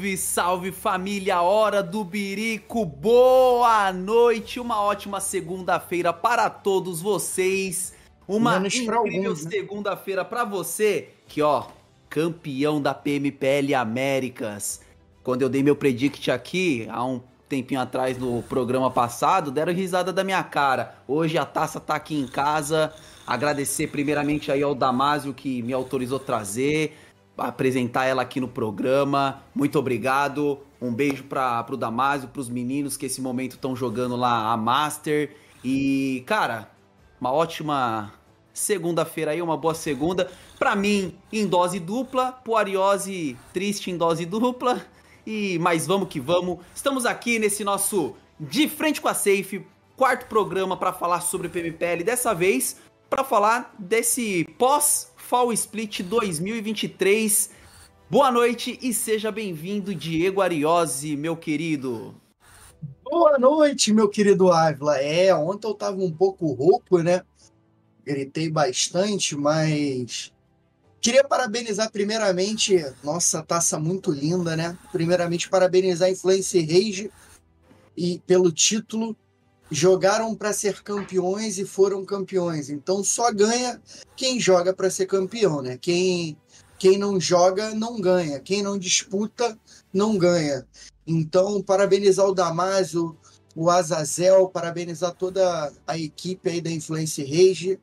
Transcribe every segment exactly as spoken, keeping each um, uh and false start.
Salve, salve família, hora do Birico, boa noite, uma ótima segunda-feira para todos vocês, uma Menos pra incrível alguns, né? segunda-feira para você, que ó, campeão da P M P L Américas. Quando eu dei meu predict aqui, há um tempinho atrás no programa passado, deram risada da minha cara. Hoje a taça tá aqui em casa, agradecer primeiramente aí ao Damásio que me autorizou trazer, apresentar ela aqui no programa. Muito obrigado. Um beijo para pro Damásio, pros meninos que esse momento estão jogando lá a Master. E, cara, uma ótima segunda-feira aí, uma boa segunda. Pra mim, em dose dupla, pro Ariose, triste em dose dupla. E mas vamos que vamos. Estamos aqui nesse nosso De Frente com a Safe, quarto programa para falar sobre P M P L. Dessa vez, para falar desse pós Fall Split dois mil e vinte e três. Boa noite e seja bem-vindo, Diego Ariose, meu querido. Boa noite, meu querido Ávila. É, ontem eu tava um pouco rouco, né? Gritei bastante, mas queria parabenizar primeiramente, nossa, taça muito linda, né? Primeiramente parabenizar a Influence Rage e pelo título. Jogaram para ser campeões e foram campeões. Então só ganha quem joga para ser campeão, né? Quem, quem não joga não ganha. Quem não disputa não ganha. Então, parabenizar o Damásio, o Azazel, parabenizar toda a equipe aí da Influence Rage.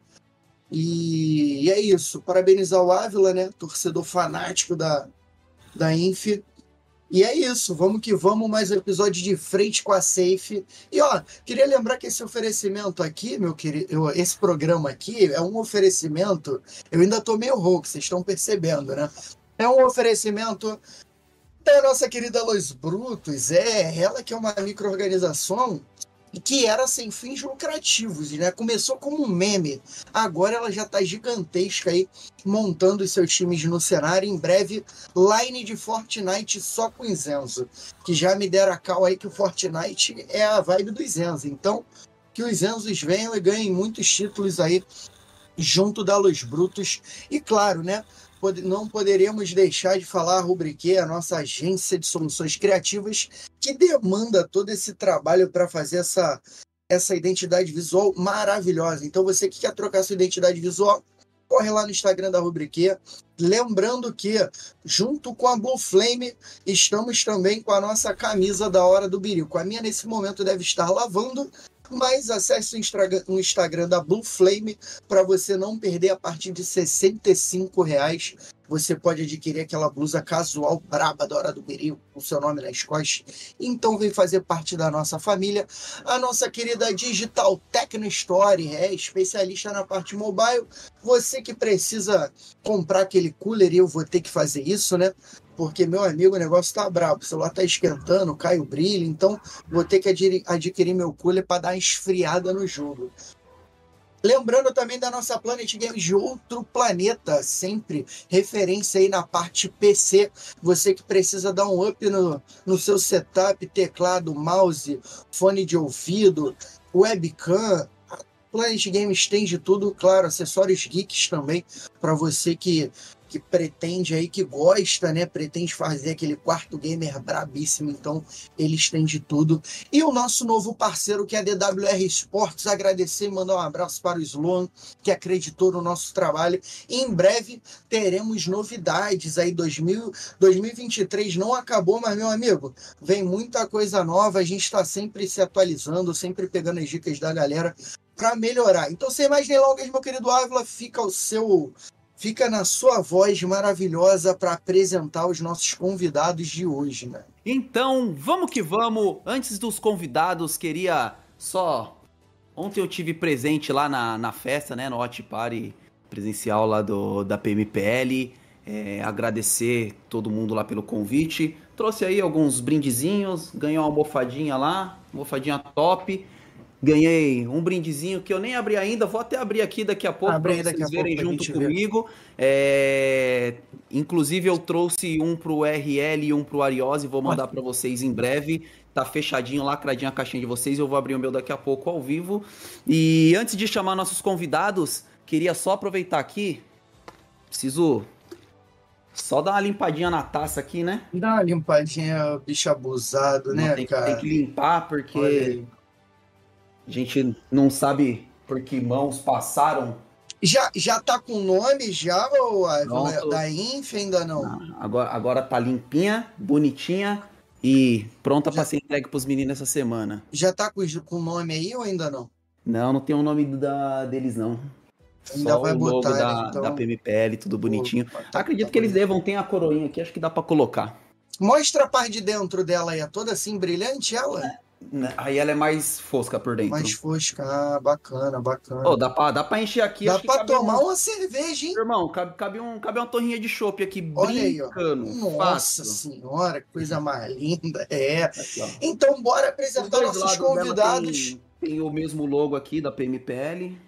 E, e é isso. Parabenizar o Ávila, né? Torcedor fanático da, da Inf. E é isso, vamos que vamos, mais um episódio de Frente com a Safe. E ó, queria lembrar que esse oferecimento aqui, meu querido, esse programa aqui é um oferecimento, eu ainda tô meio rouco, vocês estão percebendo, né? É um oferecimento da nossa querida Los Brutos, é ela que é uma micro-organização que era sem fins lucrativos, né? Começou como um meme, agora ela já está gigantesca aí, montando os seus times no cenário. Em breve, line de Fortnite só com Zenzo, que já me deram a cal aí que o Fortnite é a vibe dos Zenzo. Então, que os Zenzos venham e ganhem muitos títulos aí junto da Los Brutos. E claro, né? Não poderíamos deixar de falar a Rubrique, a nossa agência de soluções criativas, que demanda todo esse trabalho para fazer essa, essa identidade visual maravilhosa. Então, você que quer trocar sua identidade visual, corre lá no Instagram da Rubrique. Lembrando que, junto com a Blue Flame, estamos também com a nossa camisa da Hora do Birico. A minha, nesse momento, deve estar lavando, mas acesse o Instagram da Blue Flame para você não perder. A partir de sessenta e cinco reais. Você pode adquirir aquela blusa casual braba da Hora do Birico, com o seu nome nas costas. Então vem fazer parte da nossa família. A nossa querida Digital Techno Store é especialista na parte mobile. Você que precisa comprar aquele cooler, e eu vou ter que fazer isso, né? Porque, meu amigo, o negócio tá brabo, o celular tá esquentando, cai o brilho, então vou ter que adquirir meu cooler para dar uma esfriada no jogo. Lembrando também da nossa Planet Games de outro planeta, sempre referência aí na parte P C. Você que precisa dar um up no, no seu setup, teclado, mouse, fone de ouvido, webcam. A Planet Games tem de tudo, claro, acessórios geeks também, para você que... que pretende aí, que gosta, né? Pretende fazer aquele quarto gamer brabíssimo, então eles têm de tudo. E o nosso novo parceiro, que é a D W R Sports, agradecer e mandar um abraço para o Sloan, que acreditou no nosso trabalho. E em breve teremos novidades aí, dois mil, dois mil e vinte e três não acabou, mas, meu amigo, vem muita coisa nova, a gente está sempre se atualizando, sempre pegando as dicas da galera para melhorar. Então, sem mais delongas, meu querido Ávila, fica o seu... Fica na sua voz maravilhosa para apresentar os nossos convidados de hoje, né? Então, vamos que vamos. Antes dos convidados, queria só... Ontem eu tive presente lá na, na festa, né? No Hot Party presencial lá do, da P M P L. É, agradecer todo mundo lá pelo convite. Trouxe aí alguns brindezinhos. Ganhei uma almofadinha lá. Almofadinha top. Ganhei um brindezinho que eu nem abri ainda, vou até abrir aqui daqui a pouco para vocês verem junto comigo. É... Inclusive eu trouxe um pro R L e um pro Ariose, vou mandar para vocês em breve. Tá fechadinho, lacradinho a caixinha de vocês, eu vou abrir o meu daqui a pouco ao vivo. E antes de chamar nossos convidados, queria só aproveitar aqui, preciso Só dar uma limpadinha na taça aqui, né? Dá uma limpadinha, bicho abusado, Não, né, tem, que- tem que cara? limpar Olha porque aí. a gente não sabe por que mãos passaram. Já, já tá com nome já, ô Ávila? Pronto. Da Inf ainda não? Não, agora, agora tá limpinha, bonitinha e pronta para Já, ser entregue pros meninos essa semana. já tá com com nome aí ou ainda não? Não, não tem o nome da, deles, não. Ainda Só vai o logo botar, né? da, da Então, P M P L, tudo pô, bonitinho. tá, tá Acredito que eles bonito. devam, tem a coroinha aqui, acho que dá para colocar. Mostra a parte de dentro dela aí, é toda assim brilhante ela? Né? Aí ela é mais fosca por Mais dentro. fosca, ah, bacana, Oh, bacana. dá pra, dá pra encher aqui, Dá acho que pra cabe tomar um. uma cerveja, hein? Irmão, cabe, cabe, um, cabe uma torrinha de chopp aqui, Olha aí, ó. brincando. Nossa Fácil. senhora, que coisa mais linda. É. Aqui, ó. Então, bora Os apresentar dois nossos lados dela convidados. tem, tem o mesmo logo aqui da P M P L.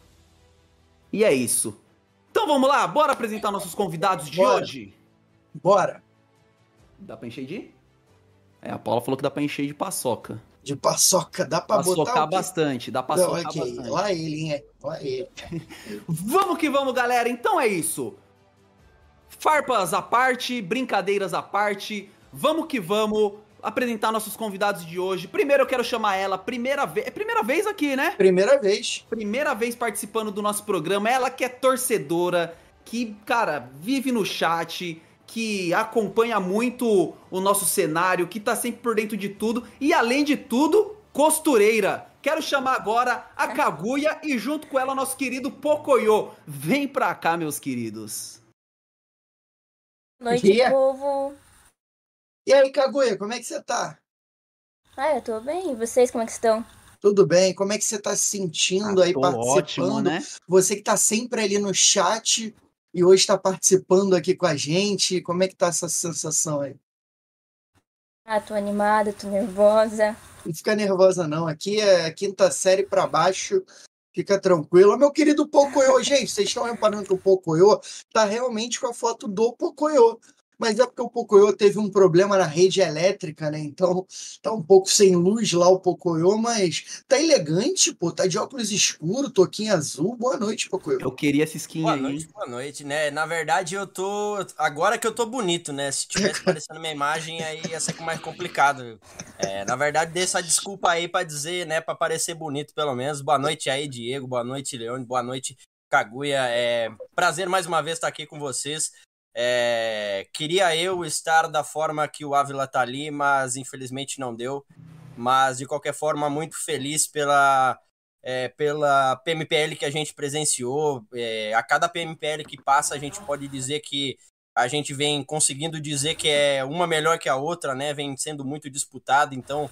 E é isso. Então vamos lá, bora apresentar nossos convidados de Bora, hoje. bora. Dá pra encher de? É, a Paula falou que dá pra encher de paçoca. De paçoca, dá pra Pra botar o socar quê? bastante, dá pra Não, socar ok, bastante. lá ele, hein? É. Lá ele. Vamos que vamos, galera. Então é isso. Farpas à parte, brincadeiras à parte, vamos que vamos apresentar nossos convidados de hoje. Primeiro eu quero chamar ela, primeira vez, é primeira vez aqui, né? Primeira vez. Primeira vez participando do nosso programa. Ela que é torcedora, que, cara, vive no chat, que acompanha muito o nosso cenário, que tá sempre por dentro de tudo e, além de tudo, costureira. Quero chamar agora a Kaguya e junto com ela nosso querido Pocoyo. Vem pra cá, meus queridos. Boa noite, E, povo. e aí, Kaguya, como é que você tá? Ah, eu tô bem. E vocês, como é que estão? Tudo bem? Como é que você tá se Ah, sentindo aí tô ótimo, participando? né? Você que tá sempre ali no chat e hoje está participando aqui com a gente. Como é que tá essa sensação aí? Ah, tô animada, tô nervosa. Não fica nervosa, não. Aqui é quinta série para baixo. Fica tranquilo. Meu querido Pocoyo, gente, vocês estão reparando que o Pocoyo tá realmente com a foto do Pocoyo. Mas é porque o Pocoyo teve um problema na rede elétrica, né? Então tá um pouco sem luz lá o Pocoyo, mas tá elegante, pô. Tá de óculos escuros, toquinho azul. Boa noite, Pocoyo. Eu queria essa skin Boa aí, noite, hein? boa noite, né? Na verdade, eu tô. Agora que eu tô bonito, né? Se tivesse aparecendo minha imagem, aí ia ser mais complicado. É, na verdade, dei essa desculpa aí pra dizer, né? Pra parecer bonito, pelo menos. Boa noite aí, Diego. Boa noite, Leone. Boa noite, Kaguya. É prazer mais uma vez estar aqui com vocês. É, queria eu estar da forma que o Ávila tá ali, mas infelizmente não deu. Mas, de qualquer forma, muito feliz pela. É, pela P M P L que a gente presenciou. É, a cada P M P L que passa, a gente pode dizer que a gente vem conseguindo dizer que é uma melhor que a outra, né? Vem sendo muito disputado. Então,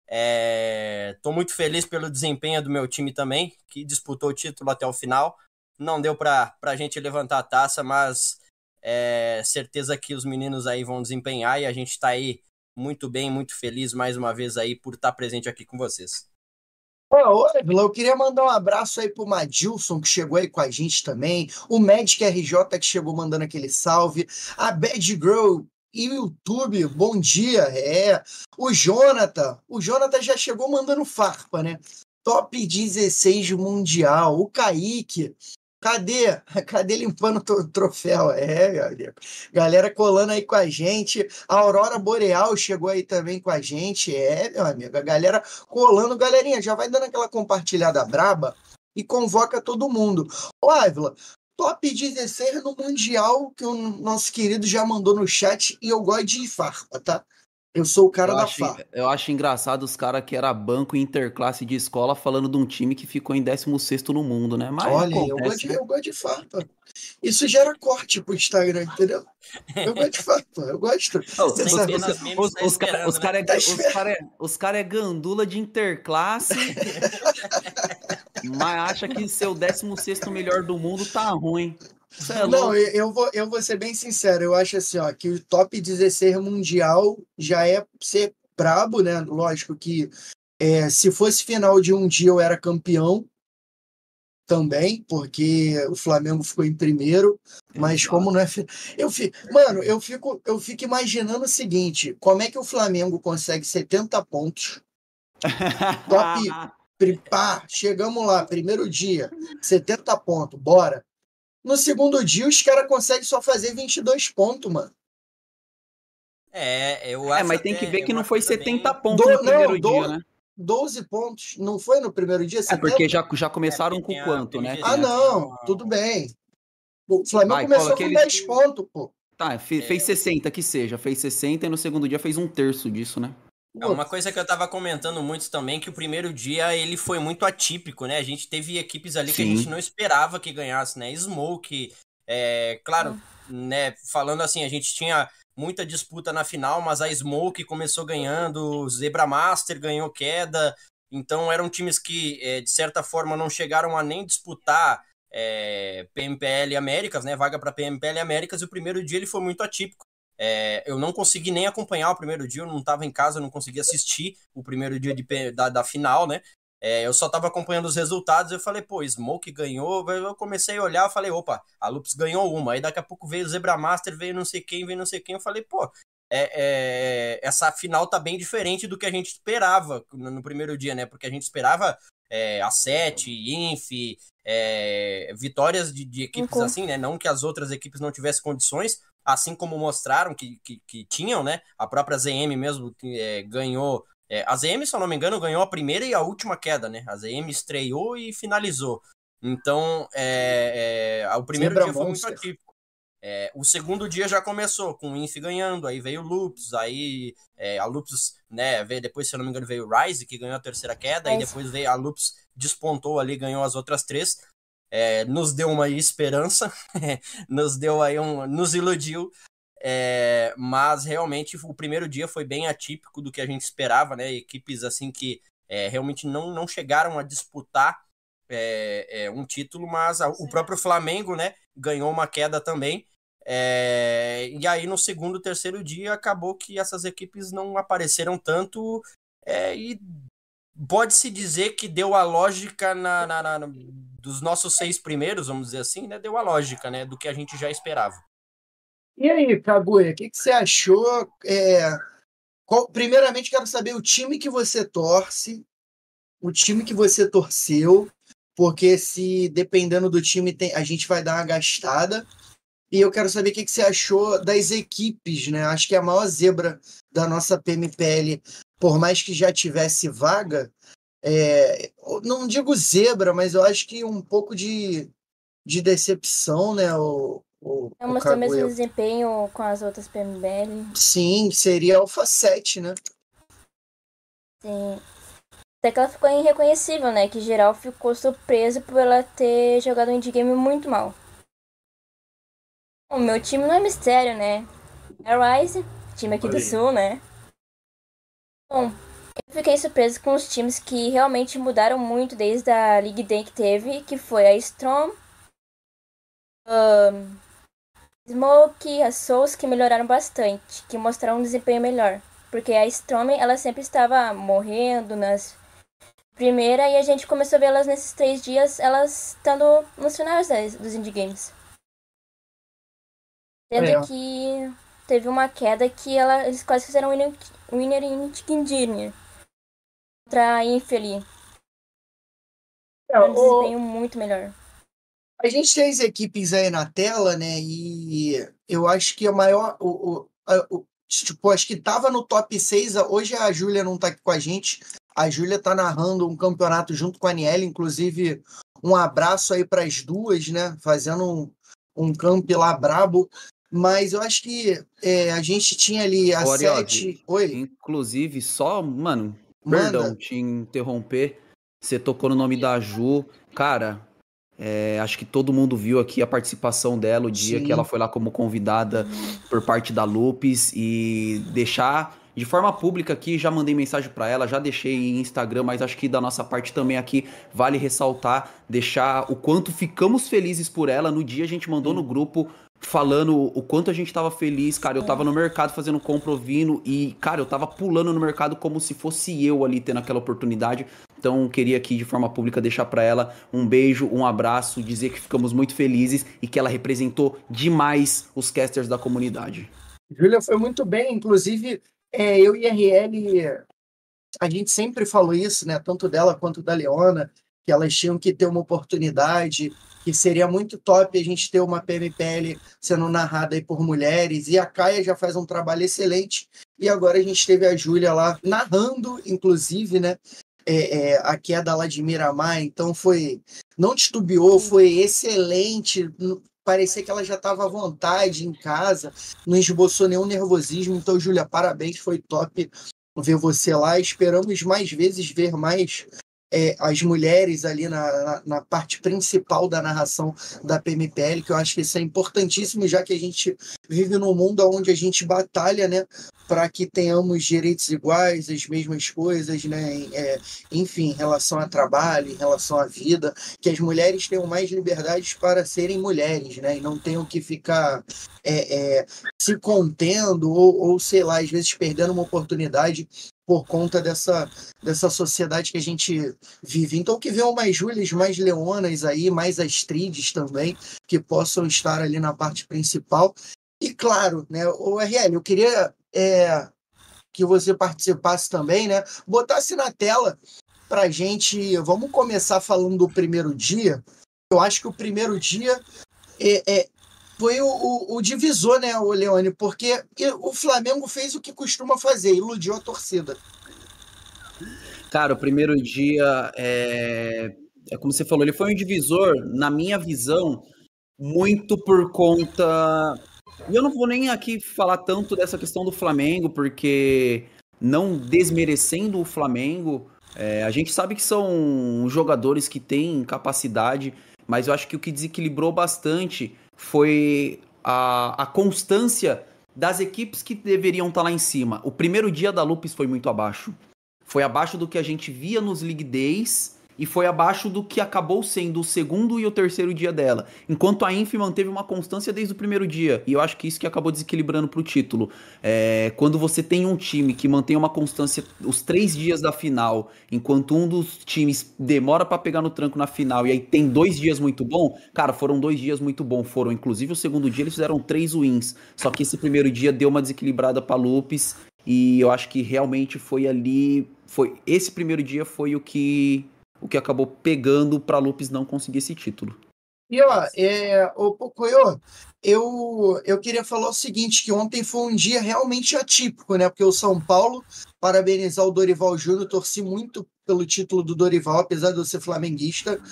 estou muito feliz pelo desempenho do meu time também, que disputou o título até o final. Não deu para a gente levantar a taça, mas é certeza que os meninos aí vão desempenhar e a gente está aí muito bem, muito feliz mais uma vez aí por estar presente aqui com vocês. Ô, Ávila, eu queria mandar um abraço aí pro Madilson, que chegou aí com a gente também, o Magic R J, que chegou mandando aquele salve, a Bad Girl e o YouTube, bom dia, é, o Jonathan, o Jonathan já chegou mandando farpa, né? Top dezesseis mundial, o Kaique, cadê? Cadê limpando o troféu? É, galera. Galera colando aí com a gente. A Aurora Boreal chegou aí também com a gente. É, meu amigo. A galera colando. Galerinha, já vai dando aquela compartilhada braba e convoca todo mundo. Ô, Ávila, top dezesseis no Mundial que o nosso querido já mandou no chat e eu gosto de farpa, tá? Eu sou o cara Eu da acho, farpa. eu acho engraçado os caras que era banco e interclasse de escola falando de um time que ficou em décimo sexto no mundo, né? Mas Olha, eu gosto, acontece, de, né? eu gosto de farpa. Isso gera corte pro Instagram, entendeu? Eu gosto de farpa, eu gosto. Oh, Você os, sabe. os, Centenas memes os, tá os caras os esperando, né? cara é, Tá os esperando. cara, é- os cara é gandula de interclasse, mas acha que ser o décimo sexto melhor do mundo tá ruim. Você é Não, louco. eu eu vou, eu vou ser bem sincero. Eu acho assim, ó, que o top dezesseis mundial já é ser brabo, né? Lógico que é, se fosse final de um dia eu era campeão também, porque o Flamengo ficou em primeiro, mas como Exato. não é. fi- Eu fi... Mano, eu fico, eu fico imaginando o seguinte: como é que o Flamengo consegue setenta pontos, top. pri- Pá, chegamos lá, primeiro dia, setenta pontos, bora. No segundo dia, os caras conseguem só fazer vinte e dois pontos, mano. É, eu É, acho mas tem que até ver é que não uma foi coisa setenta bem. pontos Do, no primeiro não, dia, do, né? doze pontos. Não foi no primeiro dia, É, porque setenta? já, já É, porque começaram com tem a quanto, né? Ah, Tem P M G C, a... tem não, tudo uma. bem. O Flamengo Vai, cola começou com aqueles... dez pontos, pô. Tá, fe- fez É, sessenta que seja. Fez sessenta e no segundo dia fez um terço disso, né? É Pô, uma coisa que eu tava comentando muito também, que o primeiro dia ele foi muito atípico, né? A gente teve equipes ali que a gente Sim. não esperava que ganhasse, né? Smoke, é, claro, Hum. né? Falando assim, a gente tinha muita disputa na final, mas a Smoke começou ganhando, o Zebra Master ganhou queda, então eram times que, é, de certa forma, não chegaram a nem disputar é, P M P L Américas, né? Vaga para P M P L Américas, e o primeiro dia ele foi muito atípico. É, eu não consegui nem acompanhar o primeiro dia, eu não estava em casa, eu não consegui assistir o primeiro dia de, da, da final, né? É, eu só estava acompanhando os resultados, eu falei, pô, Smoke ganhou, eu comecei a olhar, eu falei, opa, a Lupus ganhou uma, aí daqui a pouco veio o Zebra Master, veio não sei quem, veio não sei quem, eu falei, pô, é, é, essa final tá bem diferente do que a gente esperava no, no primeiro dia, né? Porque a gente esperava é, a sete, Inf, é, vitórias de, de equipes Uhum. assim, né? Não que as outras equipes não tivessem condições, assim como mostraram que, que, que tinham, né? A própria Z M mesmo é, ganhou. É, a Z M, se eu não me engano, ganhou a primeira e a última queda, né? A Z M estreou e finalizou. Então, é, é, o primeiro Zebra dia foi muito Monster. atípico. É, o segundo dia já começou com o Inf ganhando, aí veio o Lupus, aí é, a Lupus, né, veio depois, se eu não me engano, veio o Rise, que ganhou a terceira queda, aí Mas depois veio a Lupus, despontou ali, ganhou as outras três, é, nos deu uma esperança, nos deu aí um, nos iludiu, é, mas realmente o primeiro dia foi bem atípico do que a gente esperava, né, equipes assim que é, realmente não, não chegaram a disputar é, é, um título, mas a, o próprio Flamengo, né, ganhou uma queda também. É, e aí no segundo, terceiro dia acabou que essas equipes não apareceram tanto é, e pode-se dizer que deu a lógica na, na, na, dos nossos seis primeiros, vamos dizer assim, né? Deu a lógica, né, do que a gente já esperava. E aí, Kaguya, o que, que você achou? É, qual- primeiramente, quero saber o time que você torce, o time que você torceu, porque se dependendo do time, tem, a gente vai dar uma gastada. E eu quero saber o que, que você achou das equipes, né? Acho que a maior zebra da nossa P M P L, por mais que já tivesse vaga, é, eu não digo zebra, mas eu acho que um pouco de, de decepção, né, o, o, eu o mostrei o mesmo Kaguya? desempenho com as outras P M B L. Sim, seria Alpha sete, né? Sim. Até que ela ficou irreconhecível, né? Que geral ficou surpreso por ela ter jogado um indie game muito mal. O meu time não é mistério, né? É Rise, time aqui Olha do aí. Sul, né? Bom, eu fiquei surpreso com os times que realmente mudaram muito desde a League Day que teve, que foi a Storm, a Smoke, a Souls, que melhoraram bastante, que mostraram um desempenho melhor. Porque a Storm, ela sempre estava morrendo nas primeiras e a gente começou a ver elas nesses três dias, elas estando nos finais das, dos indie games. Sendo É. que teve uma queda que ela, eles quase fizeram winner, winner in Chicken Dinner contra a Infeli. É, Um o, desempenho muito melhor. a gente tem as equipes aí na tela, né? E eu acho que a maior. O, o, a- o- tipo, acho que tava no top seis. Hoje a Júlia não tá aqui com a gente. A Júlia tá narrando um campeonato junto com a Aniele. Inclusive, um abraço aí para as duas, né? Fazendo um, um camp lá brabo. Mas eu acho que é, a gente tinha ali a Ô, Ariosi, sete. Oi, inclusive, só, mano, perdão manda. te interromper. Você tocou no nome da Ju. Cara, é, acho que todo mundo viu aqui a participação dela, o dia que ela Sim. foi lá como convidada por parte da Lupes e deixar de forma pública aqui, já mandei mensagem pra ela, já deixei em Instagram, mas acho que da nossa parte também aqui vale ressaltar, deixar o quanto ficamos felizes por ela. No dia a gente mandou no Sim. grupo falando o quanto a gente tava feliz, cara. Eu tava no mercado fazendo compra ouvindo e, cara, eu tava pulando no mercado como se fosse eu ali tendo aquela oportunidade. Então, queria aqui de forma pública deixar pra ela um beijo, um abraço, dizer que ficamos muito felizes e que ela representou demais os casters da comunidade. Júlia foi muito bem. Inclusive, é, eu e a R L, a gente sempre falou isso, né? Tanto dela quanto da Leona, que elas tinham que ter uma oportunidade, que seria muito top a gente ter uma P M P L sendo narrada aí por mulheres, e a Kaia já faz um trabalho excelente, e agora a gente teve a Júlia lá narrando, inclusive, né, é, é, a queda lá de Miramar, então foi, não titubeou, foi excelente, parecia que ela já estava à vontade em casa, não esboçou nenhum nervosismo, então, Júlia, parabéns, foi top ver você lá, esperamos mais vezes ver mais É, as mulheres ali na, na, na parte principal da narração da P M P L, que eu acho que isso é importantíssimo, já que a gente vive num mundo onde a gente batalha, né, para que tenhamos direitos iguais, as mesmas coisas, né, é, enfim, em relação a trabalho, em relação à vida, que as mulheres tenham mais liberdades para serem mulheres, né, e não tenham que ficar é, é, se contendo ou, ou, sei lá, às vezes perdendo uma oportunidade por conta dessa, dessa sociedade que a gente vive. Então, que venham mais Júlias, mais Leonas aí, mais Astrides também, que possam estar ali na parte principal. E, claro, né, o R L, eu queria é, que você participasse também, né, botasse na tela para a gente... Vamos começar falando do primeiro dia. Eu acho que o primeiro dia é, é, foi o, o, o divisor, né, o Leone, porque o Flamengo fez o que costuma fazer, iludiu a torcida. Cara, o primeiro dia, é, é como você falou, ele foi um divisor, na minha visão, muito por conta... E eu não vou nem aqui falar tanto dessa questão do Flamengo, porque não desmerecendo o Flamengo, é, a gente sabe que são jogadores que têm capacidade, mas eu acho que o que desequilibrou bastante foi a, a constância das equipes que deveriam estar lá em cima. O primeiro dia da Lupes foi muito abaixo. Foi abaixo do que a gente via nos League Days e foi abaixo do que acabou sendo o segundo e o terceiro dia dela. Enquanto a Inf manteve uma constância desde o primeiro dia. E eu acho que isso que acabou desequilibrando pro título. É, quando você tem um time que mantém uma constância os três dias da final, enquanto um dos times demora para pegar no tranco na final e aí tem dois dias muito bom, cara, foram dois dias muito bons. Foram, inclusive, o segundo dia eles fizeram três wins. Só que esse primeiro dia deu uma desequilibrada pra Lupes e eu acho que realmente foi ali... Foi, esse primeiro dia foi o que... o que acabou pegando para Lupes não conseguir esse título. E ó, é, ô Pocoyo, eu, eu queria falar o seguinte, que ontem foi um dia realmente atípico, né? Porque o São Paulo, parabenizar o Dorival Júnior, torci muito pelo título do Dorival, apesar de eu ser flamenguista.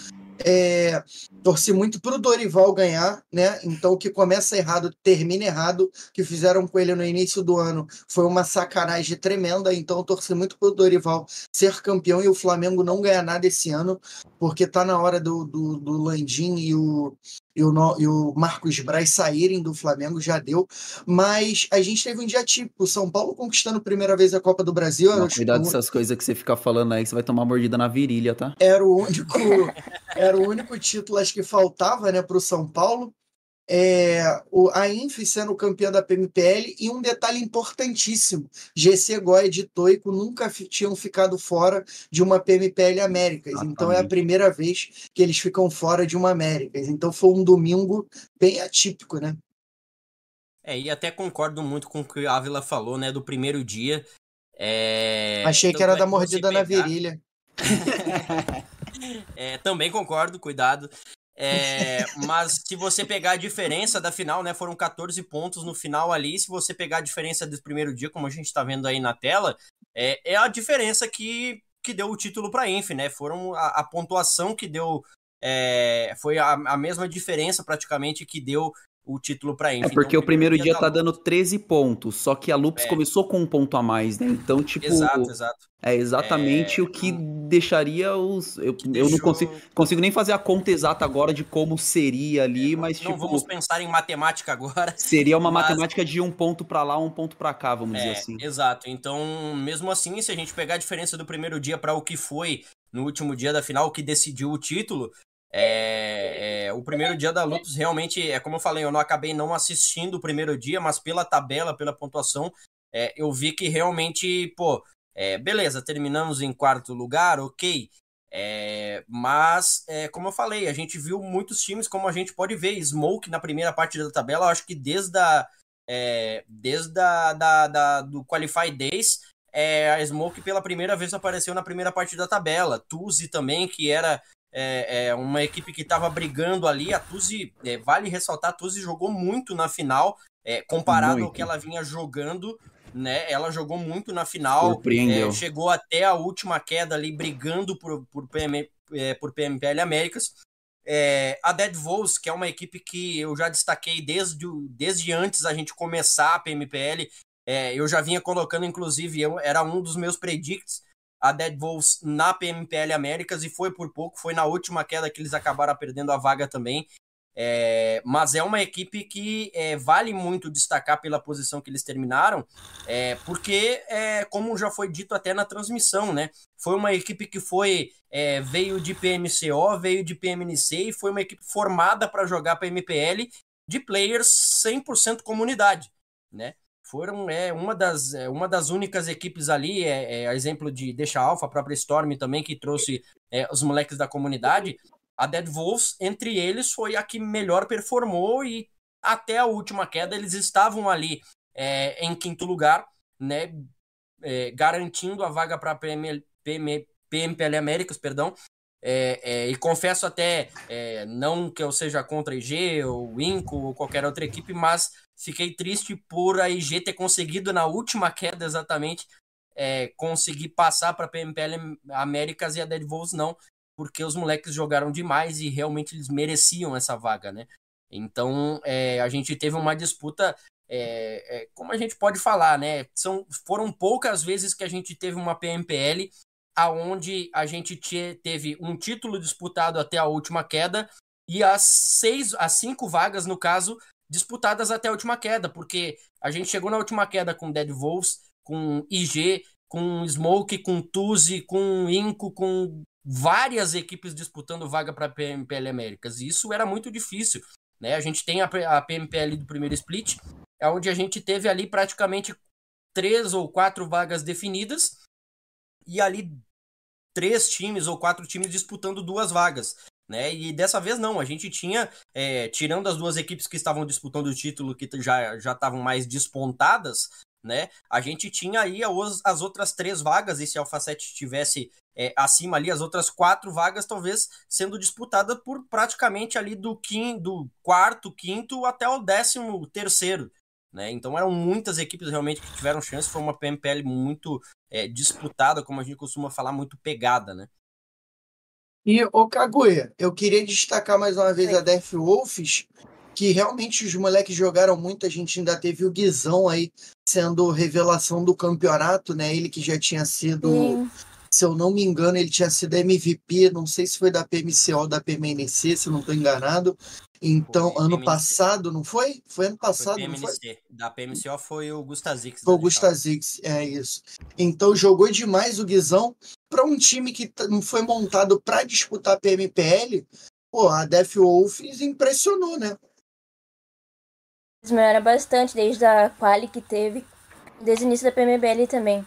É, torci muito para o Dorival ganhar, né? Então, o que começa errado termina errado. O que fizeram com ele no início do ano foi uma sacanagem tremenda. Então, torci muito para o Dorival ser campeão e o Flamengo não ganhar nada esse ano, porque tá na hora do, do, do Landim e o, e, o, e o Marcos Braz saírem do Flamengo, já deu. Mas a gente teve um dia típico: o São Paulo conquistando a primeira vez a Copa do Brasil. Não, cuidado com essas coisas que você fica falando aí, que você vai tomar uma mordida na virilha, tá? Era o único. Era o único título, acho que faltava, né, para o São Paulo. É, o, a Inf sendo campeã da P M P L, e um detalhe importantíssimo: G C Goya de Toico nunca f- tinham ficado fora de uma P M P L Américas. Exatamente. Então é a primeira vez que eles ficam fora de uma Américas. Então foi um domingo bem atípico, né? É, e até concordo muito com o que a Ávila falou, né, do primeiro dia. É... Achei que tanto era é da que você mordida na pegar- virilha. É, também concordo, cuidado. É, mas se você pegar a diferença da final, né, foram quatorze pontos no final ali. Se você pegar a diferença do primeiro dia, como a gente tá vendo aí na tela, é, é a diferença que, que deu o título para a Inf, né? Foram a, a pontuação que deu, é, foi a, a mesma diferença praticamente que deu o título para a Inf. É porque Então, o primeiro dia da tá Lupes- dando treze pontos, só que a Lupes É. começou com um ponto a mais, né? Então, tipo, Exato, exato. é exatamente É, o que deixaria os... Eu, que eu não deixou- consigo, consigo nem fazer a conta exata agora de como seria ali, não, mas, não tipo, vamos pensar em matemática agora. seria uma mas- matemática de um ponto pra lá, um ponto pra cá, vamos dizer É, assim. exato. Então, mesmo assim, se a gente pegar a diferença do primeiro dia para o que foi no último dia da final, o que decidiu o título, é, é, o primeiro dia da Lupus realmente, é como eu falei, eu não acabei não assistindo o primeiro dia, mas pela tabela, pela pontuação, é, eu vi que realmente, pô, é, beleza, terminamos em quarto lugar, ok. É, mas, é, como eu falei, a gente viu muitos times, como a gente pode ver, Smoke na primeira parte da tabela, eu acho que desde a É, desde a, da, da, do Qualify Days, é, a Smoke pela primeira vez apareceu na primeira parte da tabela. Tuzi também, que era é, é uma equipe que estava brigando ali. A Tuzi, é, vale ressaltar, a Tuzi jogou muito na final, é, comparado Muito. ao que ela vinha jogando, né? Ela jogou muito na final, Surpreendeu. é, chegou até a última queda ali, brigando por, por, P M, é, por P M P L Américas. É, a Dead Wolves, que é uma equipe que eu já destaquei desde, desde antes a gente começar a P M P L, é, eu já vinha colocando, inclusive, eu, era um dos meus predicts, a Dead Wolves na P M P L Américas, e foi por pouco, foi na última queda que eles acabaram perdendo a vaga também. É, mas é uma equipe que é, vale muito destacar pela posição que eles terminaram, é, porque, é, como já foi dito até na transmissão, né, foi uma equipe que foi, é, veio de P M C O, veio de P M N C, e foi uma equipe formada para jogar P M P L de players cem por cento comunidade, né? Foram é, uma, das, é, uma das únicas equipes ali, é, é exemplo de Deixa Alpha, a própria Storm também, que trouxe é, os moleques da comunidade. A Dead Wolves, entre eles, foi a que melhor performou, e até a última queda eles estavam ali é, em quinto lugar, né, é, garantindo a vaga para P M P L Américas, perdão. É, é, e confesso até, é, não que eu seja contra a I G ou Inco ou qualquer outra equipe, mas fiquei triste por a I G ter conseguido na última queda exatamente é, conseguir passar para P M P L Américas, e a Dead Wolves não, porque os moleques jogaram demais e realmente eles mereciam essa vaga, né? Então, é, a gente teve uma disputa, é, é, como a gente pode falar, né? São, foram poucas vezes que a gente teve uma P M P L aonde a gente te, teve um título disputado até a última queda, e as seis, as cinco vagas, no caso, disputadas até a última queda, porque a gente chegou na última queda com Dead Wolves, com I G, com Smoke, com Tuzi, com Inco, com várias equipes disputando vaga para a P M P L Américas, e isso era muito difícil, né? A gente tem a, a P M P L do primeiro split, é onde a gente teve ali praticamente três ou quatro vagas definidas, e ali três times ou quatro times disputando duas vagas, né? E dessa vez não, a gente tinha, é, tirando as duas equipes que estavam disputando o título, que já já estavam mais despontadas, né? A gente tinha aí as, as outras três vagas, e se a Alpha sete estivesse é, acima ali, as outras quatro vagas talvez sendo disputadas por praticamente ali do, quinto, do quarto, quinto até o décimo terceiro, né? Então eram muitas equipes realmente que tiveram chance, foi uma P M P L muito é, disputada, como a gente costuma falar, muito pegada, né? E, ô Kaguya, eu queria destacar mais uma vez Oi. a Death Wolves, que realmente os moleques jogaram muito. A gente ainda teve o Guizão aí sendo revelação do campeonato, né? Ele que já tinha sido, Sim. se eu não me engano, ele tinha sido M V P, não sei se foi da P M C O ou da P M N C, se eu não estou enganado. Então, Foi ano P M N C. passado, não foi? Foi ano Foi passado, não foi? P M N C. Da P M C O foi o Gustazix. Foi da o Deixa Alpha. Gustazix, é isso. Então jogou demais o Guizão para um time que t- não foi montado para disputar P M P L. Pô, a Death Wolves impressionou, né? Eles melhoraram bastante desde a quali que teve, desde o início da P M B L também.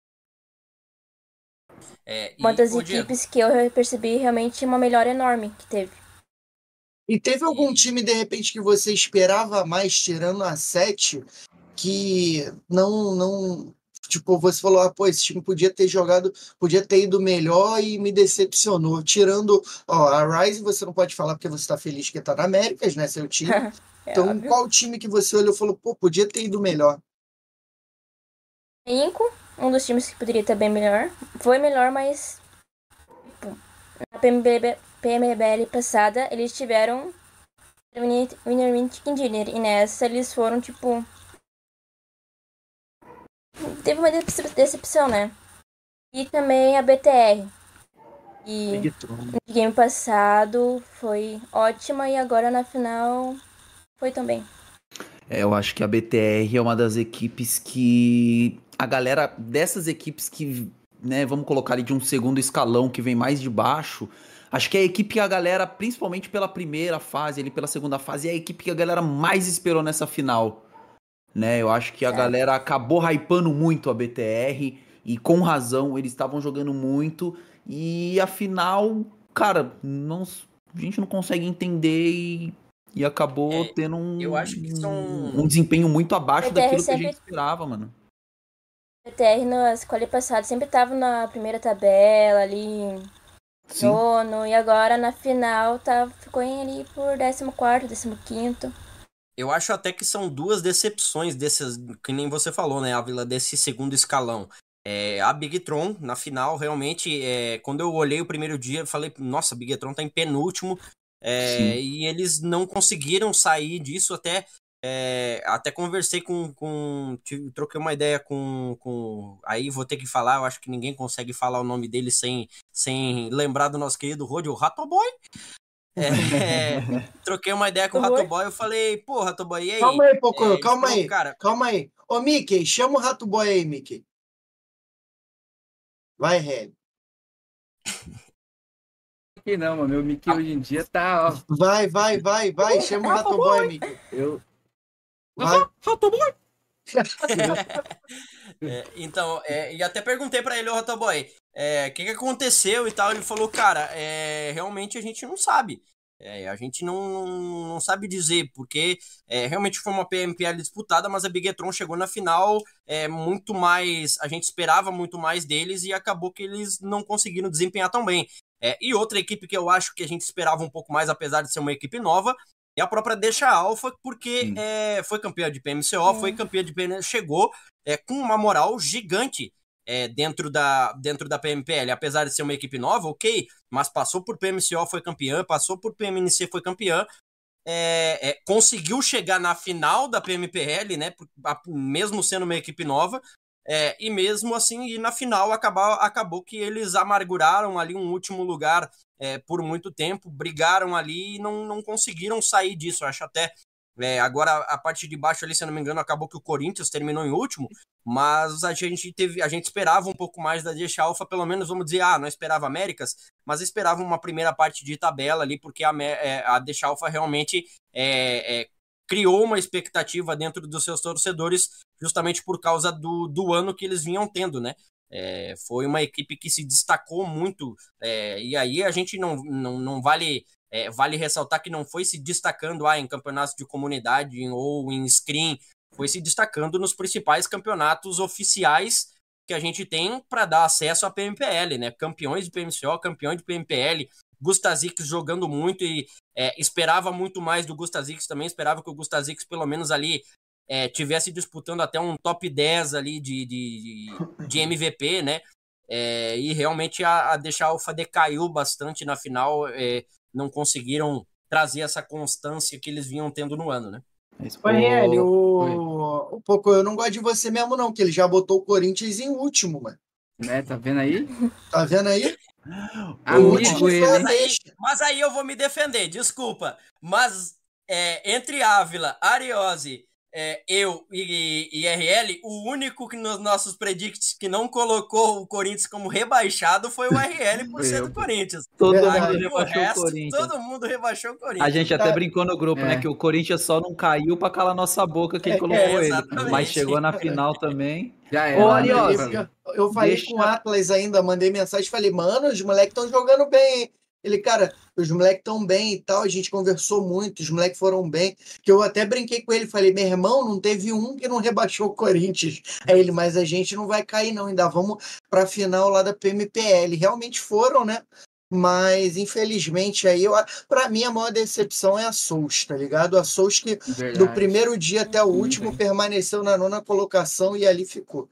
É, Uma e, das ô, Diego, equipes que eu percebi realmente uma melhora enorme que teve. E teve algum e- time, de repente, que você esperava mais, tirando a sete, que não, não. Tipo, você falou, ah, pô, esse time podia ter jogado, podia ter ido melhor e me decepcionou. Tirando, ó, a Rise, você não pode falar porque você tá feliz que tá na Américas, né? Seu time. É Então, óbvio. qual time que você olhou e falou, pô, podia ter ido melhor? Inco, um dos times que poderia estar bem melhor. Foi melhor, mas tipo, na P M B L, P M B L passada eles tiveram Winner Winner Win Chicken Dinner. E nessa eles foram tipo. Teve uma decep- decepção, né? E também a B T R. E Bigtron. no game passado foi ótima e agora na final foi também. É, eu acho que a B T R é uma das equipes que a galera dessas equipes que, né, vamos colocar ali de um segundo escalão que vem mais de baixo, acho que é a equipe que a galera, principalmente pela primeira fase, ali pela segunda fase, é a equipe que a galera mais esperou nessa final, né? Eu acho que a Certo. galera acabou hypando muito a B T R e com razão, eles estavam jogando muito e a final, cara, não, a gente não consegue entender e, e acabou é, tendo um, eu acho que são. um desempenho muito abaixo B T R daquilo que a sempre- gente esperava, mano. B T R nas quali passadas sempre tava na primeira tabela ali. Sim. nono, e agora na final tá, ficou em ali por décimo quarto, décimo quinto. Eu acho até que são duas decepções dessas, que nem você falou, né, Ávila, desse segundo escalão. É, a Bigtron, na final, realmente, é, quando eu olhei o primeiro dia, eu falei, nossa, a Bigtron tá em penúltimo, é, e eles não conseguiram sair disso, até, é, até conversei com, com tive, troquei uma ideia com, com, aí vou ter que falar, eu acho que ninguém consegue falar o nome dele sem, sem lembrar do nosso querido Rod, o Ratoboy. É, troquei uma ideia com o Rato Boy, eu falei, pô, Rato Boy, e aí? Calma aí, Pocoyo, é, calma falou, aí, cara, calma aí. Ô, Mickey, chama o Rato Boy aí, Mickey. Vai, Hélio. Que não, mano, meu Mickey hoje em dia tá, ó. Vai, vai, vai, vai, chama o Rato Boy, Mickey. Eu. Vai. Rato Boy! é, então, é, e até perguntei pra ele, ô Rato Boy, o é, que, que aconteceu e tal, ele falou, cara, é, realmente a gente não sabe. É, a gente não, não sabe dizer, porque é, realmente foi uma P M P L disputada, mas a Bigtron chegou na final é, muito mais, a gente esperava muito mais deles e acabou que eles não conseguiram desempenhar tão bem. É, e outra equipe que eu acho que a gente esperava um pouco mais, apesar de ser uma equipe nova, é a própria Deixa Alpha, porque é, foi campeã de P M C O, Sim. foi campeã de P M, chegou é, com uma moral gigante. É, dentro, da, dentro da P M P L, apesar de ser uma equipe nova, ok, mas passou por P M C O, foi campeã, passou por P M N C, foi campeã, é, é, conseguiu chegar na final da P M P L, né, mesmo sendo uma equipe nova, é, e mesmo assim, e na final acabou, acabou que eles amarguraram ali um último lugar é, por muito tempo, brigaram ali e não, não conseguiram sair disso. Eu acho até É, agora a parte de baixo ali, se eu não me engano, acabou que o Corinthians terminou em último, mas a gente teve, a gente esperava um pouco mais da Deixa Alpha, pelo menos vamos dizer, ah, não esperava Américas, mas esperava uma primeira parte de tabela ali, porque a, a Deixa Alpha realmente é, é, criou uma expectativa dentro dos seus torcedores, justamente por causa do, do ano que eles vinham tendo, né? É, foi uma equipe que se destacou muito, é, e aí a gente não, não, não vale... É, vale ressaltar que não foi se destacando ah, em campeonatos de comunidade ou em screen, foi se destacando nos principais campeonatos oficiais que a gente tem para dar acesso à P M P L, né? Campeões de P M C O, campeão de P M P L, Gustazix jogando muito e é, esperava muito mais do Gustazix também, esperava que o Gustazix pelo menos ali é, tivesse disputando até um top dez ali de, de, de M V P, né? É, e realmente a, a Deixa Alpha decaiu bastante na final, é, não conseguiram trazer essa constância que eles vinham tendo no ano, né? Ô, Hélio, o... o Poco, eu não gosto de você mesmo não, que ele já botou o Corinthians em último, mano. Né, tá vendo aí? Tá vendo aí? Amigo ele, mas, aí, mas aí eu vou me defender, desculpa. Mas é, entre Ávila, Ariose, é, eu e, e R L, o único que nos nossos predicts que não colocou o Corinthians como rebaixado foi o R L por ser do Corinthians. Todo Verdade. mundo rebaixou o, resto, o Corinthians. Todo mundo rebaixou o Corinthians. A gente até Tá. brincou no grupo, É. né? Que o Corinthians só não caiu pra calar nossa boca que ele É, colocou é, ele. exatamente. Mas chegou na final também. Já Ô, era. Mano, Ariose, eu, eu falei deixa- com o Atlas ainda, mandei mensagem, falei, mano, os moleques estão jogando bem, hein? Ele, cara, os moleques estão bem e tal, a gente conversou muito, os moleques foram bem, que eu até brinquei com ele, falei, meu irmão, não teve um que não rebaixou o Corinthians. Aí ele, mas a gente não vai cair não, ainda vamos pra final lá da P M P L. Realmente foram, né? Mas, infelizmente, aí, eu, pra mim, a maior decepção é a Souls, tá ligado? A Souls que Verdade. do primeiro dia até o Sim, último velho. permaneceu na nona colocação e ali ficou.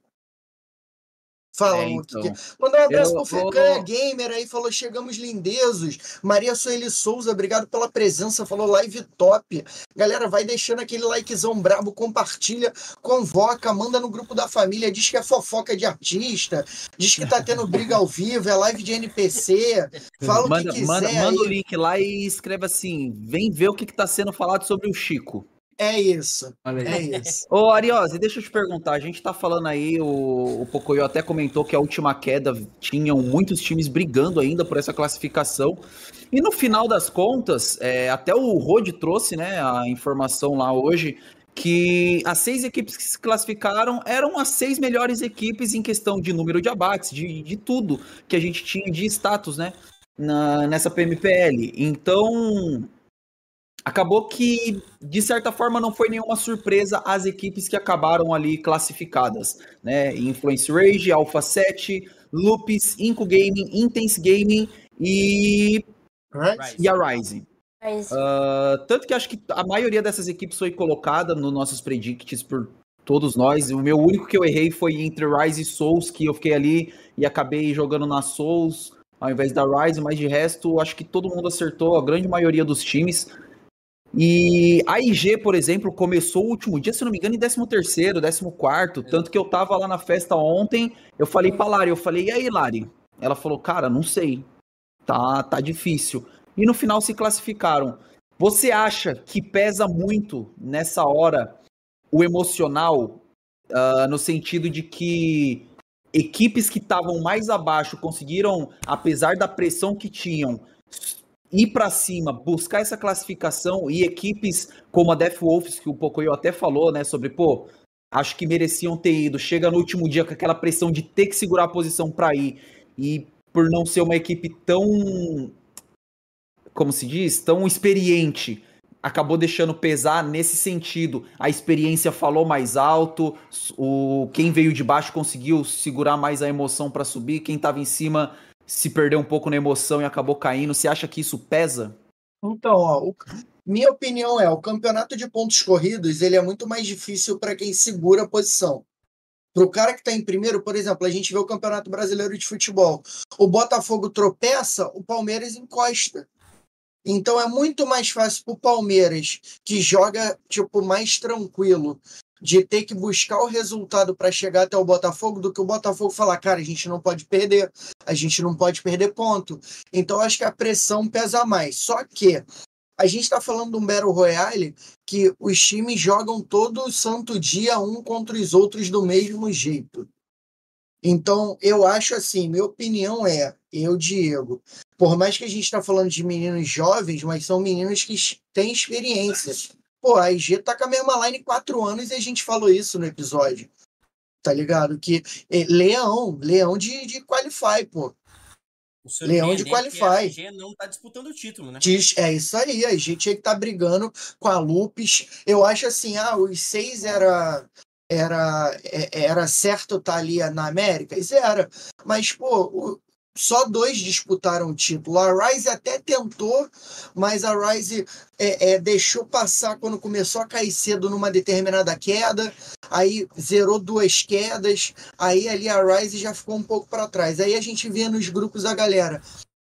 Fala, É, Luke. então. Mandar um abraço Eu pro vou- Fecanha Gamer aí, falou, chegamos lindesos. Maria Sueli Souza, obrigado pela presença, falou live top. Galera, vai deixando aquele likezão brabo, compartilha, convoca, manda no grupo da família, diz que é fofoca de artista, diz que tá tendo briga ao vivo, é live de N P C, fala o Manda, que quiser manda, aí. manda o link lá e escreva assim: vem ver o que, que tá sendo falado sobre o Chico. É isso, Olha aí. é isso. Ô, Ariose, deixa eu te perguntar. A gente tá falando aí, o, o Pocoyo até comentou que a última queda tinham muitos times brigando ainda por essa classificação. E no final das contas, é, até o Rod trouxe, né, a informação lá hoje, que as seis equipes que se classificaram eram as seis melhores equipes em questão de número de abates, de, de tudo que a gente tinha de status, né, na, nessa P M P L. Então, acabou que, de certa forma, não foi nenhuma surpresa as equipes que acabaram ali classificadas, né? Influence Rage, Alpha sete, Lupus, Inco Gaming, Intense Gaming e, Right? e a Ryze. Mas Uh, tanto que acho que a maioria dessas equipes foi colocada nos nossos predicts por todos nós. O meu único que eu errei foi entre Ryze e Souls, que eu fiquei ali e acabei jogando na Souls ao invés da Ryze, mas de resto, acho que todo mundo acertou, a grande maioria dos times. E a I G, por exemplo, começou o último dia, se não me engano, em décimo terceiro, décimo quarto, tanto que eu tava lá na festa ontem, eu falei pra Lari, eu falei, e aí, Lari? Ela falou, cara, não sei, tá, tá difícil. E no final se classificaram. Você acha que pesa muito nessa hora o emocional, uh, no sentido de que equipes que estavam mais abaixo conseguiram, apesar da pressão que tinham, ir para cima, buscar essa classificação, e equipes como a Death Wolves, que o Pocoyo até falou, né, sobre, pô, acho que mereciam ter ido, chega no último dia com aquela pressão de ter que segurar a posição para ir, e por não ser uma equipe tão, como se diz, tão experiente, acabou deixando pesar nesse sentido. A experiência falou mais alto, o quem veio de baixo conseguiu segurar mais a emoção para subir, quem estava em cima se perdeu um pouco na emoção e acabou caindo. Você acha que isso pesa? Então, ó, o- minha opinião é, o campeonato de pontos corridos, ele é muito mais difícil para quem segura a posição. Para o cara que está em primeiro, por exemplo, a gente vê o Campeonato Brasileiro de Futebol. O Botafogo tropeça, o Palmeiras encosta. Então é muito mais fácil para o Palmeiras, que joga tipo mais tranquilo, de ter que buscar o resultado para chegar até o Botafogo, do que o Botafogo falar, cara, a gente não pode perder, a gente não pode perder ponto. Então acho que a pressão pesa mais. Só que a gente está falando de um Battle Royale que os times jogam todo santo dia um contra os outros do mesmo jeito. Então, eu acho assim, minha opinião é, eu, Diego, por mais que a gente está falando de meninos jovens, mas são meninos que têm experiência. Pô, a I G tá com a mesma line quatro anos e a gente falou isso no episódio, tá ligado? Que é, leão, leão de, de qualify, pô. Leão de Surpreendente que a qualify. I G não tá disputando o título, né? Diz, é isso aí, a gente tinha que estar brigando com a Lupes. Eu acho assim, ah, os seis era era é- era certo estar ali na América, isso era. Mas pô, o- só dois disputaram o título. A Ryze até tentou, mas a Ryze é, é, deixou passar quando começou a cair cedo numa determinada queda. Aí zerou duas quedas. Aí ali a Ryze já ficou um pouco para trás. Aí a gente via nos grupos a galera.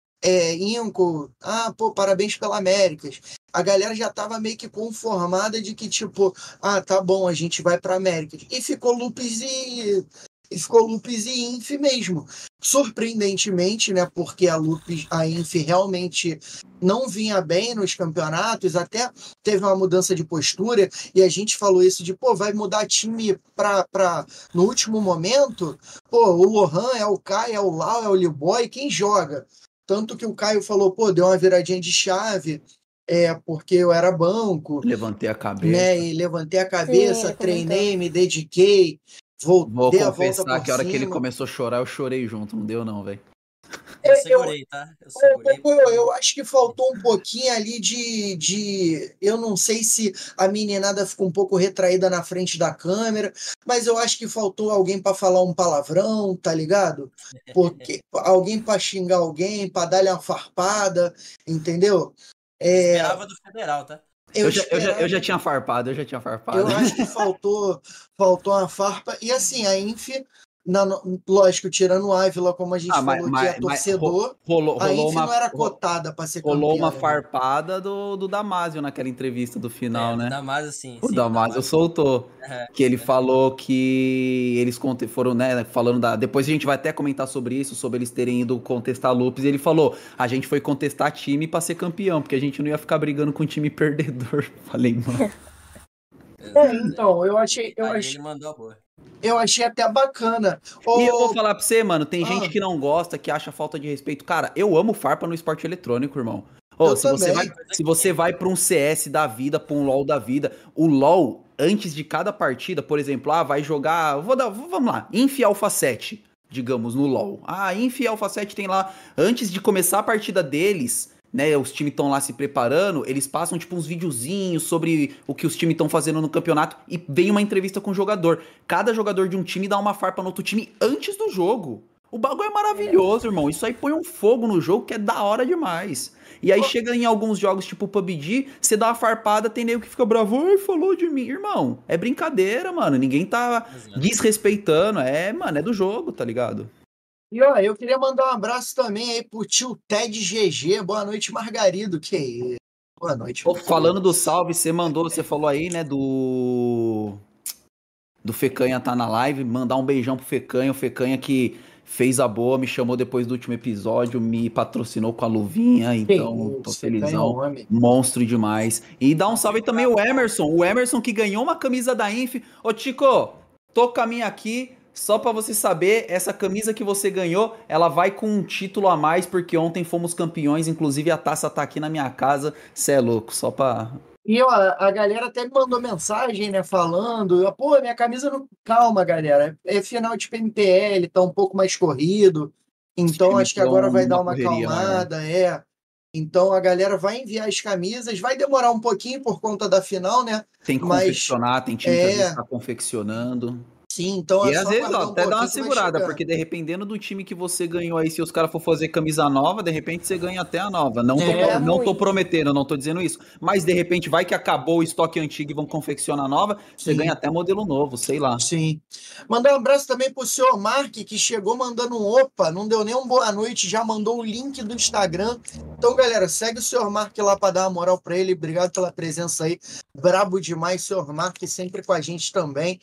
É, Inco, ah, pô, parabéns pela Américas. A galera já tava meio que conformada de que, tipo, ah, tá bom, a gente vai pra Américas. E ficou Lupes e. E ficou Lupes e Inf mesmo. Surpreendentemente, né? Porque a Lupes, a Inf realmente não vinha bem nos campeonatos, até teve uma mudança de postura, e a gente falou isso de, pô, vai mudar time pra, pra, no último momento. Pô, o Lohan é o Kai, é o Lau, é o Liboy, quem joga? Tanto que o Caio falou, pô, deu uma viradinha de chave, é, porque eu era banco, Levantei a cabeça. né? E levantei a cabeça, Sim, treinei, comentou. me dediquei, vou, Vou dei a volta confessar por que a hora que ele cima. começou a chorar, eu chorei junto. Não deu não, velho. Eu Eu, eu, segurei, tá? Eu eu, segurei. eu- eu acho que faltou um pouquinho ali de, de. Eu não sei se a meninada ficou um pouco retraída na frente da câmera, mas eu acho que faltou alguém para falar um palavrão, tá ligado? Porque alguém para xingar alguém, para dar-lhe uma farpada, entendeu? É, Esperava do Federal, tá? eu Eu já, eu, já, eu esperava. já tinha farpado, eu já tinha farpado. Eu acho que faltou, faltou uma farpa. E assim, a Inf, na, lógico, tirando o Ávila, como a gente Ah, mas, falou, que é mas, mas ro- torcedor, rolou, a rolou Inf não uma, era ro- cotada para ser rolou campeã, uma né, mano? farpada do, do Damásio naquela entrevista do final, É, do né? Damasio, sim, O sim, o Damásio Damasio. soltou. Aham, Que ele aham. falou que eles conte- foram, né, falando da. Depois a gente vai até comentar sobre isso, sobre eles terem ido contestar Lupes. E ele falou: a gente foi contestar time pra ser campeão, porque a gente não ia ficar brigando com time perdedor. Falei, mano. É, então, eu achei, eu Aí achei, ele mandou a boa. eu achei até bacana. E eu vou Ô, falar pra você, mano, tem gente ah, que não gosta, que acha falta de respeito. Cara, eu amo farpa no esporte eletrônico, irmão. Ô, eu se você vai, também. se você vai pra um C S da vida, pra um LoL da vida, o LoL, antes de cada partida, por exemplo, ah, vai jogar, vou dar, vamos lá, Inf Alpha sete, digamos, no LoL. Ah, Inf Alpha sete tem lá, antes de começar a partida deles, né, os times estão lá se preparando, eles passam tipo uns videozinhos sobre o que os times estão fazendo no campeonato e vem uma entrevista com o jogador. Cada jogador de um time dá uma farpa no outro time antes do jogo. O bagulho é maravilhoso, irmão. Isso aí põe um fogo no jogo que é da hora demais. E aí chega em alguns jogos tipo P U B G, você dá uma farpada, tem nego que fica bravo, ai, falou de mim. Irmão, é brincadeira, mano. Ninguém tá Exato. desrespeitando. É, mano, é do jogo, tá ligado? E ó, eu queria mandar um abraço também aí pro tio Ted G G. Boa noite, Margarido. Que isso? Boa noite. Ô, falando do salve, você mandou, você falou aí, né, do... Do Fecanha tá na live, mandar um beijão pro Fecanha, o Fecanha que fez a boa, me chamou depois do último episódio, me patrocinou com a luvinha, então tô isso, Fecanha é felizão, um homem. monstro demais. E dá um salve também o Emerson, o Emerson que ganhou uma camisa da Inf. Ô Tico, tô com a minha aqui, só pra você saber, essa camisa que você ganhou, ela vai com um título a mais, porque ontem fomos campeões, inclusive a taça tá aqui na minha casa, cê é louco, só pra... E ó, a galera até me mandou mensagem, né, falando, pô, minha camisa não... Calma, galera, é final de P M P L, tá um pouco mais corrido, então acho que agora vai dar uma acalmada, é. Então a galera vai enviar as camisas, vai demorar um pouquinho por conta da final, né? Tem que Mas, confeccionar, tem time que às é. vezes tá confeccionando. Sim, então E é às só vezes, aguardar ó, um até dá uma pouquinho que vai segurada, chegar. porque dependendo do time que você ganhou aí, se os caras for fazer camisa nova, de repente você ganha até a nova. Não tô, É. não tô prometendo, não tô dizendo isso. Mas de repente vai que acabou o estoque antigo e vão confeccionar nova, você Sim. ganha até modelo novo, sei lá. Sim. Mandar um abraço também pro senhor Mark, que chegou mandando um opa, não deu nem um boa noite, já mandou o link do Instagram. Então, galera, segue o senhor Mark lá para dar uma moral para ele. Obrigado pela presença aí. Brabo demais, senhor Mark, sempre com a gente também.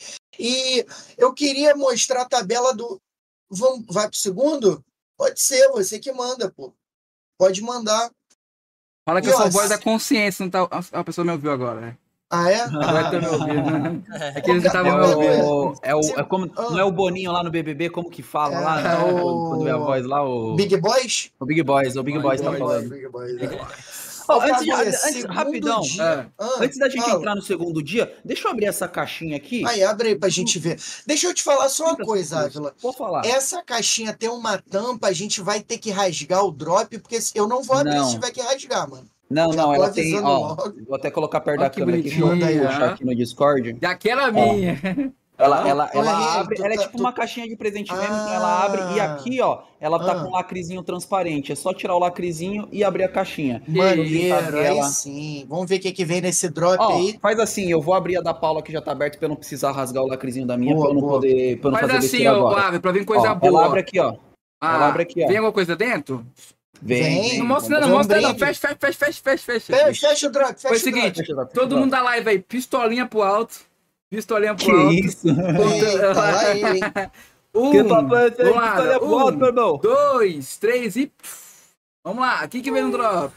E eu queria mostrar a tabela do... Vamos, vai pro segundo? Pode ser, você que manda, pô. Pode mandar. Fala que E, eu ó, sou voz se- da consciência, não tá... a pessoa me ouviu agora, né? Ah, é? Agora tá me ouvindo. É que eles Ô, já estavam É me ouvindo. o, é o, é como, Ah. não é o Boninho lá no B B B, como que fala É, lá, né? é Quando, quando vê a o- voz lá, o Big Boys? o Big Boys, o Big Big Boys tá Boys. falando. Big Boys, é. Ó, Ô, antes de- Cauê, antes- segundo rapidão, dia- É. Ah, Antes da gente fala. entrar no segundo dia, deixa eu abrir essa caixinha aqui. Aí, abre aí pra gente ver. Deixa eu te falar só uma trinta coisa, segundos. Ávila. Vou falar. Essa caixinha tem uma tampa, a gente vai ter que rasgar o drop, porque eu não vou abrir Não. se tiver que rasgar, mano. Não, Já não, tô ela tem, avisando ó, logo. vou até colocar perto Ó, da que câmera aqui, deixa eu bonitinha. puxar aqui no Discord. Daquela minha. Ela, ela, Ô, ela Henrique, abre, tu ela é tá- tipo tu- uma caixinha de presente mesmo, Ah. então ela abre e aqui, ó, ela tá Ah. com um lacrezinho transparente, é só tirar o lacrezinho e abrir a caixinha. Maneiro, abrir aí ela. sim. Vamos ver o que, que vem nesse drop Ó, aí. faz assim, eu vou abrir a da Paula que já tá aberta pra eu não precisar rasgar o lacrezinho da minha, Boa, pra eu não boa. poder, pra eu não Faz fazer assim, besteira ó, agora. Ave, pra vir coisa Ó, boa. ela abre aqui, ó. Ah, ela abre aqui, ó. Vem alguma coisa dentro? Vem, Vem. vem. Não mostra vamos não, fazer um mostra não. brinde. Fecha, fecha, fecha, fecha, fecha. Fecha, fecha o drop, fecha Foi o o drop. seguinte, Fecha o drop, todo fecha o mundo da live aí, pistolinha pro alto. Pistolinha pro Que alto. isso? Eita, lá ele, hein? Um, Que papo é esse aí? vamos lá, Pistolinha pro alto, meu irmão. um, dois, três e... Vamos lá, o que que vem no drop?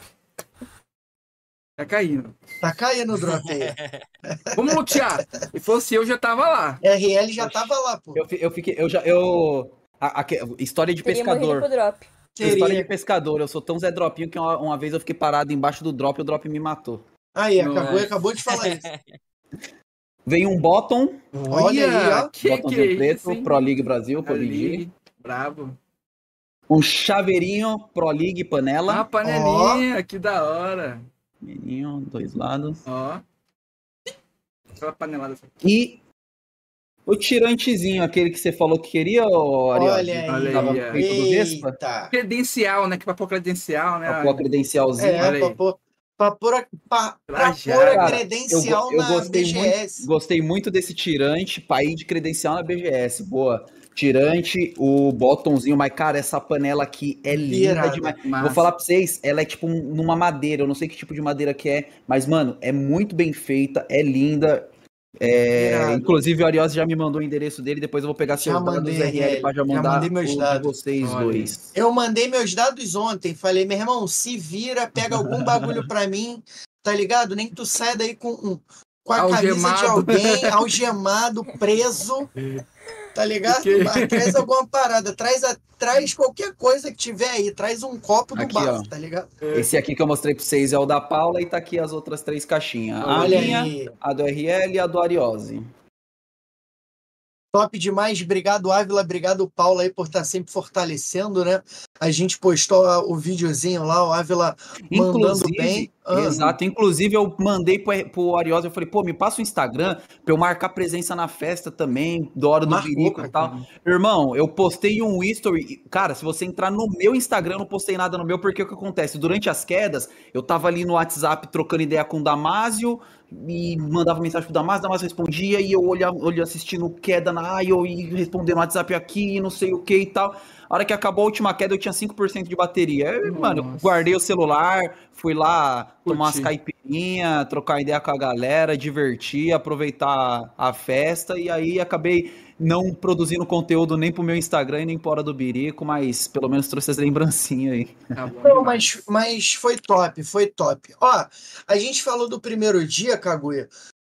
Tá caindo. Tá caindo o drop aí. Vamos lutear. Se fosse eu, já tava lá. R L já tava lá, pô. Eu, fi- eu fiquei, eu já, eu... a- a- história de Teria morrido pescador. pro drop. História de Queria. pescador. Eu sou tão Zé Dropinho que uma, uma vez eu fiquei parado embaixo do drop e o drop me matou. Aí, Não acabou, é. acabou de falar isso. Veio um bottom, Olha aí, ó. que que é bottomzinho preto, isso, hein? Pro League Brasil, Pro League. Ali, bravo. Um chaveirinho, Pro League panela. Ah, panelinha, que da hora. Menino, dois lados. Ó. Aquela panelada. E o tirantezinho, aquele que você falou que queria, ô Ariel? Olha aí. Olha Tava aí, ó. feito do Vespa? Eita. Credencial, né? Que pra pôr credencial, né? Pra pôr a credencialzinha. É, olha pra aí. pôr, pra pôr a, pra, pra Trajado. pôr a Cara, credencial eu, eu na gostei B G muito, S. gostei muito desse tirante pra ir de credencial na B G S. Boa. Tirante, o bottomzinho, mas, cara, essa panela aqui é linda Irado. demais. Massa. Vou falar pra vocês, ela é tipo um- numa madeira, eu não sei que tipo de madeira que é, mas, mano, é muito bem feita, é linda. É, Irado. inclusive o Ariose já me mandou o endereço dele, depois eu vou pegar seus Já dados mandei, R L pra já já mandar mandei meus o de dados. vocês Olha. dois. Eu mandei meus dados ontem. Falei, meu irmão, se vira, pega algum bagulho pra mim, tá ligado? Nem que tu saia daí com, um- com a camisa de Algemado. alguém, algemado, preso, tá ligado? Que- Mas traz alguma parada, traz, a, traz qualquer coisa que tiver aí, traz um copo do Aqui, bar, ó. tá ligado? Esse aqui que eu mostrei pra vocês é o da Paula e tá aqui as outras três caixinhas. A Olha minha, aí. a do R L e a do Ariose. Top demais. Obrigado, Ávila. Obrigado, Paulo, aí, por estar sempre fortalecendo, né? A gente postou o videozinho lá, o Ávila mandando Inclusive, bem. Ah, exato. Inclusive, eu mandei pro, pro Ariosa, eu falei, pô, me passa o Instagram pra eu marcar presença na festa também, da hora do Marcou, Birico e tal. cara. Irmão, eu postei um history. Cara, se você entrar no meu Instagram, eu não postei nada no meu, porque o que acontece? Durante as quedas, eu tava ali no WhatsApp trocando ideia com o Damásio e mandava mensagem pro Damásio, Damásio respondia e eu olhava, olhava assistindo queda na Io e respondendo no WhatsApp aqui, não sei o que e tal. A hora que acabou a última queda, eu tinha cinco por cento de bateria. Eu, mano, eu Nossa. guardei o celular, fui lá tomar umas Curti. caipirinhas, trocar ideia com a galera, divertir, aproveitar a festa. E aí acabei não produzindo conteúdo nem pro meu Instagram e nem pro Hora do Birico, mas pelo menos trouxe as lembrancinhas aí. Tá bom Não, demais. mas, mas foi top, foi top. Ó, a gente falou do primeiro dia, Kaguya,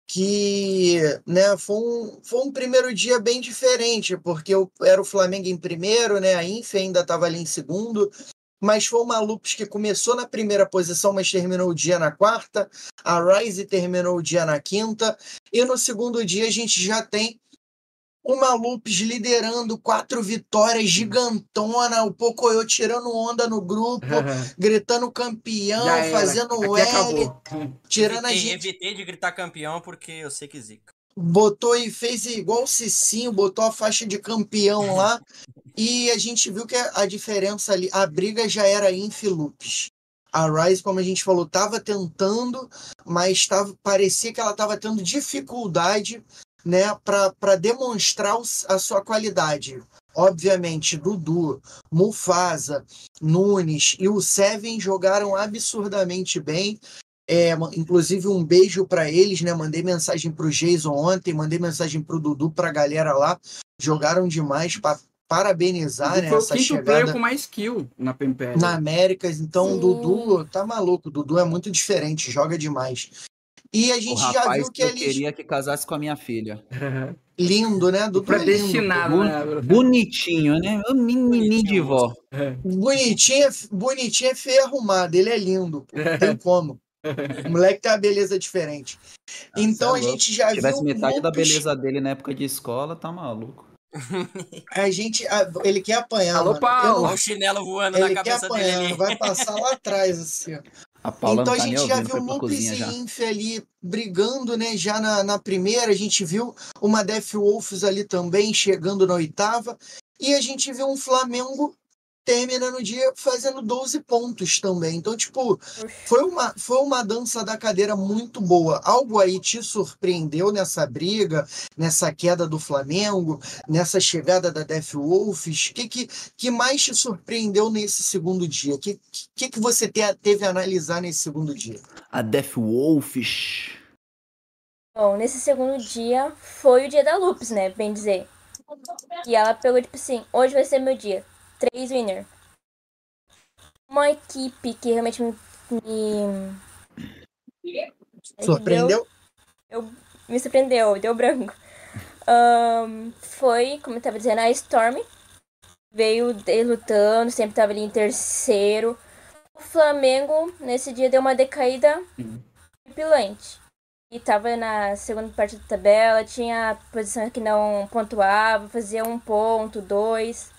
que né, foi, um, foi um primeiro dia bem diferente, porque eu, era o Flamengo em primeiro, né, a Inf ainda estava ali em segundo, mas foi uma Lupus que começou na primeira posição, mas terminou o dia na quarta, a Rise terminou o dia na quinta, e no segundo dia a gente já tem uma Lupus liderando quatro vitórias gigantona, o Pocoyo tirando onda no grupo, gritando campeão, Já era. fazendo Aqui L, acabou. tirando a Evitei, gente. evitei de gritar campeão porque eu sei que zica. Botou e fez igual o Cicinho, botou a faixa de campeão lá, e a gente viu que a diferença ali, a briga já era Inf e Lupus. A Rise, como a gente falou, estava tentando, mas tava, parecia que ela estava tendo dificuldade, né, para demonstrar a sua qualidade. Obviamente, Dudu, Mufasa, Nunes e o Seven jogaram absurdamente bem. É, inclusive, um beijo para eles, né? Mandei mensagem para o Jason ontem, mandei mensagem para o Dudu, para a galera lá. Jogaram demais, para parabenizar, Dudu né, foi o essa quinto chegada player com mais kill na P M P L. na Américas. Então, o Sim. Dudu tá maluco. O Dudu é muito diferente, joga demais. E a O gente já rapaz viu que que eu ele queria que casasse com a minha filha. lindo, né? Dudu é lindo. Predestinado, Bu- né? Bonitinho, né? O menininho de Bonitinho, vó. Bonitinho, é- bonitinho é feio arrumado, ele é lindo, pô. Não tem como. O moleque tem uma beleza diferente. Ah, Então cê é a louco. gente já Se tivesse viu metade da Lupus, beleza dele na época de escola, tá maluco. a gente, a- ele quer apanhar, Alô, mano. Eu Paulo. não- Olha o chinelo voando na ele quer cabeça dele apanhar, ali. vai passar lá atrás, assim, ó. A Paula Então não a tá nem gente já ouvindo, viu foi pra Lupus cozinha e já. Inf ali brigando, né? Já na, na primeira, a gente viu uma Death Wolves ali também chegando na oitava. E a gente viu um Flamengo terminando o dia fazendo doze pontos também. Então, tipo, foi uma, foi uma dança da cadeira muito boa. Algo aí te surpreendeu nessa briga, nessa queda do Flamengo, nessa chegada da Death Wolves? O que, que, que mais te surpreendeu nesse segundo dia? O que, que, que você te, teve a analisar nesse segundo dia? A Death Wolfish. Bom, nesse segundo dia foi o dia da Lupus, né? Bem dizer. E ela pegou, tipo assim, hoje vai ser meu dia. Três winner. Uma equipe que realmente me. me... Surpreendeu? Eu, me surpreendeu, deu branco. Um, foi, como eu tava dizendo, a Storm. Veio lutando, sempre tava ali em terceiro. O Flamengo, nesse dia, deu uma decaída horripilante. E tava na segunda parte da tabela, tinha posição que não pontuava, fazia um ponto, dois.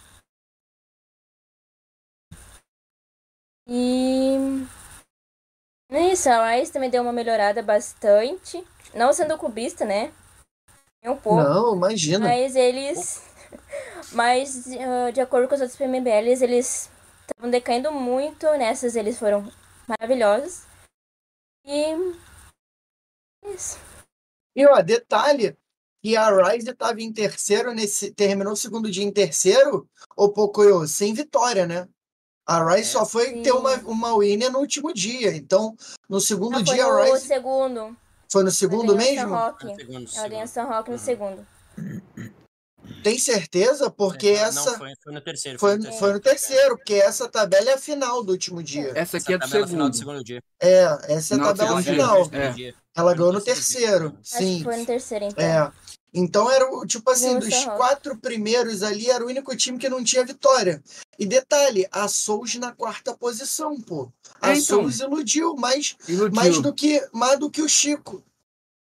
E é isso, a Rice também deu uma melhorada bastante. Não sendo clubista, né? Um pouco. Não, imagina. Mas eles. Mas, uh, de acordo com os outros P M B Ls, eles estavam decaindo muito. Nessas eles foram maravilhosos. E. Isso. E ó, detalhe, que a Rise estava em terceiro, nesse, terminou o segundo dia em terceiro, o Pocoyo, sem vitória, né? A Rise É, só foi sim. ter uma, uma winner no último dia. Então, no segundo Não, foi dia, a no Rise. segundo. Foi no Ela segundo ganhou mesmo? San Roque. No segundo, Ela segundo. ganhou San Roque no Uhum. segundo. Tem certeza? Porque É, essa. Não, foi, foi no terceiro. Foi, no foi terceiro. no terceiro, porque essa tabela é a final do último dia. Essa aqui Essa é do tabela final do segundo. segundo dia. É, essa é a Final do tabela segundo dia. final. Segundo É. dia. Ela Foi ganhou no terceiro dia. terceiro. Acho que Sim. foi no terceiro, então. É. Então era o tipo assim, Ganhou dos San Roque. quatro primeiros ali, era o único time que não tinha vitória. E detalhe, a Souls na quarta posição, pô. A É, então. Souls iludiu mais, Iludiu. mais do que mais do que o Chico.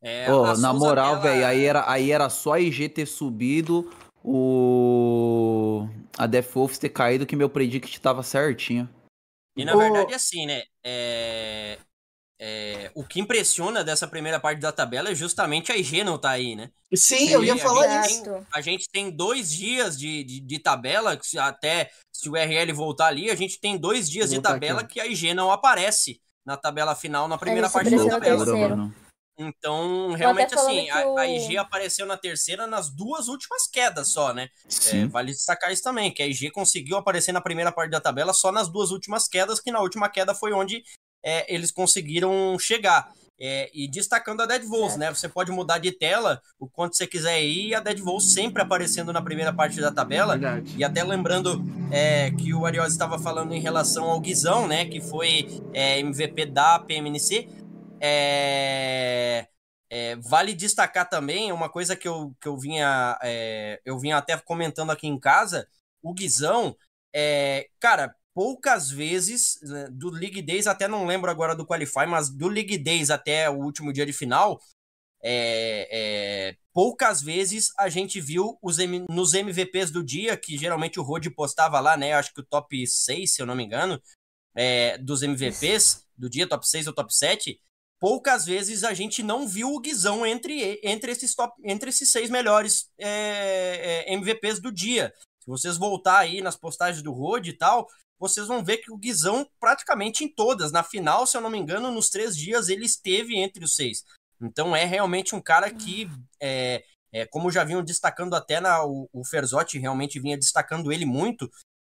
É, Ó, a na Souza moral, Bela, velho, aí era, aí era só a I G ter subido, o... a Death Wolves ter caído, que meu predict tava certinho. e na verdade Ô, é assim, né? É, é, o que impressiona dessa primeira parte da tabela é justamente a I G não tá aí, né? sim, eu ia E a falar gente isso. tem, Exato. a gente tem dois dias de, de, de tabela, que se- até se o R L voltar ali, a gente tem dois dias Vou de voltar aqui, tabela ó. que a I G não aparece na tabela final, na A primeira gente parte da apareceu no tabela. Loucura, terceiro. mano. Então, Tô até realmente, falando assim, que a, a I G o. apareceu na terceira nas duas últimas quedas só, né? É, Sim. vale destacar isso também, que a I G conseguiu aparecer na primeira parte da tabela só nas duas últimas quedas, que na última queda foi onde é, eles conseguiram chegar. É, e destacando a Dead Wolves, né? Você pode mudar de tela o quanto você quiser ir, e a Dead Wolves sempre aparecendo na primeira parte da tabela. Verdade. E até lembrando é, que o Ariose estava falando em relação ao Guizão, né? Que foi é, M V P da P M N C. É, é, vale destacar também uma coisa que eu, que eu vinha é, eu vinha até comentando aqui em casa, o Guizão, é, cara, poucas vezes, né, do League Days, até não lembro agora do Qualify, mas do League Days até o último dia de final, é, é, poucas vezes a gente viu os M, nos M V Ps do dia, que geralmente o Rod postava lá, né, acho que o top seis, se eu não me engano, é, dos M V Ps do dia, top seis ou top sete, poucas vezes a gente não viu o Guizão entre, entre, esses, top, entre esses seis melhores é, é, M V Ps do dia. Se vocês voltar aí nas postagens do Rod e tal, vocês vão ver que o Guizão praticamente em todas, na final, se eu não me engano, nos três dias ele esteve entre os seis. Então é realmente um cara que, é, é, como já vinham destacando até na, o, o Ferzotti realmente vinha destacando ele muito,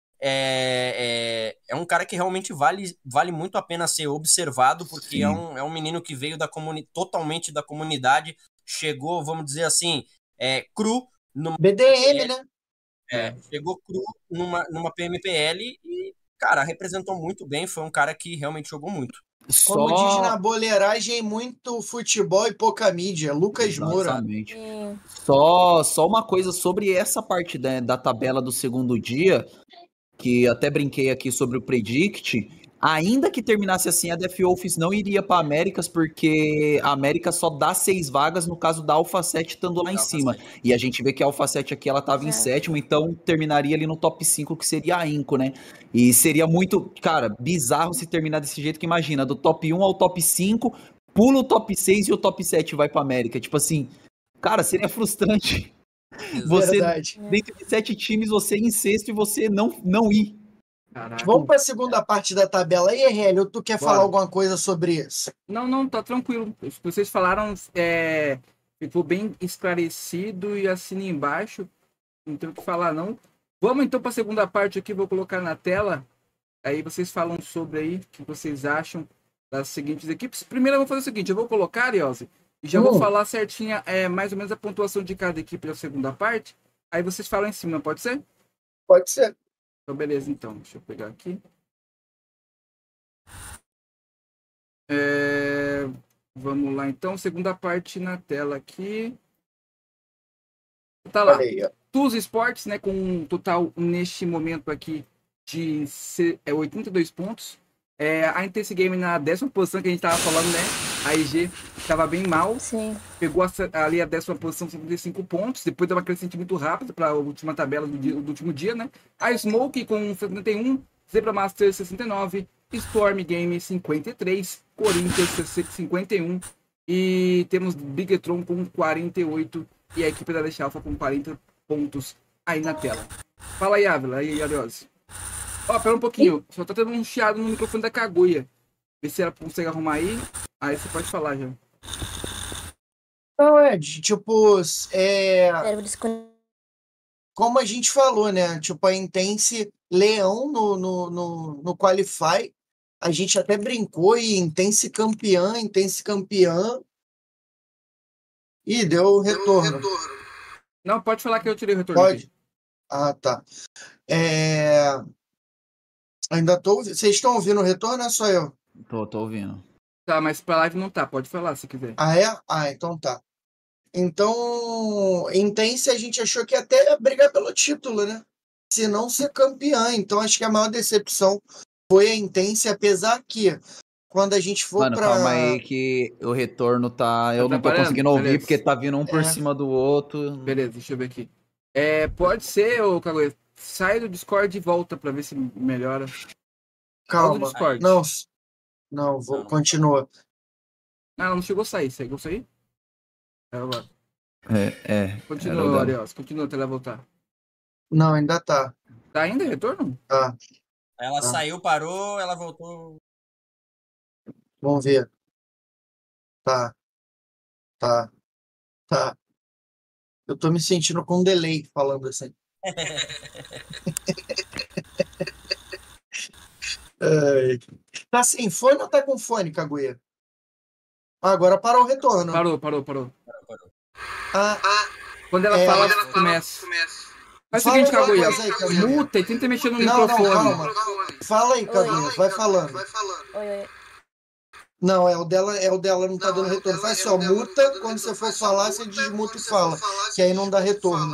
é, é, é um cara que realmente vale, vale muito a pena ser observado, porque Sim. é um, é um menino que veio da comuni- totalmente da comunidade, chegou, vamos dizer assim, é, cru numa B D M, né? é, chegou cru numa, numa P M P L e, cara, representou muito bem, foi um cara que realmente jogou muito. Como diz na Só. boleiragem, muito futebol e pouca mídia. Lucas Moura. Exatamente. E Só, só uma coisa sobre essa parte da, da tabela do segundo dia, que até brinquei aqui sobre o Predict. Ainda que terminasse assim, a Death Wolves não iria para Américas, porque a América só dá seis vagas no caso da Alpha sete estando lá em Da Alpha cima. sete. E a gente vê que a Alpha sete aqui ela tava em Exato. sétimo, então terminaria ali no top cinco, que seria a Inco, né? E seria muito, cara, bizarro se terminar desse jeito, que imagina, do top um ao top cinco, pula o top seis e o top sete vai pra América. Tipo assim, cara, seria frustrante. Você, Verdade. dentro de sete times, você ir em sexto e você não, não ir. Caraca. Vamos para a segunda parte da tabela aí, R L. Ou tu quer Bora. falar alguma coisa sobre isso? Não, não, tá tranquilo. O que vocês falaram é, ficou bem esclarecido e assina embaixo. Não tenho o que falar, não. Vamos então para a segunda parte aqui, vou colocar na tela. Aí vocês falam sobre aí o que vocês acham das seguintes equipes. Primeiro eu vou fazer o seguinte, eu vou colocar, Ariose, e já Hum. vou falar certinha, é, mais ou menos a pontuação de cada equipe da segunda parte. Aí vocês falam em cima, pode ser? Pode ser. Então, beleza, então. Deixa eu pegar aqui. É, vamos lá, então. Segunda parte na tela aqui. Tá lá. Olha aí, ó. Tuz Sports, né, com um total neste momento aqui de C- é, oitenta e dois pontos. É, a Intense Game na décima posição que a gente tava falando, né? A I G tava bem mal. sim. Pegou a- ali a décima posição, cinquenta e cinco pontos. Depois deu uma crescente muito rápida para a última tabela do, dia- do último dia, né? A Smoke com setenta e um, Zebra Master sessenta e nove, Storm Game cinquenta e três, Corinthians cinquenta e um e temos Bigetron com quarenta e oito e a equipe da Leste Alpha com quarenta pontos aí na tela. Fala aí, Ávila, aí, Ariose. Ó, pera um pouquinho, só tá tendo um chiado no microfone da Kaguya. Vê se ela consegue arrumar aí. Aí você pode falar já. Não, é, de, tipo, é, Servo desconectado. como a gente falou, né? Tipo, a Intense Leão no, no, no, no Qualify. A gente até brincou e Intense campeã, Intense campeã. Ih, deu retorno. Não, pode falar que eu tirei o retorno Pode? aqui. Ah, tá. É, ainda tô. ouvi- Vocês estão ouvindo o retorno ou é só eu? Tô, tô ouvindo. Tá, mas pra live não tá, pode falar se quiser. Ah, é? Ah, então tá. Então, Intense a gente achou que ia até brigar pelo título, né? Se não ser campeã. Então, acho que a maior decepção foi a Intense, apesar que quando a gente for Mano, pra... calma aí que o retorno tá. Eu Tá não tô atrapalhando? conseguindo ouvir Beleza. porque tá vindo um por É. cima do outro. Beleza, deixa eu ver aqui. É, pode ser, ô Kaguya, sai do Discord e volta pra ver se melhora. Volta do Calma. Discord. Não, não, vou, Não, não. continua. Ah, não chegou a sair. Chegou a sair? É, agora. É, é. era o Continua, dela. Arios. Continua até ela voltar. Não, ainda tá. Tá ainda retorno? Tá, Ela Ah. saiu, parou, ela voltou. vamos ver. Tá, tá, tá. Eu tô me sentindo com um delay falando assim. Ai. Tá sem fone ou tá com fone, Kaguya? Ah, agora parou o retorno. Parou, parou, parou. Ah, Quando ela É, fala, quando ela começa. Faz o Fala seguinte, alguma Kaguya. coisa aí, Kaguya. Muta e tenta mexer no não, não, microfone. calma. Fala aí, Kaguya, vai falando. Oi, oi. Não, é o dela, é o dela não tá dando retorno. Faz só, muta, quando você for falar, você desmuta e fala. Que aí não dá retorno.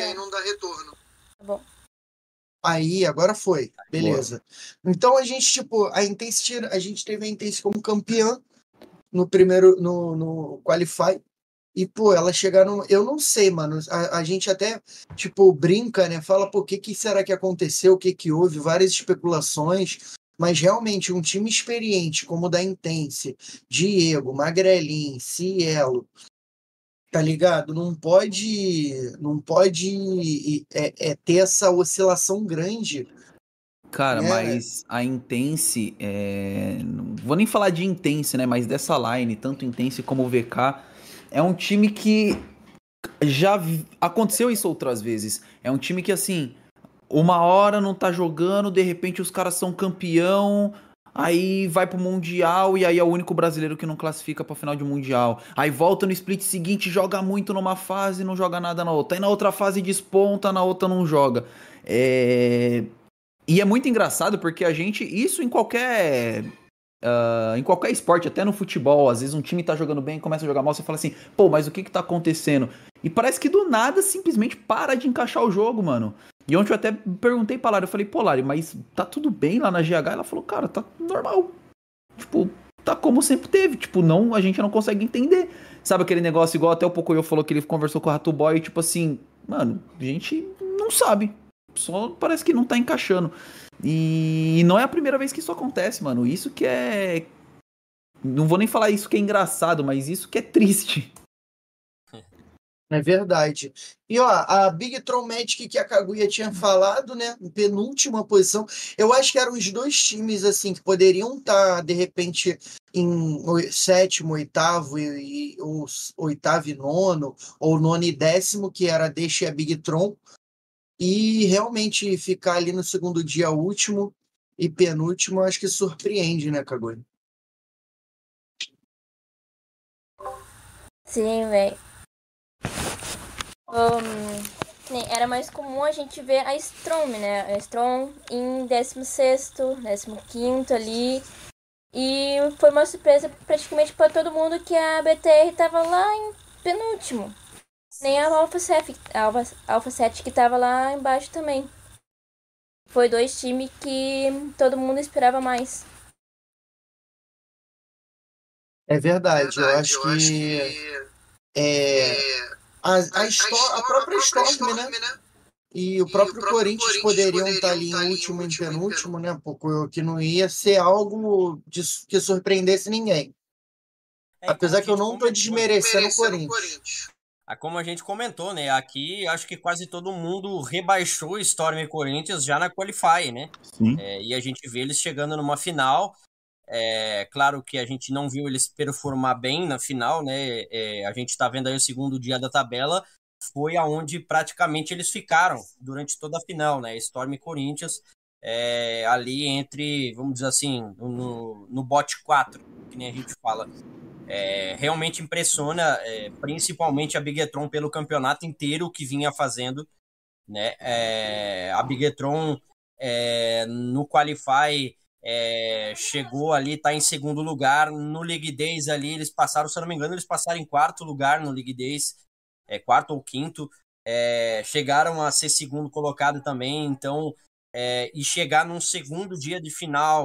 Tá bom. Aí, agora foi. Beleza. Então a gente, tipo, a Intensity, a gente teve a Intensity como campeã no primeiro, no, no Qualify. E, pô, elas chegaram. Eu não sei, mano. A, a gente até, tipo, brinca, né? Fala, pô, o que, que será que aconteceu? O que, que houve? Várias especulações. Mas realmente, um time experiente como o da Intense, Diego, Magrelin, Cielo, tá ligado? Não pode, não pode é, é, ter essa oscilação grande. Cara, né? mas a Intense, é... não vou nem falar de Intense, né? Mas dessa line, tanto Intense como o V K, é um time que já vi- aconteceu isso outras vezes. É um time que, assim, uma hora não tá jogando, de repente os caras são campeão, aí vai pro Mundial e aí é o único brasileiro que não classifica pra final de Mundial. Aí volta no split seguinte, joga muito numa fase, não joga nada na outra. Aí na outra fase desponta, na outra não joga. É... E é muito engraçado porque a gente, isso em qualquer ah, em qualquer esporte, até no futebol, às vezes um time tá jogando bem, começa a jogar mal, você fala assim, pô, mas o que que tá acontecendo? E parece que do nada simplesmente para de encaixar o jogo, mano. E ontem eu até perguntei pra Lari, eu falei, pô, Lari, mas tá tudo bem lá na G H? Ela falou, cara, tá normal. Tipo, tá como sempre teve. Tipo, não, a gente não consegue entender. Sabe aquele negócio igual até o Pocoyo falou que ele conversou com o Rato Boy, tipo assim, mano, a gente não sabe. Só parece que não tá encaixando. E não é a primeira vez que isso acontece, mano. Isso que é. Não vou nem falar isso que é engraçado, mas isso que é triste. É verdade. E ó, a Big Tron Magic que a Kaguya tinha falado, né? Em penúltima posição. Eu acho que eram os dois times assim que poderiam estar, de repente, em oi- sétimo, oitavo e, e ou s- oitavo e nono, ou nono e décimo, que era a Deixa e a Big Tron, e realmente ficar ali no segundo dia último e penúltimo, eu acho que surpreende, né, Kaguya? Sim, velho. Um, nem- era mais comum a gente ver a Strom, né? A Strom em décimo sexto, décimo quinto ali. E foi uma surpresa praticamente para todo mundo que a B T R tava lá em penúltimo. Nem a Alpha sete, a Alpha, Alpha sete que tava lá embaixo também. Foi dois times que todo mundo esperava mais. É verdade, eu acho que é, a, a, Sto- a própria Storm, né? E o próprio Corinthians poderiam estar ali em último e em penúltimo, né? Porque que não ia ser algo de, que surpreendesse ninguém. É, e como Apesar a que eu gente não tô comentou, desmerecendo o Corinthians. ah, como a gente comentou, né? Aqui acho que quase todo mundo rebaixou Storm e Corinthians já na Qualify, né? Sim. É, e a gente vê eles chegando numa final. É claro que a gente não viu eles performar bem na final, né? É, a gente está vendo aí o segundo dia da tabela, foi aonde praticamente eles ficaram durante toda a final, né? Storm e Corinthians, é, ali entre, vamos dizer assim, no, no bot quatro, que nem a gente fala. É, realmente impressiona, é, principalmente a Bigetron pelo campeonato inteiro que vinha fazendo, né? É, a Bigetron é, no Qualify é, chegou ali, tá em segundo lugar. No League Days ali, eles passaram, se eu não me engano, eles passaram em quarto lugar no League Days, é, quarto ou quinto. É, chegaram a ser segundo colocado também, então, é, e chegar num segundo dia de final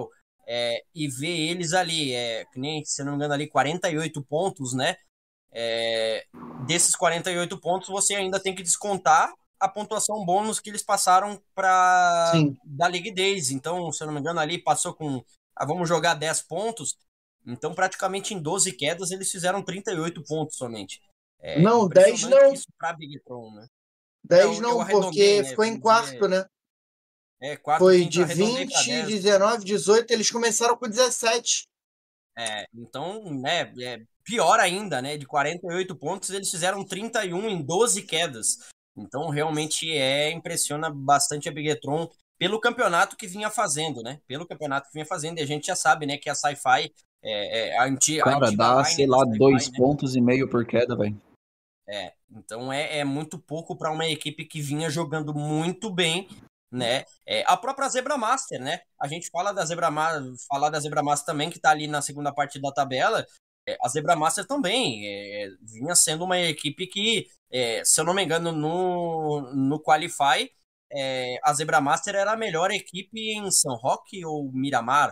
é, e ver eles ali, é, que nem, se não me engano, ali quarenta e oito pontos, né? É, desses quarenta e oito pontos, você ainda tem que descontar a pontuação bônus que eles passaram para Sim. da League Days. Então, se eu não me engano, ali passou com, ah, vamos jogar dez pontos. Então, praticamente em doze quedas, eles fizeram trinta e oito pontos somente. É Não, dez impressionante não. isso para Bigtron, né? É, dez eu, eu não, arredondei, porque né? ficou em Vamos quarto, dizer, né? é, quarto, Foi quinto, de arredondei para vinte, dez. dezenove, dezoito, eles começaram com dezessete. É, então, né, é pior ainda, né? De quarenta e oito pontos, eles fizeram trinta e um em doze quedas. Então, realmente é impressiona bastante a Bigetron pelo campeonato que vinha fazendo, né? Pelo campeonato que vinha fazendo. E a gente já sabe, né, que a Sci-Fi é, é a, anti, a Cara, antiga dá, line sei da lá, Sci-Fi, dois né? pontos e meio por queda, velho. É, então é, é muito pouco para uma equipe que vinha jogando muito bem, né? É, a própria Zebra Master, né? A gente fala da Zebra Master, falar da Zebra Master também, que tá ali na segunda parte da tabela. É, a Zebra Master também é, vinha sendo uma equipe que, é, se eu não me engano, no, no Qualify, é, a Zebra Master era a melhor equipe em São Roque ou Miramar.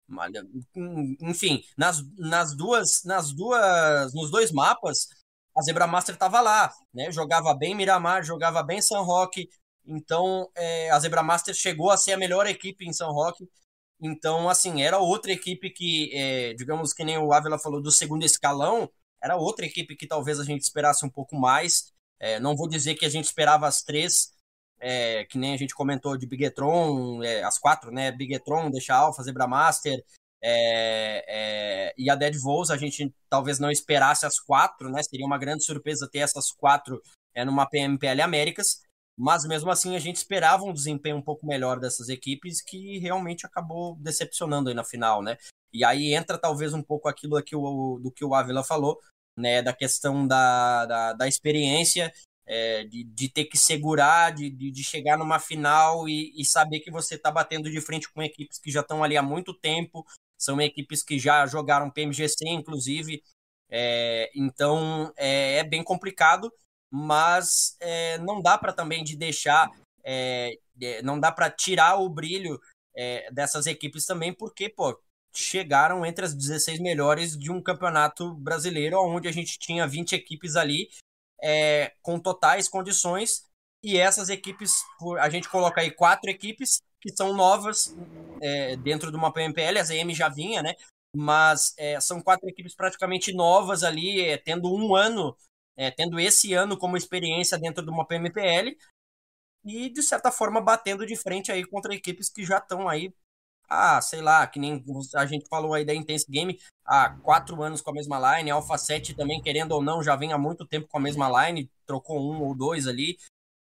Enfim, nas, nas duas, nas duas, nos dois mapas, a Zebra Master estava lá, né? Jogava bem Miramar, jogava bem São Roque. Então, é, a Zebra Master chegou a ser a melhor equipe em São Roque. Então, assim, era outra equipe que, é, digamos que nem o Ávila falou do segundo escalão, era outra equipe que talvez a gente esperasse um pouco mais. É, não vou dizer que a gente esperava as três, é, que nem a gente comentou de Bigetron, é, as quatro, né? Bigetron, Deixa Alpha, Zebra Master, é, é, e a Dead Vols, a gente talvez não esperasse as quatro, né? Seria uma grande surpresa ter essas quatro é, numa P M P L Américas, mas mesmo assim a gente esperava um desempenho um pouco melhor dessas equipes, que realmente acabou decepcionando aí na final, né? E aí entra talvez um pouco aquilo aqui, o, do que o Ávila falou, né? Da questão da, da, da experiência, é, de, de ter que segurar, de, de, de chegar numa final e, e saber que você está batendo de frente com equipes que já estão ali há muito tempo. São equipes que já jogaram P M G C, inclusive. É, então, é, é bem complicado, mas é, não dá para também de deixar, é, não dá para tirar o brilho é, dessas equipes também, porque, pô, chegaram entre as dezesseis melhores de um campeonato brasileiro, onde a gente tinha vinte equipes ali, é, com totais condições, e essas equipes, a gente coloca aí quatro equipes que são novas é, dentro de uma P M P L, a Z M já vinha, né? Mas é, são quatro equipes praticamente novas ali, é, tendo um ano, é, tendo esse ano como experiência dentro de uma P M P L, e de certa forma batendo de frente aí contra equipes que já estão aí, ah, sei lá, que nem a gente falou aí da Intense Game, há quatro anos com a mesma line, a Alpha sete também, querendo ou não, já vem há muito tempo com a mesma line, trocou um ou dois ali.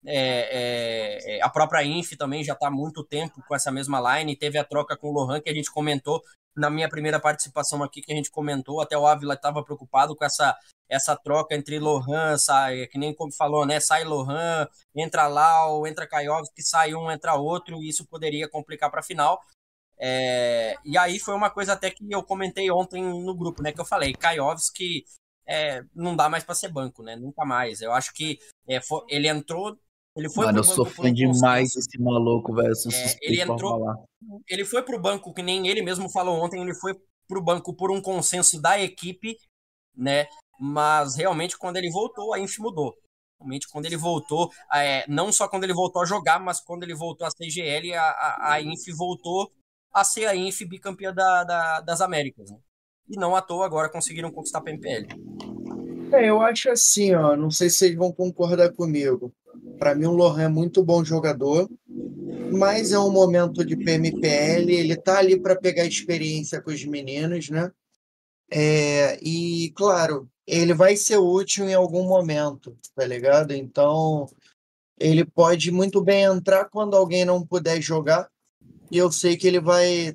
É, é, a própria Inf também já está há muito tempo com essa mesma line, teve a troca com o Lohan que a gente comentou na minha primeira participação aqui, que a gente comentou, até o Ávila estava preocupado com essa, essa troca entre Lohan, sai, que nem como falou, né, sai Lohan, entra Lau, entra Kaiovski, sai um, entra outro, e isso poderia complicar para a final. É, e aí foi uma coisa até que eu comentei ontem no grupo, né, que eu falei, Kaiovski é, não dá mais para ser banco, né, nunca mais. Eu acho que é, foi, ele entrou Ele foi Mano, pro eu sou banco por um fã demais consenso. desse maluco, velho. Eu sou É, ele suspeito pra entrou, falar. ele foi pro banco, que nem ele mesmo falou ontem, ele foi pro banco por um consenso da equipe, né? Mas realmente quando ele voltou, a Inf mudou. Realmente quando ele voltou, é, não só quando ele voltou a jogar, mas quando ele voltou a C G L, a, a, a Inf voltou a ser a Inf bicampeã da, da, das Américas, né? E não à toa agora conseguiram conquistar a P M P L. É, eu acho assim, ó, não sei se vocês vão concordar comigo. Para mim, o Lohan é muito bom jogador, mas é um momento de P M P L, ele tá ali para pegar experiência com os meninos, né? É, e, claro, ele vai ser útil em algum momento, tá ligado? Então, ele pode muito bem entrar quando alguém não puder jogar, e eu sei que ele vai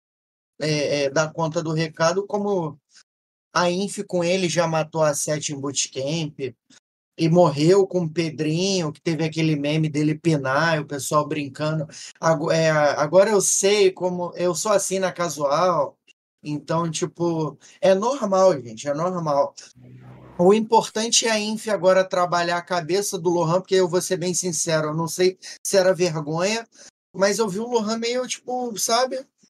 é, é, dar conta do recado, como a Inf com ele já matou a Sete em Bootcamp, e morreu com o Pedrinho, que teve aquele meme dele pinar, e o pessoal brincando. Agora, é, agora eu sei como eu sou assim na casual. Então, tipo, é normal, gente, é normal. O importante é a Inf agora trabalhar a cabeça do Lohan, porque eu vou ser bem sincero, eu não sei se era vergonha, mas eu vi o Lohan meio, tipo, sabe?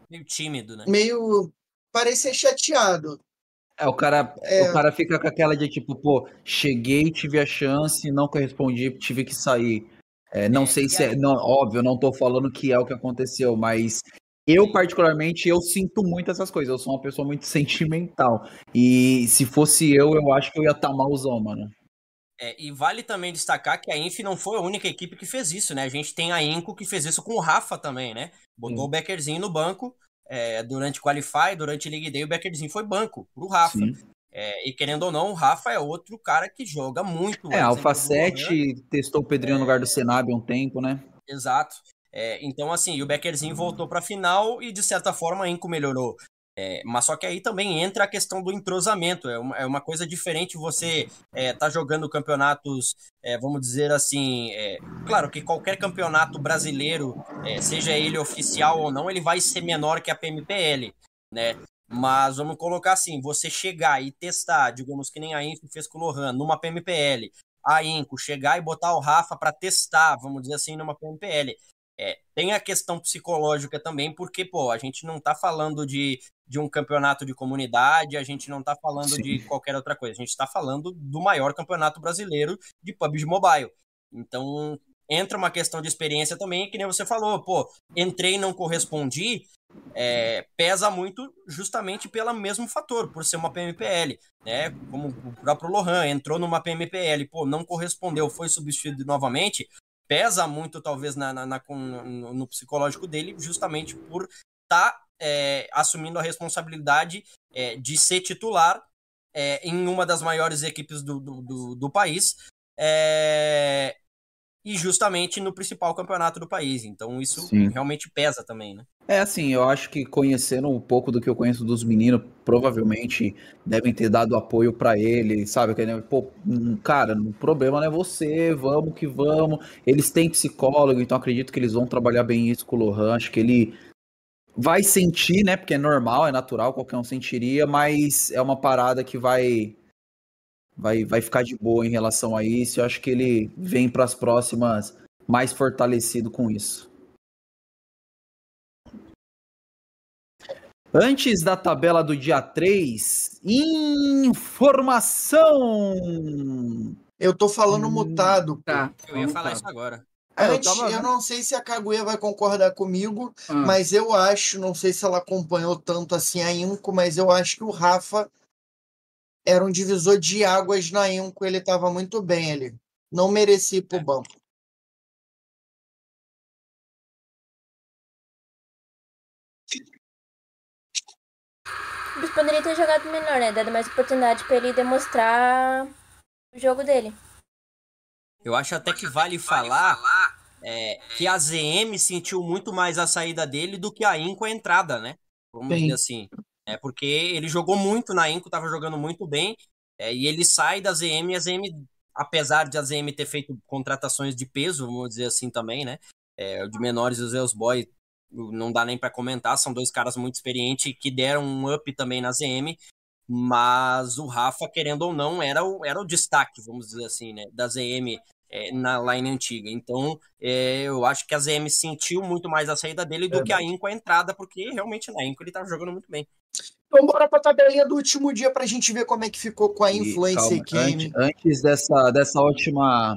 Meio tímido, né? Meio. Parecia chateado. É, o cara, É. o cara fica com aquela de tipo, pô, cheguei, tive a chance, não correspondi, tive que sair. É, não É, sei e se é, aí- não, óbvio, não tô falando que é o que aconteceu, mas eu particularmente, eu sinto muito essas coisas, eu sou uma pessoa muito sentimental, e se fosse eu, eu acho que eu ia estar malzão, mano. É, e vale também destacar que a Inf não foi a única equipe que fez isso, né? A gente tem a Inco que fez isso com o Rafa também, né? Botou Sim. o Beckerzinho no banco é, durante Qualify, durante League Day, o Beckerzinho foi banco pro Rafa. Sim. É, e querendo ou não, o Rafa é outro cara que joga muito. É, a a exemplo Alpha do Lohan. sete testou o Pedrinho no lugar do Senab há um tempo, né? Exato. É, então, assim, e o Beckerzinho voltou pra final e, de certa forma, a Inco melhorou. É, mas só que aí também entra a questão do entrosamento. É uma, é uma coisa diferente você é, tá jogando campeonatos, é, vamos dizer assim. É, claro que qualquer campeonato brasileiro, é, seja ele oficial ou não, ele vai ser menor que a P M P L, né? Mas vamos colocar assim: você chegar e testar, digamos que nem a Inco fez com o Lohan, numa P M P L, a Inco chegar e botar o Rafa para testar, vamos dizer assim, numa P M P L. É, tem a questão psicológica também, porque, pô, a gente não tá falando de, de um campeonato de comunidade, a gente não tá falando Sim. de qualquer outra coisa, a gente tá falando do maior campeonato brasileiro de P U B G Mobile. Então, entra uma questão de experiência também, que nem você falou, pô, entrei e não correspondi, é, pesa muito justamente pelo mesmo fator, por ser uma P M P L, né? Como o próprio Lohan entrou numa P M P L, pô, não correspondeu, foi substituído novamente, pesa muito, talvez, na, na, na no, no psicológico dele, justamente por estar tá, é, assumindo a responsabilidade é, de ser titular é, em uma das maiores equipes do, do, do, do país é, e justamente no principal campeonato do país. Então isso Sim. realmente pesa também, né? É assim, eu acho que conhecendo um pouco do que eu conheço dos meninos, provavelmente devem ter dado apoio pra ele, sabe? Que, né, pô, hum, cara, o problema não é você, vamos que vamos. Eles têm psicólogo, então acredito que eles vão trabalhar bem isso com o Lohan. Acho que ele vai sentir, né? Porque é normal, é natural, qualquer um sentiria, mas é uma parada que vai, vai, vai ficar de boa em relação a isso. Eu acho que ele vem pras próximas mais fortalecido com isso. Antes da tabela do dia três, informação! Eu tô falando Hum, mutado, pô. Tá. Eu ia falar isso agora. É, eu Antes, tava eu vendo. não sei se a Kaguya vai concordar comigo, Ah. mas eu acho, não sei se ela acompanhou tanto assim a Inco, mas eu acho que o Rafa era um divisor de águas na Inco, ele tava muito bem ali. Não merecia ir pro banco. Eles poderiam ter jogado melhor, né? Dado mais oportunidade pra ele demonstrar o jogo dele. Eu acho até que vale falar é, que a Z M sentiu muito mais a saída dele do que a Inco a entrada, né? Vamos Sim. dizer assim. É porque ele jogou muito na Inco, tava jogando muito bem, é, e ele sai da Z M, e a Z M, apesar de a Z M ter feito contratações de peso, vamos dizer assim também, né? É, o de menores e o Zeus Boy não dá nem pra comentar, são dois caras muito experientes que deram um up também na Z M, mas o Rafa, querendo ou não, era o, era o destaque, vamos dizer assim, né? Da Z M é, na line antiga. Então, é, eu acho que a Z M sentiu muito mais a saída dele do que a Inco a entrada, porque realmente na Inco ele tava jogando muito bem. Então bora pra tabelinha do último dia pra gente ver como é que ficou com a E, Influencer calma, antes, Game. antes dessa, dessa última.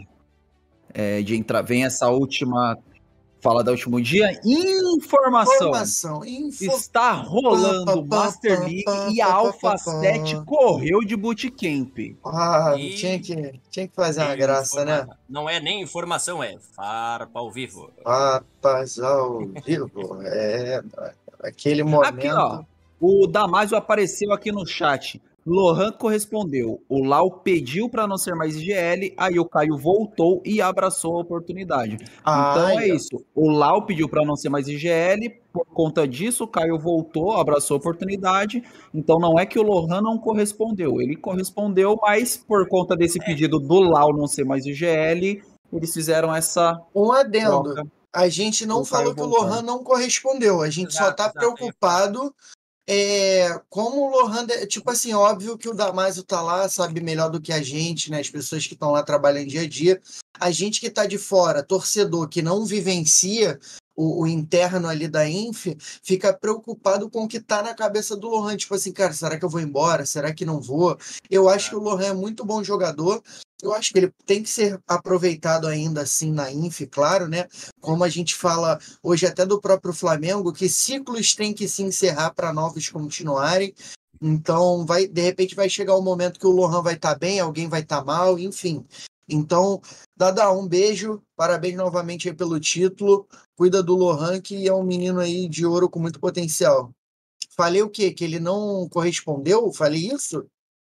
É, de entrar, vem essa última. Fala da último dia. Informação! Informação. Info... Está rolando o Master League e a Alpha sete correu de bootcamp. Ah, E- tinha que, tinha que fazer uma E graça, né? informa- Não é nem informação, é farpa ao vivo. Rapaz, ao vivo. É, aquele momento. Aqui, ó. O Damásio apareceu aqui no chat. Lohan correspondeu. O Lau pediu para não ser mais I G L, aí o Caio voltou e abraçou a oportunidade. Então é Ai, ó. isso. O Lau pediu para não ser mais I G L, por conta disso o Caio voltou, abraçou a oportunidade. Então não é que o Lohan não correspondeu, ele correspondeu, mas por conta desse pedido do Lau não ser mais I G L, eles fizeram essa Um adendo. troca. A gente não O Caio falou que o voltar. Lohan não correspondeu. A gente só Exato, tá exato, eu ia preocupado é, como o Lohan... de- Tipo assim, óbvio que o Damásio tá lá, sabe melhor do que a gente, né? As pessoas que estão lá trabalhando dia a dia. A gente que tá de fora, torcedor, que não vivencia, o, o interno ali da Inf, fica preocupado com o que tá na cabeça do Lohan. Tipo assim, cara, será que eu vou embora? Será que não vou? Eu acho que o Lohan é muito bom jogador. Eu acho que ele tem que ser aproveitado ainda assim na Inf, claro, né? Como a gente fala hoje até do próprio Flamengo, que ciclos têm que se encerrar para novos continuarem. Então, vai, de repente vai chegar um momento que o Lohan vai estar bem, alguém vai estar mal, enfim. Então, Dada, um beijo, parabéns novamente aí pelo título. Cuida do Lohan, que é um menino aí de ouro com muito potencial. Falei o quê? Que ele não correspondeu? Falei isso?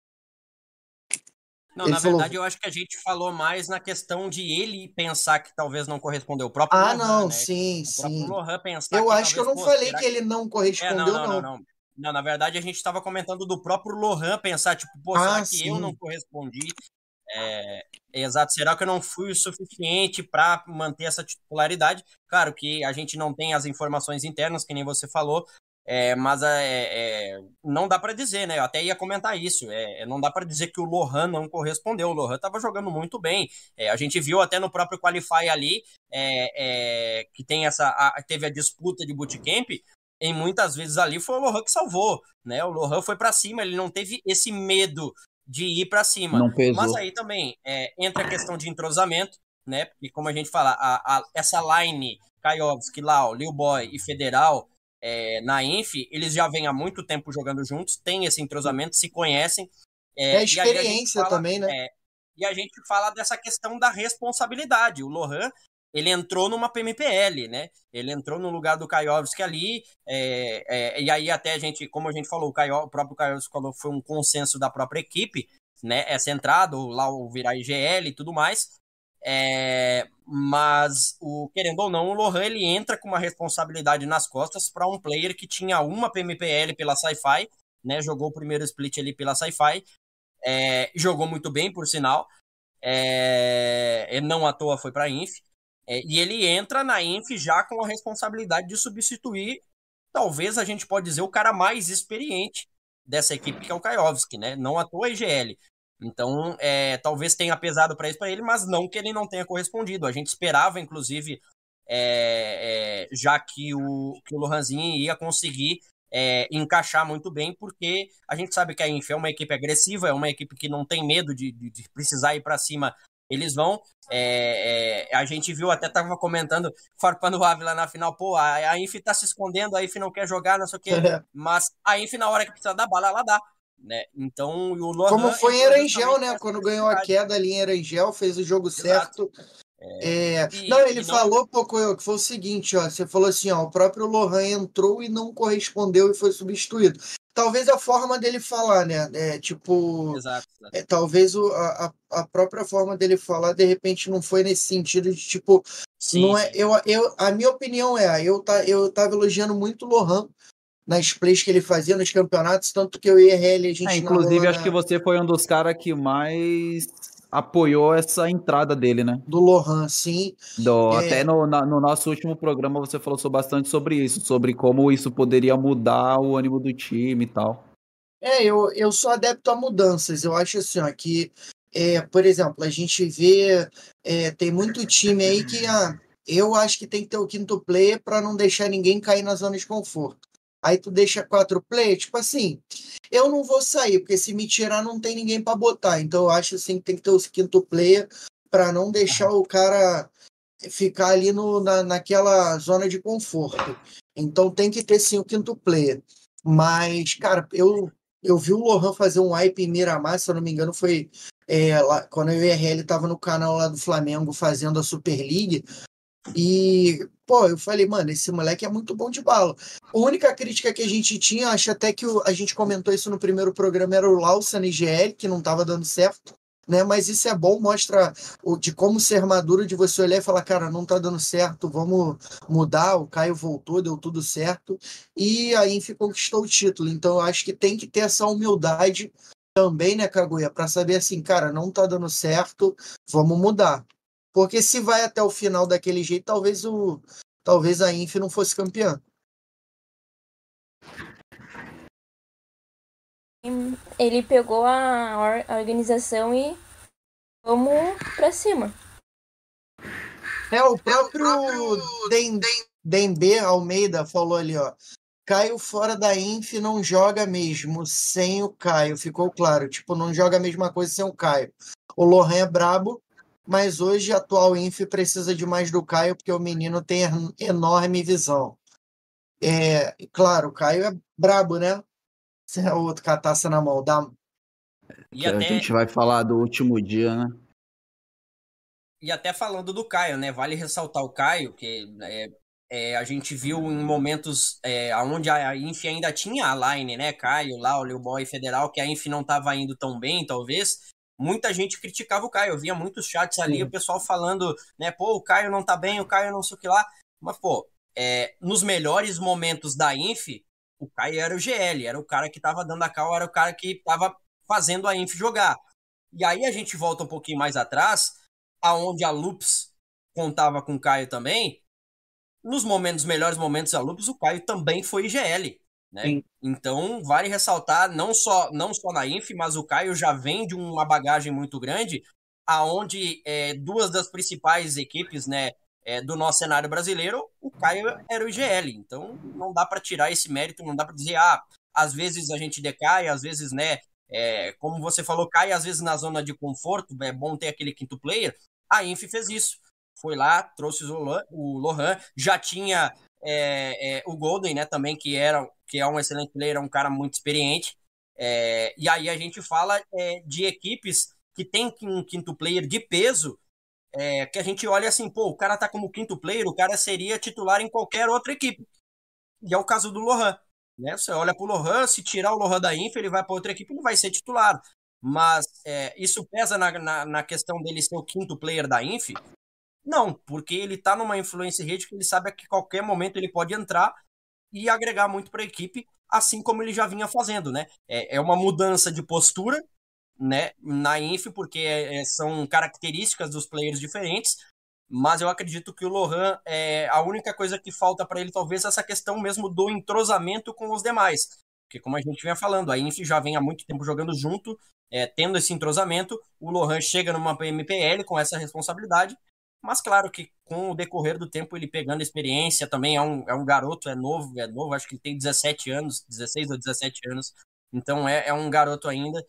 Não, Ele na falou. verdade, eu acho que a gente falou mais na questão de ele pensar que talvez não correspondeu. O próprio Ah, Lohan, não, né? sim, O próprio sim. Lohan pensar Eu que acho que eu talvez, não pô, falei será que que. ele não É, não, correspondeu, não, não, não. não. Não, na verdade, a gente estava comentando do próprio Lohan pensar, tipo, pô, será Ah, que eu não sim. correspondi? É, exato, será que eu não fui o suficiente para manter essa titularidade? Claro que a gente não tem as informações internas, que nem você falou, é, mas é, é, não dá para dizer, né? Eu até ia comentar isso. É, não dá para dizer que o Lohan não correspondeu. O Lohan estava jogando muito bem. É, a gente viu até no próprio Qualify ali é, é, que tem essa, a, teve a disputa de bootcamp. E muitas vezes ali foi o Lohan que salvou, né? O Lohan foi para cima, ele não teve esse medo de ir para cima. Não Mas pesou. aí também é, entra a questão de entrosamento, né? Porque como a gente fala, a, a, essa line Kaiovski, Lau, Lil Boy e Federal é, na Inf, eles já vêm há muito tempo jogando juntos, têm esse entrosamento, se conhecem. É É, e aí a gente experiência fala, também, né? é, e a gente fala dessa questão da responsabilidade. O Lohan, ele entrou numa P M P L, né? Ele entrou no lugar do Kaiovski ali, é, é, e aí até a gente, como a gente falou, o, Caio, o próprio Kaiovski falou que foi um consenso da própria equipe, né? É centrado, lá o virar I G L e tudo mais. É, mas, o, querendo ou não, o Lohan ele entra com uma responsabilidade nas costas para um player que tinha uma P M P L pela Sci-Fi, né? Jogou o primeiro split ali pela Sci-Fi, é, jogou muito bem, por sinal. É, ele não à toa foi para a Inf. É, e ele entra na Inf já com a responsabilidade de substituir, talvez a gente pode dizer, o cara mais experiente dessa equipe, que é o Kaiovski, né? Não à toa a I G L. Então, é, talvez tenha pesado para isso para ele, mas não que ele não tenha correspondido. A gente esperava, inclusive, é, é, já que o, que o Lohanzinho ia conseguir é, encaixar muito bem, porque a gente sabe que a Inf é uma equipe agressiva, é uma equipe que não tem medo de, de, de precisar ir para cima, eles vão. É, é, a gente viu, até tava comentando, farpando o Ávila na final, pô, a, a Inf tá se escondendo, a Inf não quer jogar, não sei o quê, mas a Inf na hora que precisa dar bala, ela dá. Né? Então, o Lohan Como foi em entrou Erangel, justamente com né? essa Quando ganhou a necessidade. queda ali em Erangel, fez o jogo Exato. certo. É... Não, E, ele e não... falou, Pocoyo, que foi o seguinte, ó. Você falou assim, ó, o próprio Lohan entrou e não correspondeu e foi substituído. Talvez a forma dele falar, né? É, tipo, Exato, exato. é, talvez o, a, a própria forma dele falar, de repente, não foi nesse sentido de, tipo, Sim, não é, sim. eu, eu, a minha opinião é, eu, tá, eu tava elogiando muito o Lohan nas plays que ele fazia nos campeonatos, tanto que eu e R L, a É, gente narrou inclusive, lá acho que na, você foi um dos caras que mais apoiou essa entrada dele, né? do Lohan, sim. Do, até É, no, na- no nosso último programa você falou so- bastante sobre isso, sobre como isso poderia mudar o ânimo do time e tal. é eu, eu sou adepto a mudanças. Eu acho assim, ó, que, é, por exemplo, a gente vê, é, tem muito time aí que ah, eu acho que tem que ter o quinto player para não deixar ninguém cair na zona de conforto. Aí tu deixa quatro players, tipo assim, eu não vou sair, porque se me tirar não tem ninguém para botar. Então eu acho assim que tem que ter o quinto player para não deixar o cara ficar ali no, na, naquela zona de conforto. Então tem que ter sim o quinto player. Mas, cara, eu, eu vi o Lohan fazer um wipe em Miramar, se eu não me engano, foi é, lá, quando o I R L estava no canal lá do Flamengo fazendo a Super League. E, pô, eu falei, mano, esse moleque é muito bom de bala. A única crítica que a gente tinha, acho até que o, a gente comentou isso no primeiro programa, era o Lawson I G L, que não estava dando certo, né? Mas isso é bom, mostra o, de como ser maduro, de você olhar e falar, cara, não tá dando certo, vamos mudar. O Caio voltou, deu tudo certo, e a Inf conquistou o título. Então, eu acho que tem que ter essa humildade também, né, Kaguya, para saber assim, cara, não tá dando certo, vamos mudar. Porque se vai até o final daquele jeito, talvez o talvez a Inf não fosse campeã. Ele pegou a, or- a organização e vamos pra cima. É, o próprio Den, Dembê Almeida falou ali, ó. Caio fora da Inf não joga mesmo sem o Caio, ficou claro. Tipo, não joga a mesma coisa sem o Caio. O Lohan é brabo, mas hoje a atual Inf precisa de mais do Caio, porque o menino tem enorme visão. É, claro, o Caio é brabo, né? Você é o outro com a taça na mão. Dá... E Que a até, gente vai falar do último dia, né? e até falando do Caio, né? Vale ressaltar o Caio, que é, é, a gente viu em momentos é, onde a Inf ainda tinha a line, né? Caio, Laulio, Boy, Federal, que a Inf não estava indo tão bem, talvez. Muita gente criticava o Caio. Eu via muitos chats ali, Sim. o pessoal falando, né? Pô, o Caio não tá bem, o Caio não sei o que lá. Mas, pô, é, nos melhores momentos da Inf, o Caio era o G L, era o cara que tava dando a cal, era o cara que tava fazendo a Inf jogar. E aí a gente volta um pouquinho mais atrás, aonde a Loops contava com o Caio também. Nos momentos, melhores momentos da Loops, o Caio também foi I G L, né? Sim. Então, vale ressaltar, não só, não só na Inf, mas o Caio já vem de uma bagagem muito grande, aonde é, duas das principais equipes, né, é, do nosso cenário brasileiro, o Caio era o I G L. Então, não dá para tirar esse mérito, não dá para dizer, ah, às vezes a gente decai, às vezes, né, é, como você falou, cai às vezes na zona de conforto, é bom ter aquele quinto player. A Inf fez isso. Foi lá, trouxe o Lohan, o Lohan já tinha é, é, o Golden, né, também, que, era, que é um excelente player, é um cara muito experiente. É, e aí a gente fala é, de equipes que tem um quinto player de peso, é, que a gente olha assim, pô, o cara tá como quinto player, o cara seria titular em qualquer outra equipe. E é o caso do Lohan. Né? Você olha pro Lohan, se tirar o Lohan da Inf, ele vai para outra equipe, ele vai ser titular. Mas é, isso pesa na, na, na questão dele ser o quinto player da Inf? Não, porque ele tá numa influência rede que ele sabe que a qualquer momento ele pode entrar e agregar muito para a equipe, assim como ele já vinha fazendo, né? É, é uma mudança de postura, né, na Inf, porque é, são características dos players diferentes, mas eu acredito que o Lohan, é, a única coisa que falta para ele talvez é essa questão mesmo do entrosamento com os demais, porque como a gente vinha falando, a Inf já vem há muito tempo jogando junto, é, tendo esse entrosamento, o Lohan chega numa P M P L com essa responsabilidade, mas claro que com o decorrer do tempo ele pegando experiência, também é um, é um garoto, é novo, é novo, acho que ele tem dezessete anos, dezesseis ou dezessete anos, então é, é um garoto ainda,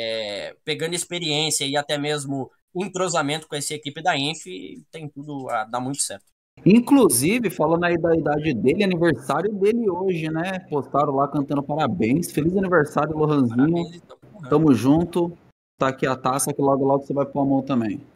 é, pegando experiência e até mesmo entrosamento com essa equipe da Inf, tem tudo a dar muito certo. Inclusive, falando aí da idade dele, aniversário dele hoje, né? Postaram lá cantando parabéns. Feliz aniversário, Lohanzinho. Parabéns, então, Tamo junto. Tá aqui a taça que logo logo você vai pôr a mão também.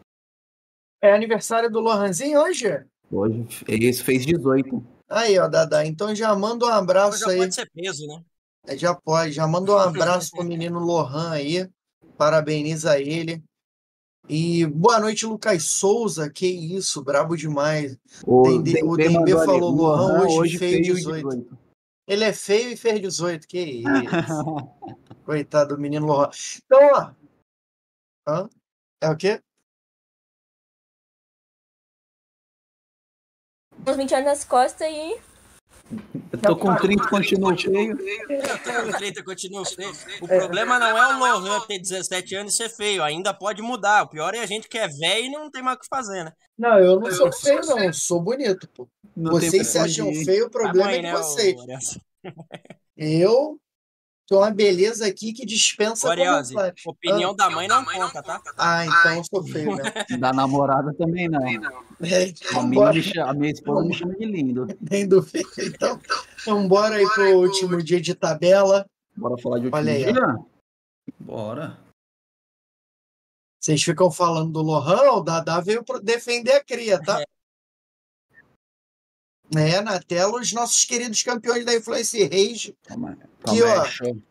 É aniversário do Lohanzinho hoje? Hoje, isso, fez dezoito. Aí, ó, Dadá. Então já manda um abraço já aí. pode ser preso, né? É, já pode. Já manda um abraço pro menino Lohan aí. Parabeniza ele. E boa noite, Lucas Souza. Que isso, brabo demais. O Dendê, o Dendê Dembê mandou ali, falou Lohan Lohan hoje, hoje feio feio dezoito. dezoito. Ele é feio e fez dezoito. Que isso. Coitado do menino Lohan. Então, ó. Hã? É o quê? Uns vinte anos nas costas e Eu tô com trinta, continuo feio. Eu tô com trinta, continuo feio. O problema não é o Lohan ter dezessete anos e ser feio, ainda pode mudar. O pior é a gente que é velho e não tem mais o que fazer, né? Não, eu não sou feio, não. Eu sou bonito, pô. Não Vocês tem se pra acham onde ir. feio, o problema Tamanho, é de né, vocês. o... Eu tô uma beleza aqui que dispensa Oriose, comentários. opinião ah. da mãe não conta, tá? Ah, então eu sou feio mesmo. Da namorada também não. É, A então minha, bora. me chama- a minha esposa me chama de lindo. Nem do feio. Então, então bora aí pro último dia de tabela. Bora falar de último Olha aí, ó. dia? Bora. Vocês ficam falando do Lohan, o Dadá veio pro- defender a cria, tá? É, na tela, os nossos queridos campeões da Influence Rage. Calma, Que, calma ó, aí, show.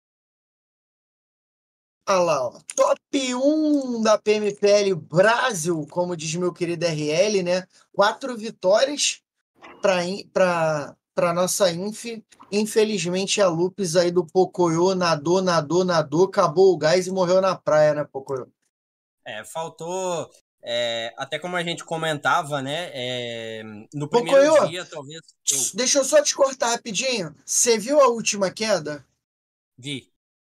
olha lá, ó. Top um da P M P L Brasil, como diz meu querido R L, né? Quatro vitórias para para nossa Inf. Infelizmente, a Lupes aí do Pocoyo nadou, nadou, nadou, acabou o gás e morreu na praia, né, Pocoyo? É, faltou, é, até como a gente comentava, né, é, no primeiro Pocoyo, dia, talvez, eu deixa eu só te cortar rapidinho. Você viu a última queda? vi.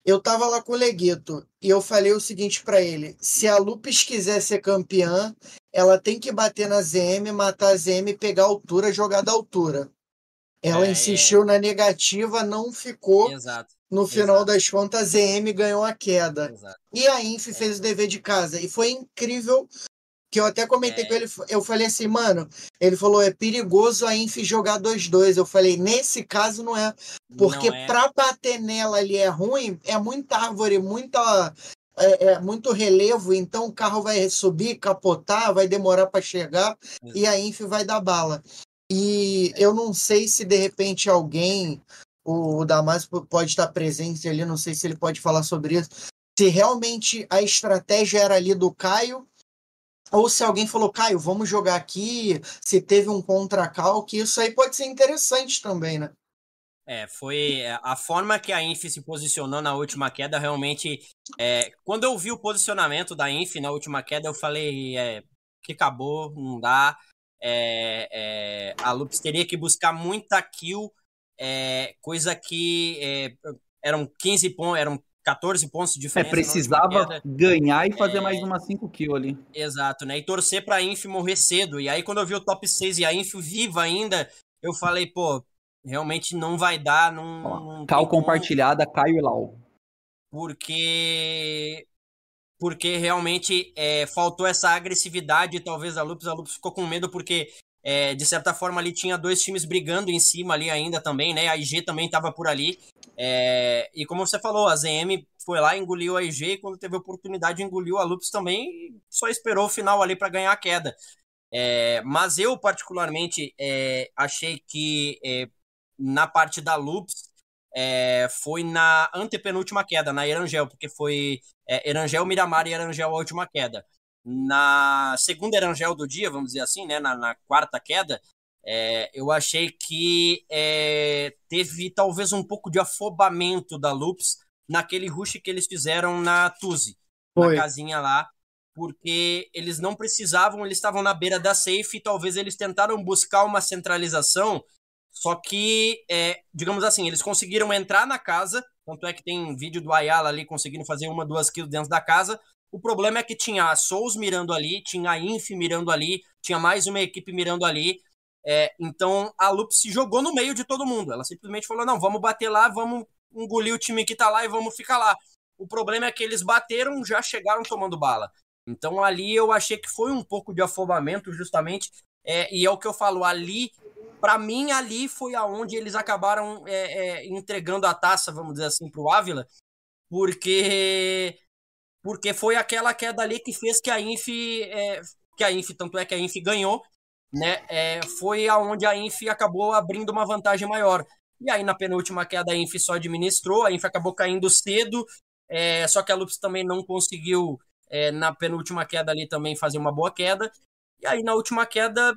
Eu tava lá com o Leguito e eu falei o seguinte pra ele: se a Lupus quiser ser campeã, ela tem que bater na Z M, matar a Z M, pegar a altura, jogar da altura. Ela É, insistiu na negativa, não ficou. Exato. No final exato, das contas, a Z M ganhou a queda. exato. E a Inf fez o dever de casa. E foi incrível, que eu até comentei É. com ele. Eu falei assim, mano, ele falou, é perigoso a Inf jogar dois dois. Eu falei, nesse caso não é. Porque Não é. pra bater nela ali é ruim, é muita árvore, muita, é, é muito relevo, então o carro vai subir, capotar, vai demorar para chegar e a Inf vai dar bala. E eu não sei se de repente alguém, o Damasio pode estar presente ali, não sei se ele pode falar sobre isso, se realmente a estratégia era ali do Caio, ou se alguém falou, Caio, vamos jogar aqui, se teve um contra-calque, isso aí pode ser interessante também, né? É, foi a forma que a Inf se posicionou na última queda, realmente, é, quando eu vi o posicionamento da Inf na última queda, eu falei é, que acabou, não dá, é, é, a Lupus teria que buscar muita kill, é, coisa que é, eram quinze pontos, eram quatorze pontos de É, diferença na última precisava queda. ganhar e fazer É, mais umas cinco kills ali. Exato, né? E torcer pra Inf morrer cedo. E aí, quando eu vi o top seis e a Inf viva ainda, eu falei, pô, realmente não vai dar, não, Ó, não cal tem como, compartilhada, Caio e Lau. porque porque realmente é, faltou essa agressividade, talvez a Lupus, a Lupus ficou com medo porque é, de certa forma ali tinha dois times brigando em cima ali ainda também, né? A I G também tava por ali. É, e como você falou, a Z M foi lá, engoliu a I G e quando teve a oportunidade engoliu a Lupus também e só esperou o final ali para ganhar a queda. É, mas eu particularmente é, achei que é, na parte da Lupus é, foi na antepenúltima queda, na Erangel, porque foi é, Erangel, Miramar e Erangel a última queda. Na segunda Erangel do dia, vamos dizer assim, né, na, na quarta queda, é, eu achei que é, teve talvez um pouco de afobamento da Lupus naquele rush que eles fizeram na Tuzi, na casinha lá, porque eles não precisavam, eles estavam na beira da safe e talvez eles tentaram buscar uma centralização, só que, é, digamos assim, eles conseguiram entrar na casa, tanto é que tem vídeo do Ayala ali conseguindo fazer uma, duas kills dentro da casa. O problema é que tinha a Souls mirando ali, tinha a Inf mirando ali, tinha mais uma equipe mirando ali, é, então a Lupus se jogou no meio de todo mundo, ela simplesmente falou, não, vamos bater lá, vamos engolir o time que tá lá e vamos ficar lá. O problema é que eles bateram, já chegaram tomando bala. Então ali eu achei que foi um pouco de afobamento justamente, é, e é o que eu falo, ali, para mim ali foi aonde eles acabaram é, é, entregando a taça, vamos dizer assim, pro Ávila, porque porque foi aquela queda ali que fez que a Inf, é, que a Inf, tanto é que a Inf ganhou, né, é, foi aonde a Inf acabou abrindo uma vantagem maior. E aí na penúltima queda a Inf só administrou, a Inf acabou caindo cedo, é, só que a Lupus também não conseguiu É, na penúltima queda ali também fazer uma boa queda, e aí na última queda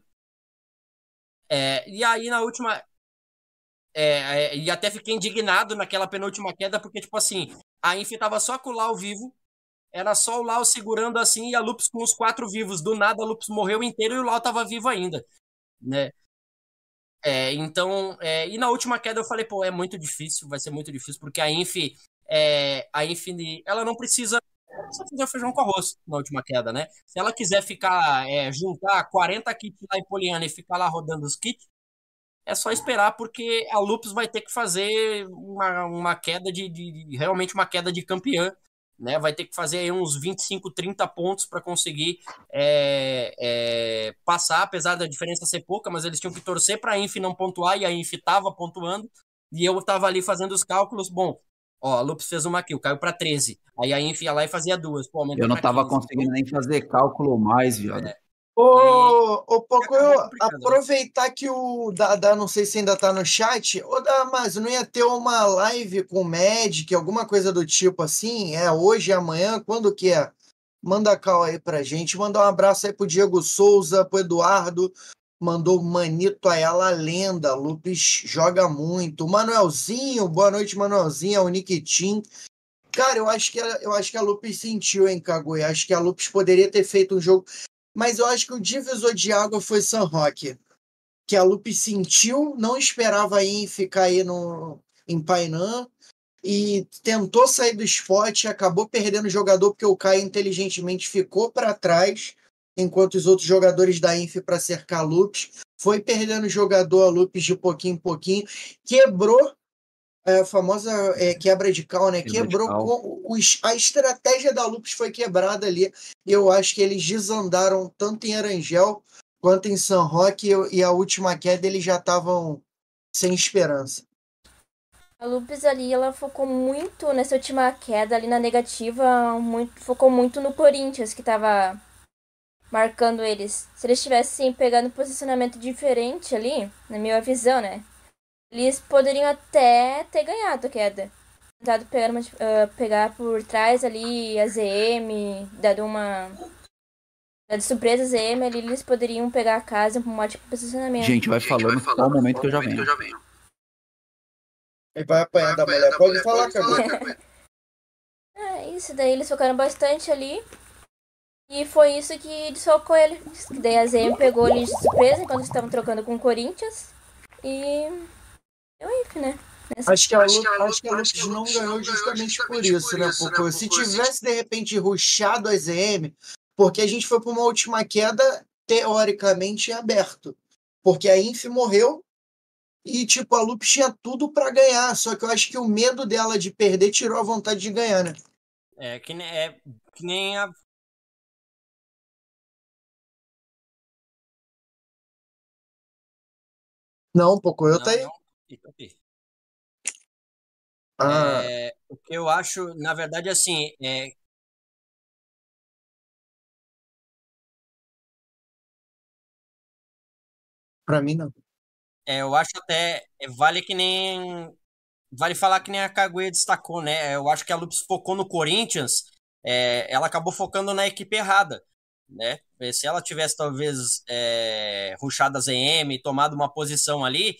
é, e aí na última é, é, e até fiquei indignado naquela penúltima queda, porque tipo assim, a Inf tava só com o Lau vivo, era só o Lau segurando assim, e a Lupus com os quatro vivos, do nada a Lupus morreu inteiro e o Lau tava vivo ainda, né? É, então, é, e na última queda eu falei, pô, é muito difícil, vai ser muito difícil, porque a Inf, é, a Inf, ela não precisa só fazer o feijão com arroz na última queda, né? Se ela quiser ficar, é, juntar quarenta kits lá em Poliana e ficar lá rodando os kits, é só esperar, porque a Lupus vai ter que fazer uma, uma queda de, de, de realmente uma queda de campeã, né? Vai ter que fazer aí uns vinte e cinco, trinta pontos para conseguir é, é, passar, apesar da diferença ser pouca, mas eles tinham que torcer para a Inf não pontuar e a Inf tava pontuando e eu tava ali fazendo os cálculos. Bom, ó, a Lupus fez uma kill, caiu pra treze. Aí a Inf ia lá e fazia duas. Pô, Eu não tava quinze. conseguindo nem fazer cálculo mais, viado. É. Ô, ô Pocoyo, né? aproveitar que o Dada, não sei se ainda tá no chat, ô Damasio, não ia ter uma live com o Magic, alguma coisa do tipo assim? É hoje, amanhã, quando que é? Manda a cal aí pra gente, manda um abraço aí pro Diego Souza, pro Eduardo, mandou Manito Ayala, lenda, Lupus joga muito. O Manuelzinho, boa noite, Manuelzinho, o Nikitin. Cara, eu acho que a, eu acho que a Lupus sentiu, hein, Kaguya? Acho que a Lupus poderia ter feito um jogo, mas eu acho que o divisor de água foi San Roque, que a Lupus sentiu, não esperava aí ficar aí no, em Painã, e tentou sair do spot, acabou perdendo o jogador porque o Caio inteligentemente ficou para trás, enquanto os outros jogadores da Inf para cercar Lupes, foi perdendo o jogador a Lupes de pouquinho em pouquinho, quebrou a famosa é, quebra de cal, né? Quebra de Quebrou cal. com os, a estratégia da Lupus foi quebrada ali. E eu acho que eles desandaram tanto em Arangel quanto em San Roque, e a última queda eles já estavam sem esperança. A Lupus ali, ela focou muito nessa última queda ali na negativa, muito, focou muito no Corinthians, que tava marcando eles. Se eles tivessem pegando um posicionamento diferente ali, na minha visão, né? Eles poderiam até ter ganhado a queda. Tentado pegar, uma, uh, pegar por trás ali a Z M, dado uma. Dado surpresa a Z M ali, eles poderiam pegar a casa com um ótimo posicionamento. Gente, vai falando qual o momento que eu já venho. Ele vai apanhar da mulher. Pode falar, cara. É isso, daí eles focaram bastante ali. E foi isso que desfocou ele. Daí a Z M pegou ele de surpresa enquanto eles estavam trocando com o Corinthians. E. Deu Inf, né? Nessa... Acho que a Lupus, acho que a Lupus não ganhou justamente por isso, né? Porque se tivesse de repente rushado a Z M, porque a gente foi para uma última queda teoricamente aberto. Porque a Inf morreu e, tipo, a Lupus tinha tudo para ganhar. Só que eu acho que o medo dela de perder tirou a vontade de ganhar, né? É que nem, é, que nem a. Não, pouco eu Não, tá aí. não. Fica aqui. Ah, É, o que eu acho, na verdade, assim, é, pra mim não. é, eu acho até, é, vale que nem, vale falar que nem a Kaguya destacou, né? Eu acho que a Lupus focou no Corinthians, é, ela acabou focando na equipe errada, né? Se ela tivesse talvez é, rushado a Z M, tomado uma posição ali,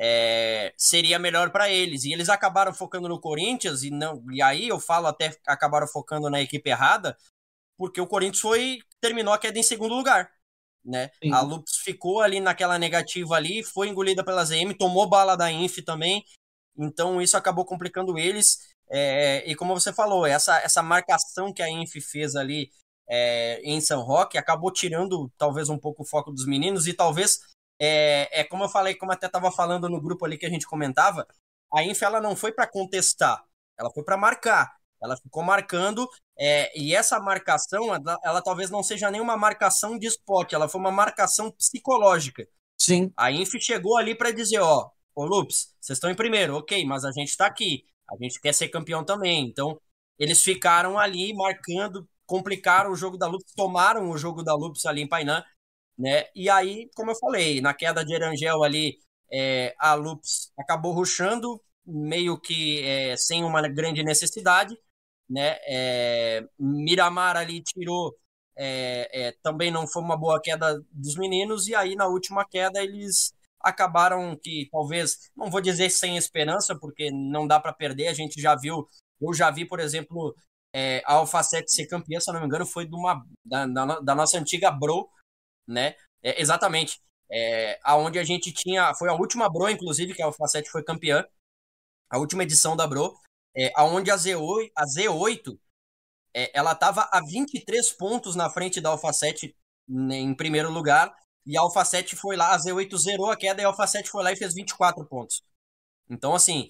é, seria melhor para eles. E eles acabaram focando no Corinthians e não, e aí eu falo até acabaram focando na equipe errada, porque o Corinthians foi terminou a queda em segundo lugar, né? Sim. A Lupus ficou ali naquela negativa ali, foi engolida pela Z M, tomou bala da Inf também, então isso acabou complicando eles. É, e como você falou, essa, essa marcação que a Inf fez ali é, em São Roque acabou tirando talvez um pouco o foco dos meninos e talvez, é, é como eu falei, como até estava falando no grupo ali que a gente comentava, a Inf ela não foi para contestar, ela foi para marcar. Ela ficou marcando, é, e essa marcação, ela, ela talvez não seja nenhuma marcação de spot, ela foi uma marcação psicológica. Sim. A Inf chegou ali para dizer, ó, ô Lups, vocês estão em primeiro, ok, mas a gente está aqui, a gente quer ser campeão também. Então, eles ficaram ali marcando, complicaram o jogo da Lups, tomaram o jogo da Lups ali em Painã, né? E aí, como eu falei, na queda de Erangel ali, é, a Lups acabou rushando, meio que é, sem uma grande necessidade, né? É, Miramar ali tirou, é, é, também não foi uma boa queda dos meninos, e aí na última queda eles acabaram que talvez, não vou dizer sem esperança, porque não dá para perder, a gente já viu, eu já vi, por exemplo, é, a Alpha sete ser campeã, se eu não me engano, foi de uma, da, da, da nossa antiga Bro, né? É, exatamente. É, aonde a gente tinha, foi a última Bro, inclusive, que a Alpha sete foi campeã, a última edição da Bro, é, aonde a Z oito, a Z oito é, ela estava a vinte e três pontos na frente da Alpha sete né, em primeiro lugar, e a Alpha sete foi lá, a Z oito zerou a queda e a Alpha sete foi lá e fez vinte e quatro pontos. Então, assim,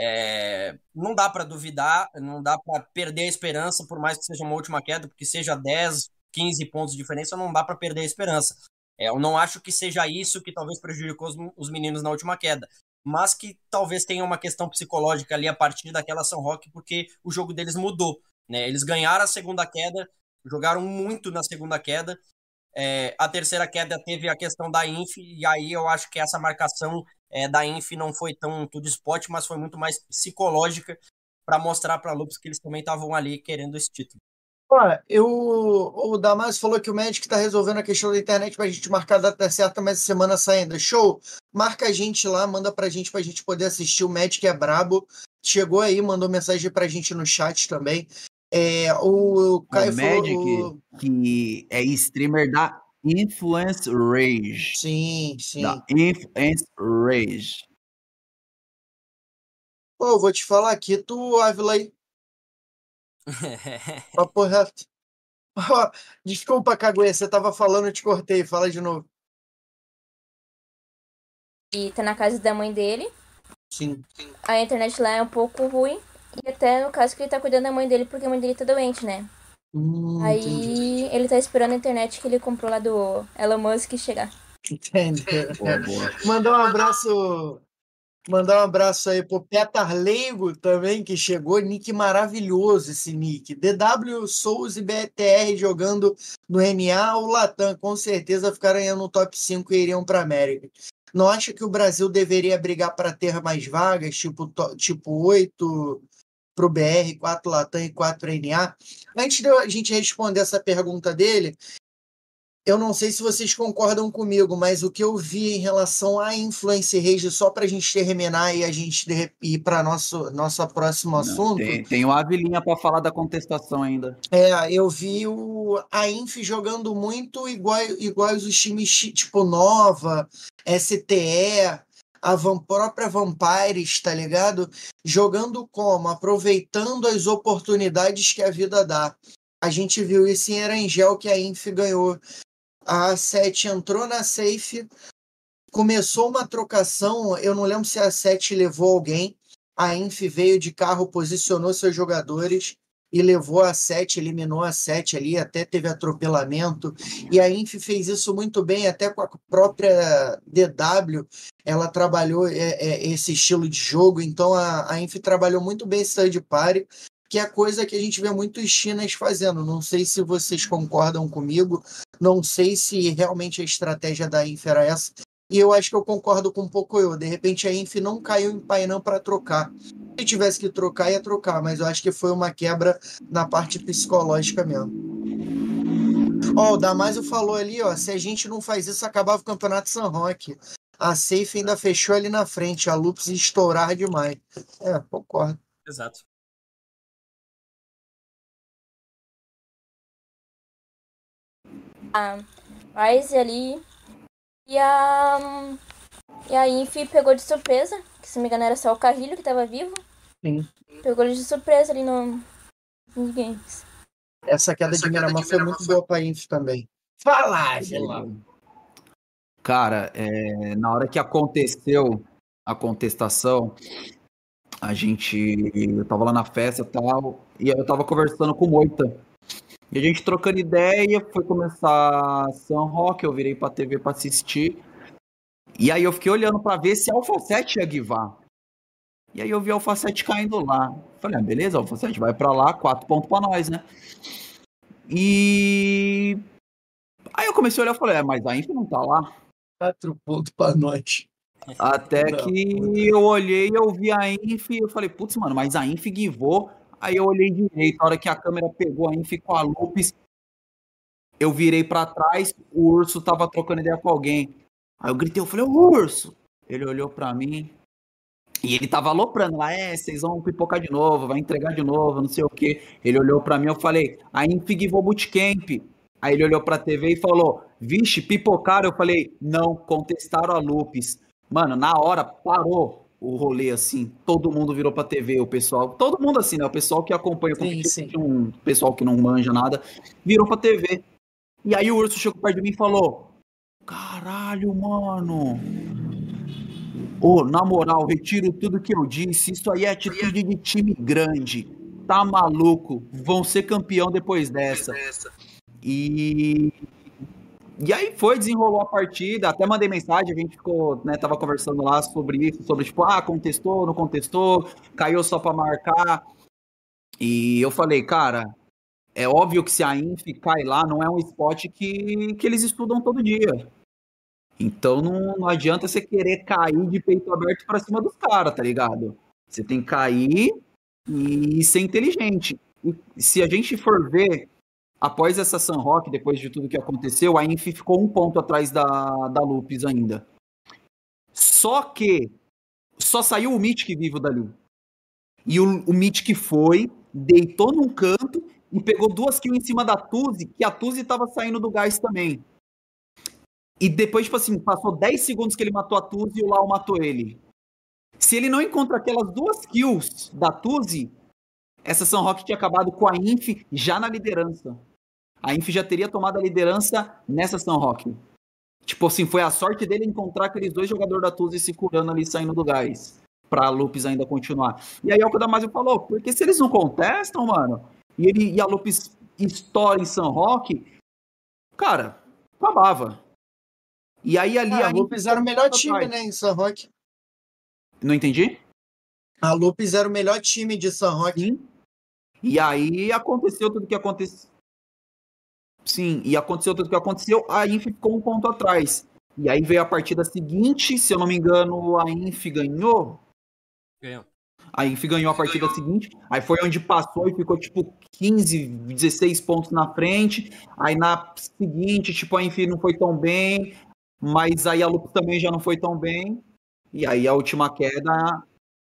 é, não dá para duvidar, não dá para perder a esperança, por mais que seja uma última queda, porque seja dez, quinze pontos de diferença, não dá para perder a esperança. É, eu não acho que seja isso que talvez prejudicou os, os meninos na última queda, mas que talvez tenha uma questão psicológica ali a partir daquela São Roque, porque o jogo deles mudou. Né? Eles ganharam a segunda queda, jogaram muito na segunda queda. É, a terceira queda teve a questão da Inf, e aí eu acho que essa marcação é, da Inf não foi tão tudo spot, mas foi muito mais psicológica para mostrar para a Lupus que eles também estavam ali querendo esse título. Ó, eu, o Damasio falou que o Magic está resolvendo a questão da internet para a gente marcar a data certa, mas semana saindo. Show? Marca a gente lá, manda pra gente pra gente poder assistir. O Magic é brabo. Chegou aí, mandou mensagem pra gente no chat também. É, o Caio o falou. Magic, O... que é streamer da Influence Rage. Sim, sim. Da Influence Rage. Pô, vou te falar aqui, tu, Ávila aí. Papo reto. Ó, desculpa, Caguê, você tava falando, eu te cortei. Fala de novo. E tá na casa da mãe dele. Sim. A internet lá é um pouco ruim. E até no caso que ele tá cuidando da mãe dele, porque a mãe dele tá doente, né? Hum, Aí entendi. ele tá esperando a internet que ele comprou lá do Elon Musk chegar. Entendeu? Boa, boa. Mandar um abraço. Mandar um abraço aí pro Petar Leigo também, que chegou. Nick maravilhoso esse nick. D W Souza e B T R jogando no N A. O Latam com certeza ficariam no top cinco e iriam para América. Não acha que o Brasil deveria brigar para ter mais vagas, tipo, to- tipo oito para o B R, quatro Latam e quatro N A? Antes de a gente responder essa pergunta dele, eu não sei se vocês concordam comigo, mas o que eu vi em relação à Influence Rage, só para a gente terminar e a gente de- ir para nosso nosso próximo Não, assunto, tem, tem uma Avilinha para falar da contestação ainda. é, eu vi o, a Inf jogando muito igual, iguais os times chi- tipo Nova, S T E, a Van- própria Vampires, tá ligado? Jogando como? Aproveitando as oportunidades que a vida dá. A gente viu isso em Erangel, que a Inf ganhou. A A sete entrou na safe, começou uma trocação, eu não lembro se a A sete levou alguém, a Inf veio de carro, posicionou seus jogadores e levou a A sete, eliminou a A sete ali, até teve atropelamento, e a Inf fez isso muito bem, até com a própria D W, ela trabalhou é, é, esse estilo de jogo, então a, a Inf trabalhou muito bem esse third party, que é coisa que a gente vê muitos chinas fazendo, não sei se vocês concordam comigo, não sei se realmente a estratégia da Inf era essa, e eu acho que eu concordo com um pouco eu. De repente a Inf não caiu em Painã para trocar. Se tivesse que trocar, ia trocar, mas eu acho que foi uma quebra na parte psicológica mesmo. Ó, o Damásio falou ali, ó, se a gente não faz isso, acabava o Campeonato San Roque. A Safe ainda fechou ali na frente, a Lupus ia estourar demais. É, concordo. Exato. A Ryze ali. E a. E a Inf pegou de surpresa. Que se não me engano era só o Carrilho que tava vivo. Sim. Pegou ele de surpresa ali no. Nos games. Essa queda Essa de queda Miramar de foi Miramar muito foi- boa pra Inf também. Fala, Angela! Cara, é, na hora que aconteceu a contestação, a gente. Eu tava lá na festa e tal, e eu tava conversando com o Moita. E a gente trocando ideia, foi começar San Roque, eu virei pra T V pra assistir. E aí eu fiquei olhando pra ver se a Alpha sete ia guivar. E aí eu vi a Alpha sete caindo lá. Falei, ah, beleza, a Alpha sete vai pra lá, quatro pontos pra nós, né? E aí eu comecei a olhar e falei, é, mas a Inf não tá lá. Quatro pontos pra nós. Até Não, que eu olhei, eu vi a Inf e eu falei, putz, mano, mas a Inf guivou. Aí eu olhei direito, a hora que a câmera pegou a Inf com a Lupus, eu virei pra trás, o Urso tava trocando ideia com alguém. Aí eu gritei, eu falei, ô Urso! Ele olhou pra mim e ele tava aloprando lá, é, vocês vão pipocar de novo, vai entregar de novo, não sei o quê. Ele olhou pra mim, eu falei, a Inf guivou bootcamp. Aí ele olhou pra T V e falou, vixe, pipocaram. Eu falei, não, contestaram a Lupus. Mano, na hora parou o rolê assim, todo mundo virou pra T V, o pessoal, todo mundo assim, né? O pessoal que acompanha o Sim, competitivo, sim. um pessoal que não manja nada, virou pra T V. E aí o Urso chegou perto de mim e falou, caralho, mano. Ô, na moral, retiro tudo que eu disse, isso aí é atitude de time grande. Tá maluco? Vão ser campeão depois dessa. E E aí foi, desenrolou a partida, até mandei mensagem, a gente ficou, né, tava conversando lá sobre isso, sobre tipo, ah, contestou, não contestou, caiu só pra marcar. E eu falei, cara, é óbvio que se a Inf cai lá, não é um spot que, que eles estudam todo dia. Então não, não adianta você querer cair de peito aberto pra cima dos caras, tá ligado? Você tem que cair e ser inteligente. E se a gente for ver, após essa San Roque, depois de tudo que aconteceu, a Inf ficou um ponto atrás da, da Lupus ainda. Só que só saiu o Mythic vivo dali. E o, o Mythic foi, deitou num canto e pegou duas kills em cima da Tuzi, que a Tuzi tava saindo do gás também. E depois, tipo assim, passou dez segundos que ele matou a Tuzi e o Lau matou ele. Se ele não encontra aquelas duas kills da Tuzi, essa Sunrock tinha acabado com a Inf já na liderança. A Inf já teria tomado a liderança nessa Sunrock. Tipo assim, foi a sorte dele encontrar aqueles dois jogadores da Tuzi se curando ali, saindo do gás. Pra Lupes ainda continuar. E aí é o que o Damasio falou, porque se eles não contestam, mano, e, ele, e a Lupes estoura em Sunrock, cara, acabava. E aí ali Ah, a a Lupes Inf era o melhor ficou time, atrás. né, em Sunrock. Não entendi? A Lupes era o melhor time de Sunrock. Sim. E aí aconteceu tudo que aconteceu. Sim, e aconteceu tudo que aconteceu, a Inf ficou um ponto atrás. E aí veio a partida seguinte, se eu não me engano, a Inf ganhou. Ganhou. A Inf ganhou a partida seguinte, aí foi onde passou e ficou tipo quinze, dezesseis pontos na frente. Aí na seguinte, tipo, a Inf não foi tão bem, mas aí a Lupus também já não foi tão bem. E aí a última queda.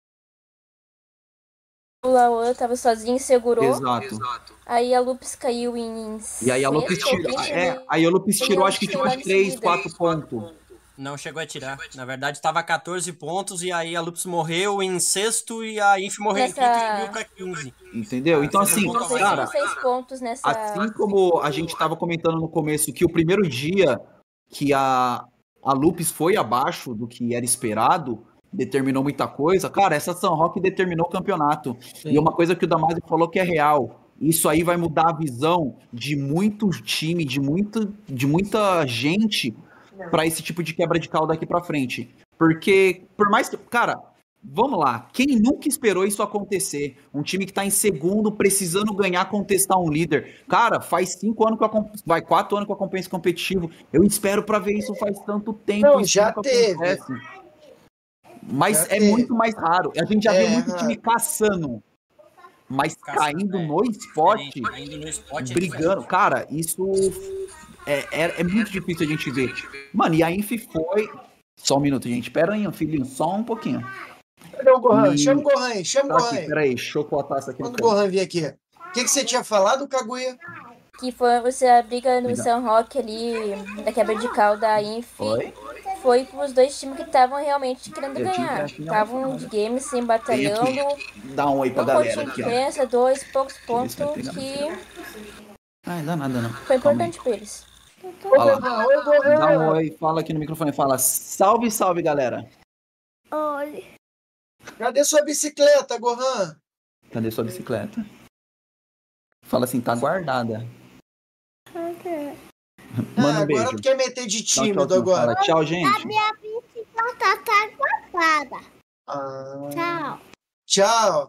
O Lauan tava sozinho, segurou. Exato. Aí a Lupus caiu em E aí a Lupus sexto ou tirou. quinto, É, ele- aí a Lupus ele tirou não acho que tipo tirou uns em três, seguida. quatro pontos. Não chegou a tirar. Na verdade, tava quatorze pontos e aí a Lupus morreu em sexto e a Inf morreu Nessa- em quinto e subiu pra quinze. Entendeu? Ah, então fez um assim, ponto a Não sei mais. se cara, foram seis pontos nessa. assim como a gente estava comentando no começo que o primeiro dia que a, a Lupus foi abaixo do que era esperado, determinou muita coisa, cara, essa Sunrock determinou o campeonato. Sim. E uma coisa que o Damasio falou que é real, isso aí vai mudar a visão de muito time, de, muito, de muita gente para esse tipo de quebra de caldo daqui para frente. Porque, por mais que, cara, vamos lá, quem nunca esperou isso acontecer? Um time que tá em segundo, precisando ganhar, contestar um líder. Cara, faz cinco anos que eu acompanho, vai quatro anos que eu acompanho esse competitivo. Eu espero pra ver isso faz tanto tempo. Não, isso já nunca teve. acontece. Mas Já é teve. muito mais raro. A gente já É, viu muito raro. time caçando, mas Caçando, caindo é. no spot, Caindo no spot é brigando. diferente. Cara, isso é, é, é muito difícil a gente ver. Mano, e a Inf foi... Só um minuto, gente. Pera aí, filhinho, só um pouquinho. Cadê o Gohan? E- Chama o Gohan aí, chama o Tá Gohan aqui, aí. peraí, deixa eu colocar essa aqui no Quando o canto. Gohan vir aqui. O que, que você tinha falado, Kaguya? Que foi você a briga no Legal. Sunrock ali, da quebra de caldo da Inf. Oi? Foi pros dois times que estavam realmente querendo Eu tinha ganhar. que aqui, não. Estavam de game, sem batalhando. Dá um oi pra Um pontinho galera de aqui, ó. diferença, dois poucos Deixa eu pontos ver se vai pegar. que Ah, não dá nada não. foi Calma aí. importante pra eles. Olha lá. Oi, Gohan. Dá um oi, fala aqui no microfone, fala salve, salve, galera. Cadê sua bicicleta, Gohan? Cadê sua bicicleta? Fala assim, tá guardada. Ah, Manda um agora beijo. tu quer meter de Dá um tchau, tímido tchau. agora. Fala, tchau, gente. Bicicleta tá guardada. Ah, Tchau. tchau.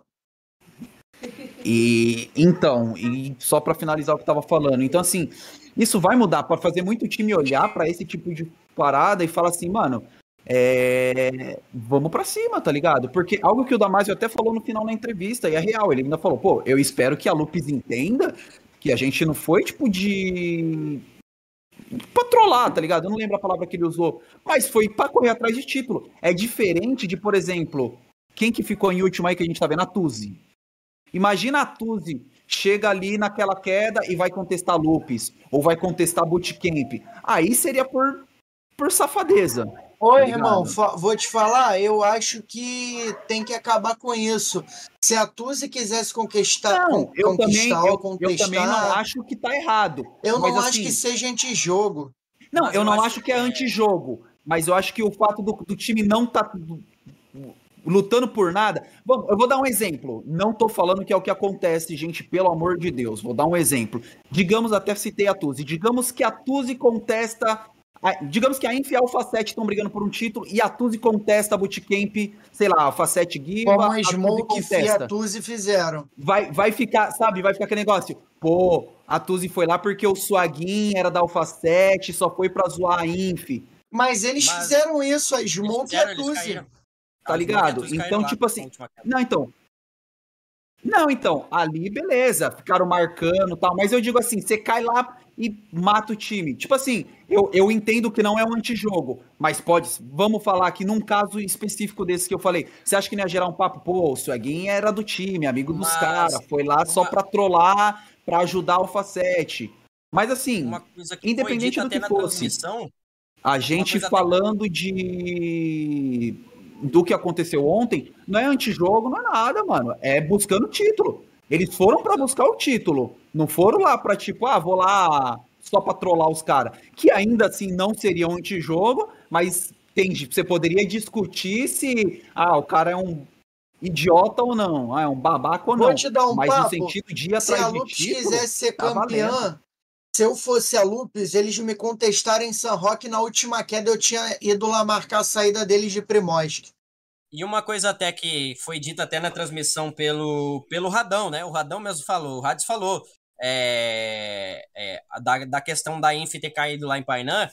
E então, e só pra finalizar o que eu tava falando. Então, assim, isso vai mudar pra fazer muito time olhar pra esse tipo de parada e falar assim, mano, é, vamos pra cima, tá ligado? Porque algo que o Damasio até falou no final na entrevista, e é real, ele ainda falou, pô, eu espero que a Lupus entenda que a gente não foi, tipo, de... pra trollar, tá ligado? Eu não lembro a palavra que ele usou, mas foi pra correr atrás de título. É diferente de, por exemplo, quem que ficou em último aí que a gente tá vendo? A Tuzi. Imagina a Tuzi chega ali naquela queda e vai contestar Lupus, ou vai contestar Bootcamp. Aí seria por, por safadeza. Oi, Tá ligado? irmão, fa- vou te falar, eu acho que tem que acabar com isso. Se a Tuzi quisesse conquistar, Não, con- eu também, conquistar ou eu, eu contestar, também não acho que tá errado. eu mas não acho assim, que seja antijogo. Não, Mas eu, eu não acho acho que é que é- antijogo, mas eu acho que o fato do, do time não tá lutando por nada. Bom, eu vou dar um exemplo. Não tô falando que é o que acontece, gente, pelo amor de Deus. Vou dar um exemplo. Digamos, até citei a Tuzi. Digamos que a Tuzi contesta. a- digamos que a Inf e a Alpha sete estão brigando por um título e a Tuzi contesta a Bootcamp, sei lá, Alpha sete Giva. Como a Tuzi Smoke e contesta. a Tuzi fizeram. Vai, vai ficar, sabe, vai ficar aquele negócio. Pô, a Tuzi foi lá porque o Suagin era da Alpha sete, só foi pra zoar a Inf. Mas eles Mas fizeram isso, a Eles Smoke fizeram, e a eles Tuzi. caíram. Tá As ligado? Smoke e a Tuzi Então, caíram lá tipo na assim, última queda. Não, então. Não, então, ali beleza, ficaram marcando e tal, mas eu digo assim, você cai lá e mata o time. Tipo assim, eu, eu entendo que não é um antijogo, mas pode, vamos falar aqui num caso específico desse que eu falei. Você acha que não ia gerar um papo? Pô, o Sueguin era do time, amigo dos Mas caras, foi lá só uma- pra trollar, pra ajudar a Alpha sete. Mas assim, Uma coisa que independente foi dita do até que na fosse, transmissão, a gente coisa até- falando de do que aconteceu ontem, não é antijogo, não é nada, mano. É buscando título. Eles foram pra buscar o título. Não foram lá pra, tipo, ah, vou lá só pra trollar os caras. Que ainda assim não seria um antijogo, mas tem, você poderia discutir se ah, o cara é um idiota ou não, ah, é um babaca ou Vou não. te dar um mas papo. no sentido de ir Se atrás a de Lupus título, quisesse ser tá campeã, valendo. se eu fosse a Lupus, eles me contestaram em San Roque, na última queda eu tinha ido lá marcar a saída deles de Primosk. E uma coisa até que foi dita até na transmissão pelo, pelo Radão, né? O Radão mesmo falou, o Radis falou é, é, da, da questão da Inf ter caído lá em Painã,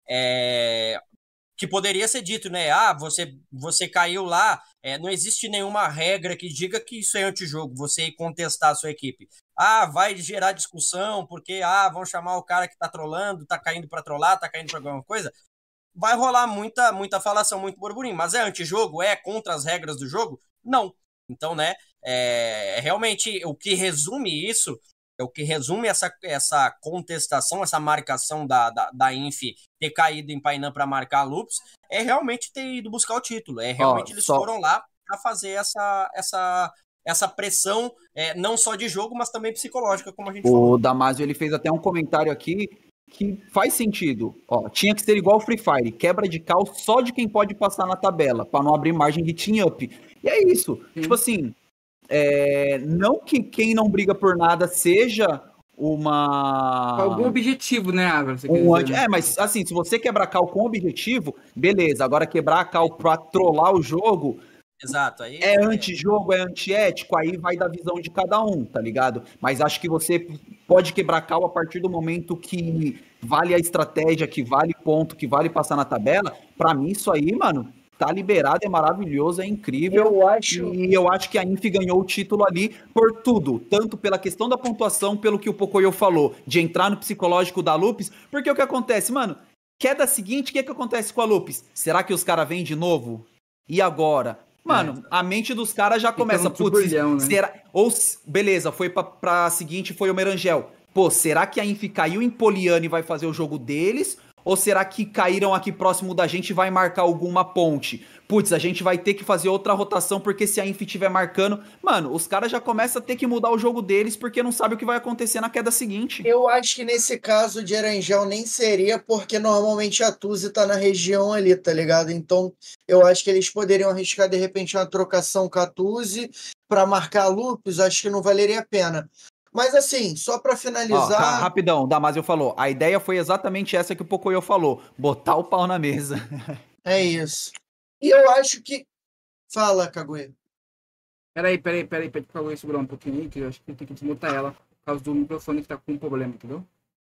é, que poderia ser dito, né? Ah, você, você caiu lá, é, não existe nenhuma regra que diga que isso é antijogo, você ir contestar a sua equipe. Ah, vai gerar discussão, porque ah, vão chamar o cara que tá trolando, tá caindo pra trollar, tá caindo pra alguma coisa. Vai rolar muita, muita falação, muito burburinho. Mas é antijogo? É contra as regras do jogo? Não. Então, né, é, realmente o que resume isso, é o que resume essa, essa contestação, essa marcação da, da, da Inf ter caído em Painã para marcar a Lupus, é realmente ter ido buscar o título. É realmente Ó, eles só- foram lá para fazer essa, essa, essa pressão, é, não só de jogo, mas também psicológica, como a gente falou. O Damasio, ele fez até um comentário aqui que faz sentido. Ó, tinha que ser igual o Free Fire, quebra de cal só de quem pode passar na tabela, para não abrir margem de team up. E é isso. Sim. Tipo assim, é, não que quem não briga por nada seja uma... Com algum objetivo, né, Ávila? Você quer Um dizer, anti... né? É, mas assim, se você quebrar cal com objetivo, beleza. Agora quebrar a cal pra trollar o jogo, Exato. Aí, é antijogo, é antiético, aí vai da visão de cada um, tá ligado? Mas acho que você pode quebrar cal a partir do momento que vale a estratégia, que vale ponto, que vale passar na tabela. Pra mim, isso aí, mano, tá liberado, é maravilhoso, é incrível. Eu acho. E eu acho que a Inf ganhou o título ali por tudo, tanto pela questão da pontuação, pelo que o Pocoyo falou, de entrar no psicológico da Lupus, porque o que acontece, mano, queda seguinte, o que, que acontece com a Lupus? Será que os caras vêm de novo? E agora? Mano, a mente dos caras já começa, no putz, turbilhão, né? será... Ou, s- beleza, foi pra, pra seguinte, foi o Merangel. Pô, será que a Inf caiu em Poliana e vai fazer o jogo deles? Ou será que caíram aqui próximo da gente e vai marcar alguma ponte? Putz, a gente vai ter que fazer outra rotação porque se a Inf estiver marcando... Mano, os caras já começam a ter que mudar o jogo deles porque não sabe o que vai acontecer na queda seguinte. Eu acho que nesse caso de Erangel nem seria, porque normalmente a Tuzi tá na região ali, tá ligado? Então eu acho que eles poderiam arriscar de repente uma trocação com a Tuzi pra marcar a Lupus, acho que não valeria a pena. Mas assim, só pra Ó, ra- finalizar, rapidão, Damasio falou. A ideia foi exatamente essa que o Pocoyo falou. Botar o pau na mesa. é isso. E eu acho que. Fala, Kaguya. Peraí, peraí, peraí, peraí, pra eu segurar um pouquinho aí, que eu acho que tem que desmutar ela, por causa do microfone que tá com um problema, entendeu?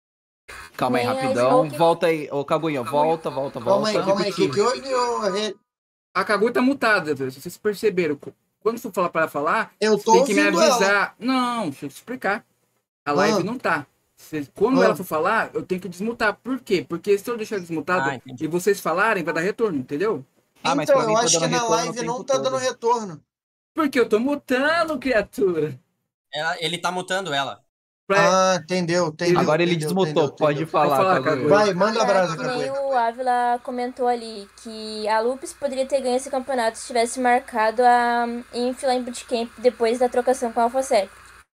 Calma aí, Nem a rapidão. Smoke- Volta aí. Ô, Caguinha, volta, volta, volta. Calma aí, calma aí, que, que houve, ô, Re- A Kagu tá mutada, se vocês perceberam. Quando você falar para ela falar, Eu você tô tem que me ouvindo ela. avisar. Não, deixa eu te explicar. A live Ah. não tá. Você- Quando Ah. ela for falar, eu tenho que desmutar. Por quê? Porque se eu deixar desmutado Ah, entendi. e vocês falarem, vai dar retorno, entendeu? Ah, mas Então, pra mim eu tá acho que dando na retorno o live tempo não tá todo. dando retorno. Porque eu tô mutando, criatura. Ela- ele tá mutando ela. Pra... Ah, entendeu, entendeu. Agora ele entendeu, desmutou, entendeu, pode entendeu. falar, falar, Caguinha. Caguinha. Vai, manda É, brasa, que nem Kaguya. o Ávila comentou ali, que a Lupus poderia ter ganho esse campeonato se tivesse marcado a Inf lá em Bootcamp depois da trocação com a Alpha sete.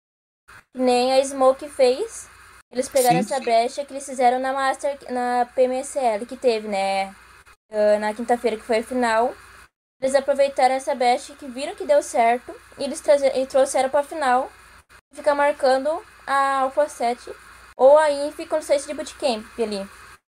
Que nem a Smoke fez. Eles pegaram Sim. essa brecha que eles fizeram na Master, na P M S L que teve, né? ah, Na quinta-feira que foi a final. Eles aproveitaram essa brecha que viram que deu certo e eles traze- e trouxeram pra final ficar marcando a Alpha sete ou a Inf quando saísse de Bootcamp ali.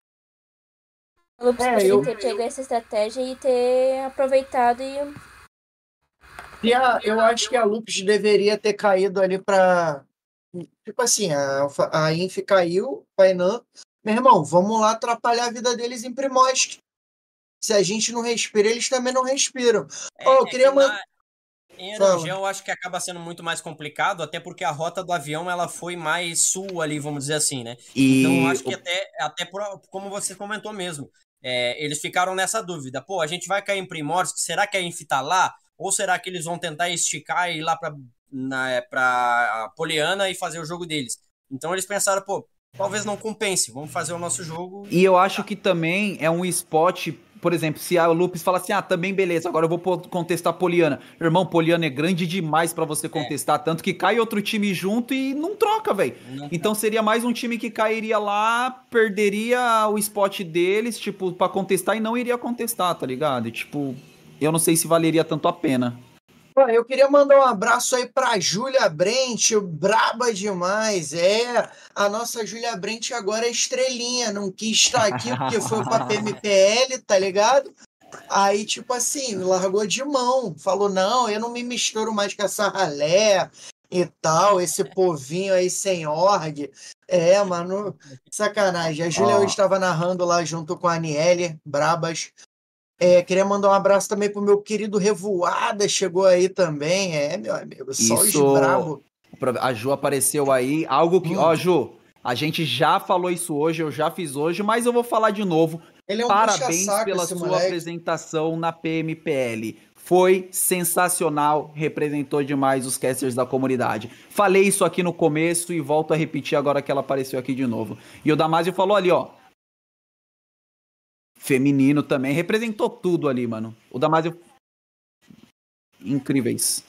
A Lupus É, poderia eu- ter pego essa estratégia e ter aproveitado e. E a- eu acho que a Lupus deveria ter caído ali pra. Tipo assim, a, Alfa- a Inf caiu, Painan. Meu irmão, vamos lá atrapalhar a vida deles em Primosk. Se a gente não respira, eles também não respiram. Ó, eu É queria que mandar. na- Em Fala. Erangel, eu acho que acaba sendo muito mais complicado, até porque a rota do avião ela foi mais sul ali, vamos dizer assim, né? E Então, eu acho que até, até por, como você comentou mesmo, é, eles ficaram nessa dúvida. Pô, a gente vai cair em Primorsk, será que a Inf tá lá? Ou será que eles vão tentar esticar e ir lá pra, na, pra Poliana e fazer o jogo deles? Então, eles pensaram, pô, talvez não compense, vamos fazer o nosso jogo. E eu acho que também é um spot por exemplo, se a Lupes fala assim, ah, também beleza, agora eu vou pô- contestar a Poliana. Irmão, Poliana é grande demais pra você contestar, tanto que cai outro time junto e não troca, velho. Não Então seria mais um time que cairia lá, perderia o spot deles, tipo, pra contestar e não iria contestar, tá ligado? E, tipo, eu não sei se valeria tanto a pena. Pô, eu queria mandar um abraço aí pra Júlia Brent, braba demais. É, a nossa Júlia Brent agora é estrelinha, não quis estar aqui porque foi pra P M P L, tá ligado? Aí, tipo assim, largou de mão. Falou, não, eu não me misturo mais com essa ralé e tal, esse povinho aí sem org. É, mano, sacanagem. A Júlia Ó. hoje estava narrando lá junto com a Aniele, brabas. É, queria mandar um abraço também pro meu querido Revoada, chegou aí também. É, meu amigo, só os Isso. brabo. A Ju apareceu aí, algo que. Hum. Ó, Ju, a gente já falou isso hoje, eu já fiz hoje, mas eu vou falar de novo. Ele é um Parabéns puxa-saco, pela esse sua moleque. apresentação na P M P L. Foi sensacional, representou demais os casters da comunidade. Falei isso aqui no começo e volto a repetir agora que ela apareceu aqui de novo. E o Damásio falou ali, ó. Feminino também, representou tudo ali, mano. O Damásio. Incríveis.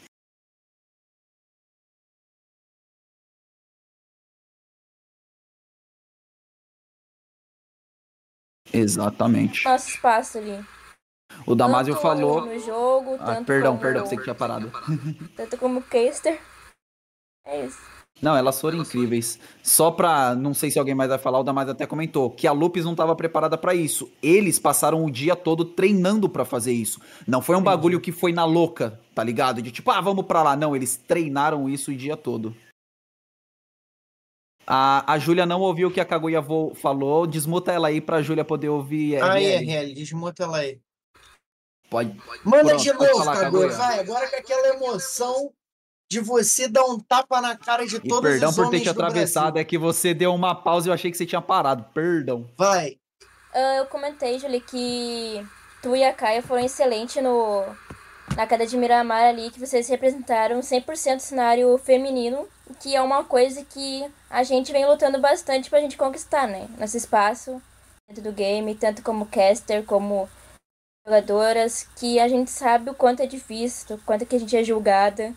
Exatamente. Nosso espaço ali. O Damásio Tanto falou. no jogo, Ah, tanto perdão, como, perdão, você que tinha parado. tanto como caster. É isso. Não, elas foram incríveis. Só pra, não sei se alguém mais vai falar, o Damásio até comentou, que a Lupes não tava preparada pra isso. Eles passaram o dia todo treinando pra fazer isso. Não foi um bagulho que foi na louca, tá ligado? De tipo, ah, vamos pra lá. Não, eles treinaram isso o dia todo. A, a Júlia não ouviu o que a Kaguya vo- falou. Desmuta ela aí pra Júlia poder ouvir. Aí, R L. R L, desmuta ela aí. Pode. Manda Pronto, de pode novo, falar, Kaguya. Kaguya. Vai, agora com aquela emoção de você dar um tapa na cara de E todos perdão os por ter homens te do Brasil. atravessado, é que você deu uma pausa e eu achei que você tinha parado. Perdão. Vai. Ah, eu comentei, Julie, que tu e a Kaia foram excelentes no, na queda de Miramar ali, que vocês representaram cem por cento o cenário feminino, que é uma coisa que a gente vem lutando bastante pra gente conquistar, né? Nosso espaço dentro do game, tanto como caster, como jogadoras, que a gente sabe o quanto é difícil, o quanto que a gente é julgada.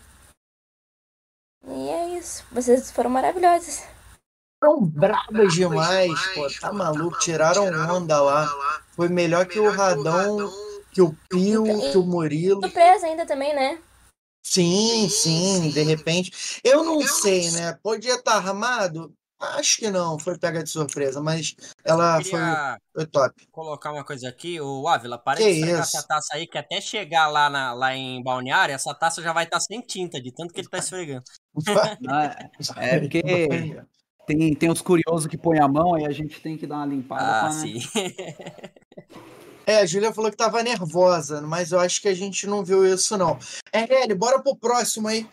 E é isso. Vocês foram maravilhosas. Foram brabas demais, pô. Tá maluco? Tiraram onda lá. Foi melhor que o Radão, que o Pio, que o Murilo. Surpresa ainda também, né? Sim, sim, de repente. Eu não sei, né? Podia estar armado? Acho que não, foi pega de surpresa, mas ela foi, Queria foi top. colocar uma coisa aqui. Ô, Ávila, para Que de esfregar isso? essa taça aí, que até chegar lá, na, lá em Balneário, essa taça já vai estar sem tinta, de tanto que ele tá esfregando. Ah, é porque tem, tem os curiosos que põem a mão, aí a gente tem que dar uma limpada. Ah, pra, né? sim. É, a Júlia falou que tava nervosa, mas eu acho que a gente não viu isso, não. R L, bora pro próximo aí.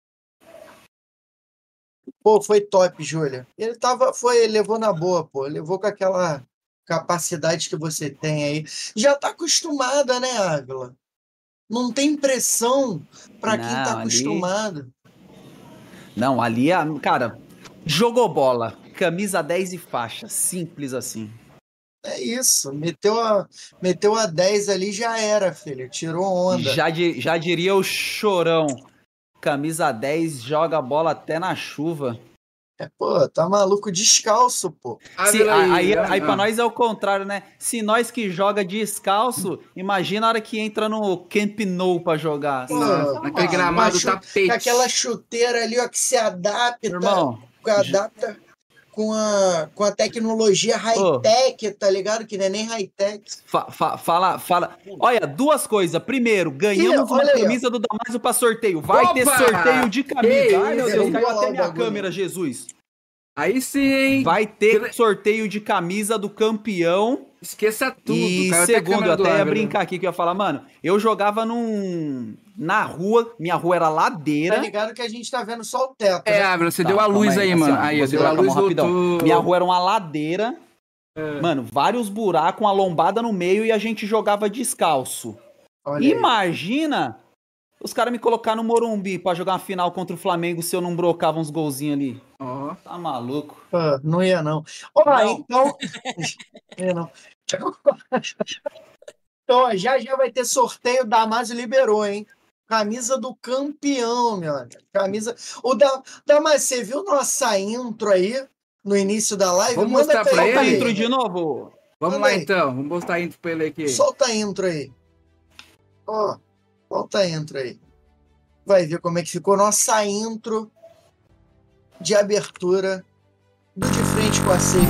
Pô, foi top, Júlia. Ele tava, foi, levou na boa, pô. Levou com aquela capacidade que você tem aí. Já tá acostumada, né, Ávila? Não tem pressão pra quem tá Não, ali- acostumado. Não, ali, a- cara, jogou bola. Camisa dez e faixa. Simples assim. É isso. Meteu a, meteu a dez ali, já era, filho. Tirou onda. Já, di- já diria o Chorão. Camisa dez joga bola até na chuva. É, pô, tá maluco descalço, pô. Se, Ávila a- aí, ah, aí pra ah. nós é o contrário, né? Se nós que joga descalço, imagina a hora que entra no Camp Nou pra jogar. Pô, Nossa, naquele com gramado a chu- tapete. Com aquela chuteira ali, ó, que se adapta, Irmão, que adapta com a, com a tecnologia high-tech, tá ligado? Que não é nem high-tech. fa- fa- fala, fala. Olha, duas coisas. Primeiro, ganhamos Ih, uma olha aí, ó. camisa do Damaso pra sorteio. Vai Opa! ter sorteio de camisa. Que Ai, meu isso, Deus, hein? caiu Olha lá até o minha bagulho. câmera, Jesus. Aí sim, hein? Vai ter sorteio de camisa do campeão. Esqueça tudo. E caiu até a segundo, eu câmera do até ia Ávila. brincar aqui que eu ia falar, mano, eu jogava num. Na rua, minha rua era Tá ladeira. ligado que a gente tá vendo só o teto, É, né? Ávila, você Tá, deu a calma luz aí, assim, mano. ó, Aí, vou deu a segurar com luz, mão rapidão. voltou. Minha rua era uma ladeira. É. Mano, vários buracos, uma lombada no meio e a gente jogava descalço. Olha aí. Imagina os caras me colocar no Morumbi pra jogar uma final contra o Flamengo se eu não brocava uns golzinhos ali. Ó. Tá Tá maluco. Pô, não ia, não. Ó, Não. então. Ia, não. Então, ó, já já vai ter sorteio. Damásio liberou, hein? Camisa do campeão, meu amigo. Camisa. O da... Damásio, você viu nossa intro aí no início da live? Vamos Manda mostrar pra cair Solta a ele. intro de novo. Vamos Manda lá aí. então, vamos mostrar a intro pra ele aqui. Solta a intro aí. Ó, solta a intro aí. Vai ver como é que ficou nossa intro de abertura do De Frente com a C.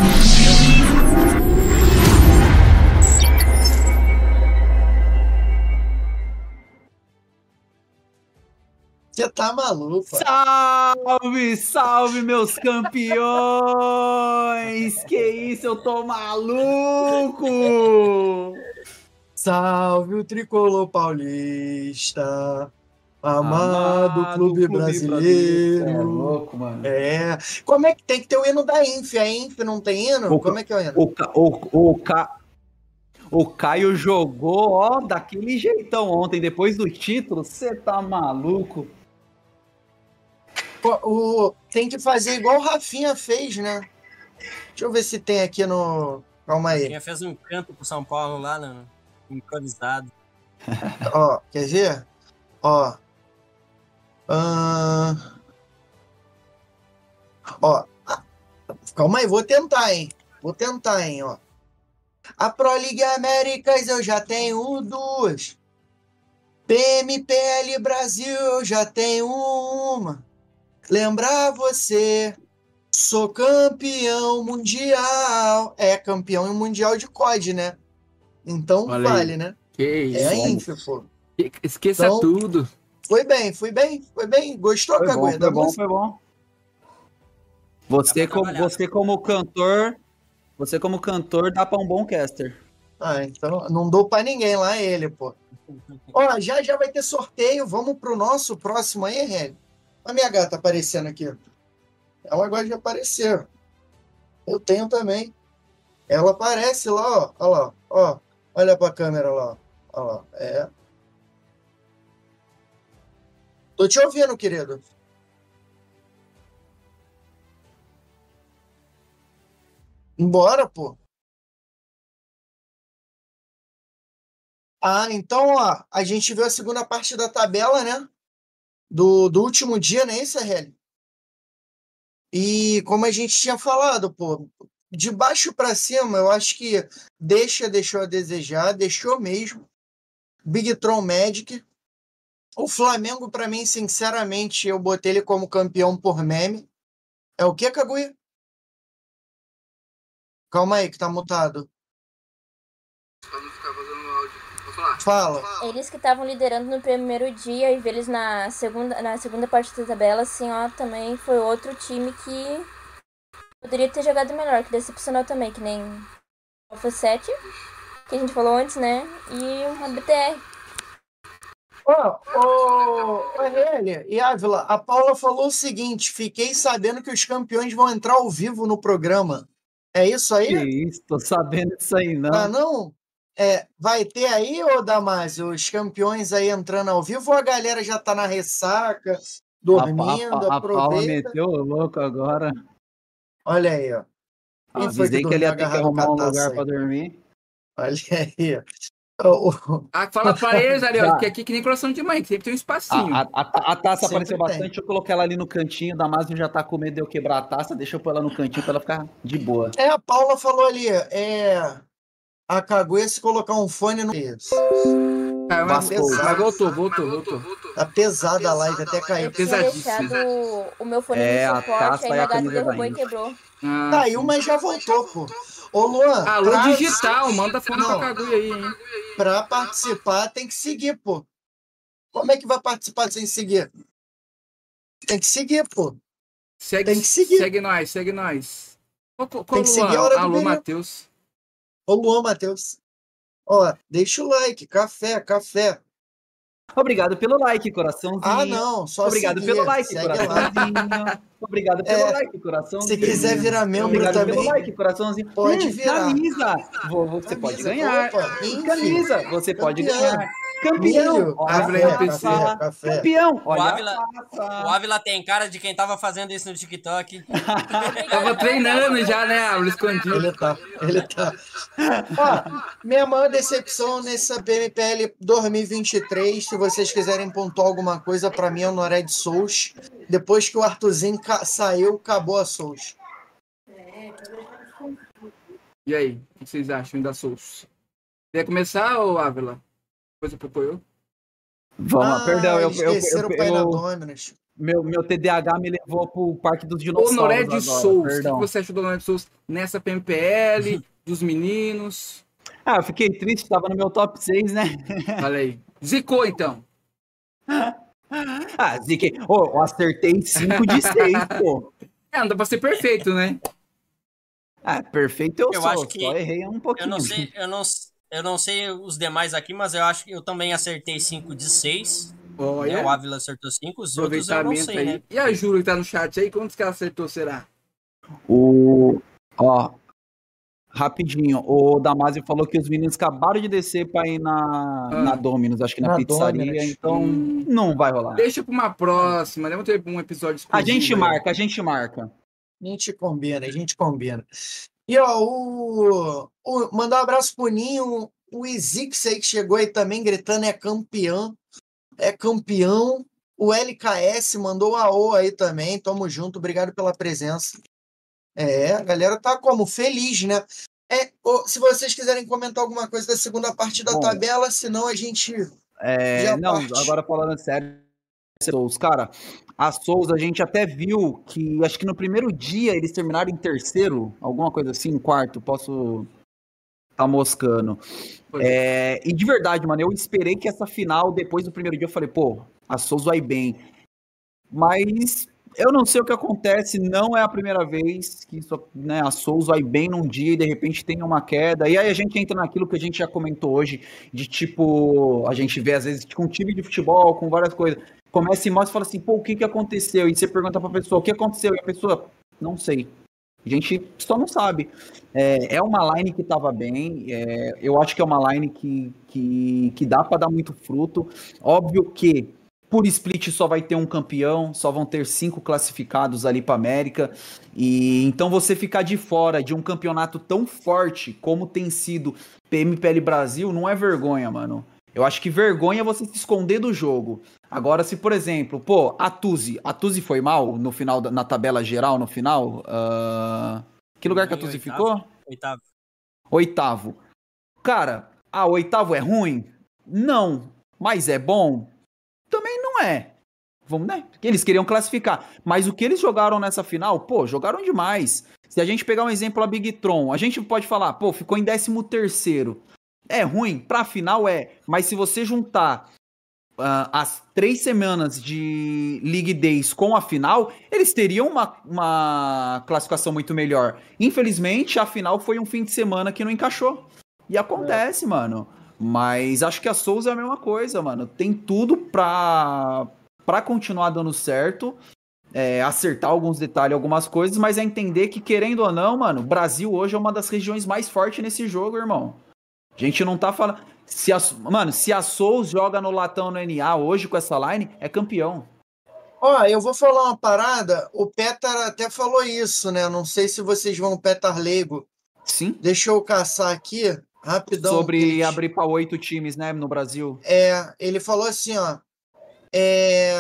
Você tá maluco, ó. Salve, salve, meus campeões! Que isso, eu tô maluco! Salve o tricolor paulista, amado, Amado clube, clube brasileiro. Cê é louco, mano. É. Como é que tem que ter o hino da Inf? A Inf não tem hino? O- Como é que é o hino? O, Ca- o, o, Ca- o Caio jogou, ó, daquele jeitão ontem, depois do título. Você tá maluco? O, o- tem que fazer igual o Rafinha fez, né? Deixa eu ver se tem aqui no. Calma aí. Quem fez um canto pro São Paulo lá, no improvisado. Ó, quer ver? Ó. Ahn. Ó. Calma aí, vou tentar, hein? Vou tentar, hein, ó. A Pro League Américas eu já tenho duas. P M P L Brasil eu já tenho uma. Lembrar você, sou campeão mundial. É, campeão em mundial de C O D, né? Então Olha aí. vale, né? Que É a isso. Inf, pô. Esqueça Então, tudo. Foi bem, foi bem, foi bem. Gostou, Foi bom, Cagueta? foi da bom, música? foi bom. Você Dá pra como, trabalhar. você como cantor, você como cantor dá pra um bom caster. Ah, então não dou pra ninguém lá, ele, pô. Ó, já já vai ter sorteio. Vamos pro nosso próximo aí, Hélio. A minha gata aparecendo aqui. Ela gosta de aparecer. Eu tenho também. Ela aparece lá, ó. Olha lá, ó. Olha pra câmera lá. Olha lá. É. Tô te ouvindo, querido. Embora, pô. Ah, então, ó, a gente viu a segunda parte da tabela, né? Do, do último dia, né, isso, Hélio? E como a gente tinha falado, pô, de baixo pra cima, eu acho que deixa, deixou a desejar, deixou mesmo. Big Tron Magic. O Flamengo, pra mim, sinceramente, eu botei ele como campeão por meme. É o quê, Kaguya? Calma aí, que tá mutado. Pra não ficar vazando o áudio. Vou falar. Fala. Eles que estavam liderando no primeiro dia e ver eles na segunda, na segunda parte da tabela, assim, ó, também foi outro time que poderia ter jogado melhor, que decepcionou também, que nem o Alpha sete, que a gente falou antes, né? E a B T R. Ó, ô, ô, Hélio e Ávila, a Paula falou o seguinte: fiquei sabendo que os campeões vão entrar ao vivo no programa. É isso aí? Que isso, tô sabendo disso aí, não. Ah, não? É, vai ter aí, ô Damásio, os campeões aí entrando ao vivo ou a galera já tá na ressaca, dormindo, a, a, a Paula aproveita? meteu o louco agora. Olha aí, ó. Quem foi Avisei que que ele dormiu ia ter que agarrado com arrumar a um taça lugar aí? pra dormir. Olha aí. Ó, o- Ah, fala pra eles, Ariel, Já. que aqui que nem coração de mãe, que sempre tem um espacinho. A, a, a, a taça Sempre apareceu tem. bastante, eu coloquei ela ali no cantinho. Damasio já tá com medo de eu quebrar a taça, deixa eu pôr ela no cantinho pra ela ficar de boa. É, a Paula falou ali, é. A Kaguya se colocar um fone no. Isso. Ah, mas, Vasco. mas voltou, voltou, voltou. Tá pesada a live, até caiu. Eu tinha Pesadíssimo. deixado o meu fone É, no a suporte, taça aí e a meu gato camisa da derrubou e Inter. quebrou. Ah, Caiu, mas já voltou, pô. Ô, Luan, Alô, pra, digital, manda fone Não. pra Kaguya aí, hein? pra participar tem que seguir, pô. Como é que vai participar sem seguir? Tem que seguir, pô. Segue, Tem que seguir. segue nós, segue nós. Qual, qual, Tem que seguir a hora do Alô, período. Matheus. Ô, Luan, Matheus. Ó, deixa o like, café, café. Obrigado pelo like, coraçãozinho. Ah, não, só Obrigado seguir. pelo like, Segue lá. coraçãozinho. Obrigado pelo É, like, coraçãozinho. Se quiser virar membro Obrigado também, pelo like, coraçãozinho. pode Hum, virar. Camisa. Vou- Você Camisa, pode ganhar. opa, enfim. Camisa. Você pode Campeão. ganhar. Campeão! Milho, Olha Ávila a é café, M P C. café, café. Campeão! O Olha Ávila, a taça. o Ávila tem cara de quem tava fazendo isso no TikTok. Tava treinando já, né, Ávila, escondido. Ele tá, ele tá. Ó, minha maior decepção nessa P M P L dois mil e vinte e três, se vocês quiserem pontuar alguma coisa, pra mim é o Nored Souls. Depois que o Arthurzinho ca- saiu, acabou a Souls. E aí, o que vocês acham da Souls? Quer começar, ô Ávila? Depois eu propõe. Vamos lá, Ah, perdão, eu, eu, esqueceram eu, o Pai da eu- Dominus. meu, meu T D A H me levou pro Parque dos O Dinossauros Nored agora, Souls, o que perdão. você achou do Nored Souls nessa P M P L, dos meninos? Ah, eu fiquei triste, tava no meu top seis, né? Olha aí. Zicou, então. Ah, Zique, ô, eu acertei cinco de seis, pô. É, não dá pra ser perfeito, né? Ah, perfeito eu, Eu sou, acho que- só errei um Eu pouquinho. não sei, eu não, eu não sei os demais aqui, mas eu acho que eu também acertei cinco de seis. Né? Olha, O Ávila acertou cinco, os outros eu não aproveitamento sei, aí. né? E a Júlia que tá no chat aí, quantos que ela acertou, será? O, ó, rapidinho, o Damásio falou que os meninos acabaram de descer pra ir na, Ah. na Dominus, acho que na, Na pizzaria, Dominus. então Hum. não vai rolar. Deixa pra uma próxima, né? Vamos ter um episódio A exclusivo gente aí. marca, a gente marca. A gente combina, a gente combina. E ó, o, o- mandar um abraço pro Ninho, o Izix aí que chegou aí também gritando é campeão, é campeão. O L K S mandou a O aí também, tamo junto, obrigado pela presença. É, a galera tá como? Feliz, né? É, ô, se vocês quiserem comentar alguma coisa da segunda parte da Bom. tabela, senão a gente É, já não, parte. agora falando sério, Souls, cara, a Souls a gente até viu que acho que no primeiro dia eles terminaram em terceiro, alguma coisa assim, em quarto, posso tá moscando. Pois é. É, e de verdade, mano, eu esperei que essa final, depois do primeiro dia, eu falei, pô, a Souls vai bem. Mas eu não sei o que acontece, não é a primeira vez que isso, né, a Souls vai bem num dia e de repente tem uma queda. E aí a gente entra naquilo que a gente já comentou hoje, de tipo, a gente vê às vezes com time de futebol, com várias coisas. Começa e mostra e fala assim, pô, o que que aconteceu? E você pergunta pra pessoa, o que aconteceu? E a pessoa, não sei. A gente só não sabe. É, é uma line que estava bem, é, eu acho que é uma line que, que, que dá para dar muito fruto. Óbvio que por split só vai ter um campeão, só vão ter cinco classificados ali para América. E então você ficar de fora de um campeonato tão forte como tem sido P M P L Brasil não é vergonha, mano. Eu acho que vergonha é você se esconder do jogo. Agora, se, por exemplo, pô, a Tuzi, a Tuzi foi mal no final, da- na tabela geral, no final? Ah, que lugar que a Em Tuzi oitavo. ficou? Oitavo. Oitavo. Cara, ah, oitavo é ruim? Não. Mas é bom? Também não é. Vamos, né? Porque eles queriam classificar. Mas o que eles jogaram nessa final, pô, jogaram demais. Se a gente pegar um exemplo, a Big Tron, a gente pode falar, pô, ficou em décimo terceiro. É ruim? Pra final é. Mas se você juntar ah, as três semanas de League Days com a final, eles teriam uma, uma classificação muito melhor. Infelizmente, a final foi um fim de semana que não encaixou. E acontece, mano. Mas acho que a Souza é a mesma coisa, mano. Tem tudo pra, pra continuar dando certo. É, acertar alguns detalhes, algumas coisas, mas é entender que, querendo ou não, mano, o Brasil hoje é uma das regiões mais fortes nesse jogo, irmão. A gente não tá falando. Se a, mano, se a Souls joga no Latão no N A hoje com essa line, é campeão. Ó, eu vou falar uma parada, o Petar até falou isso, né? Não sei se vocês vão Petar Lego. Sim. Deixa eu caçar aqui, rapidão. Sobre ele- abrir pra oito times, né, no Brasil. É, ele falou assim, ó. É...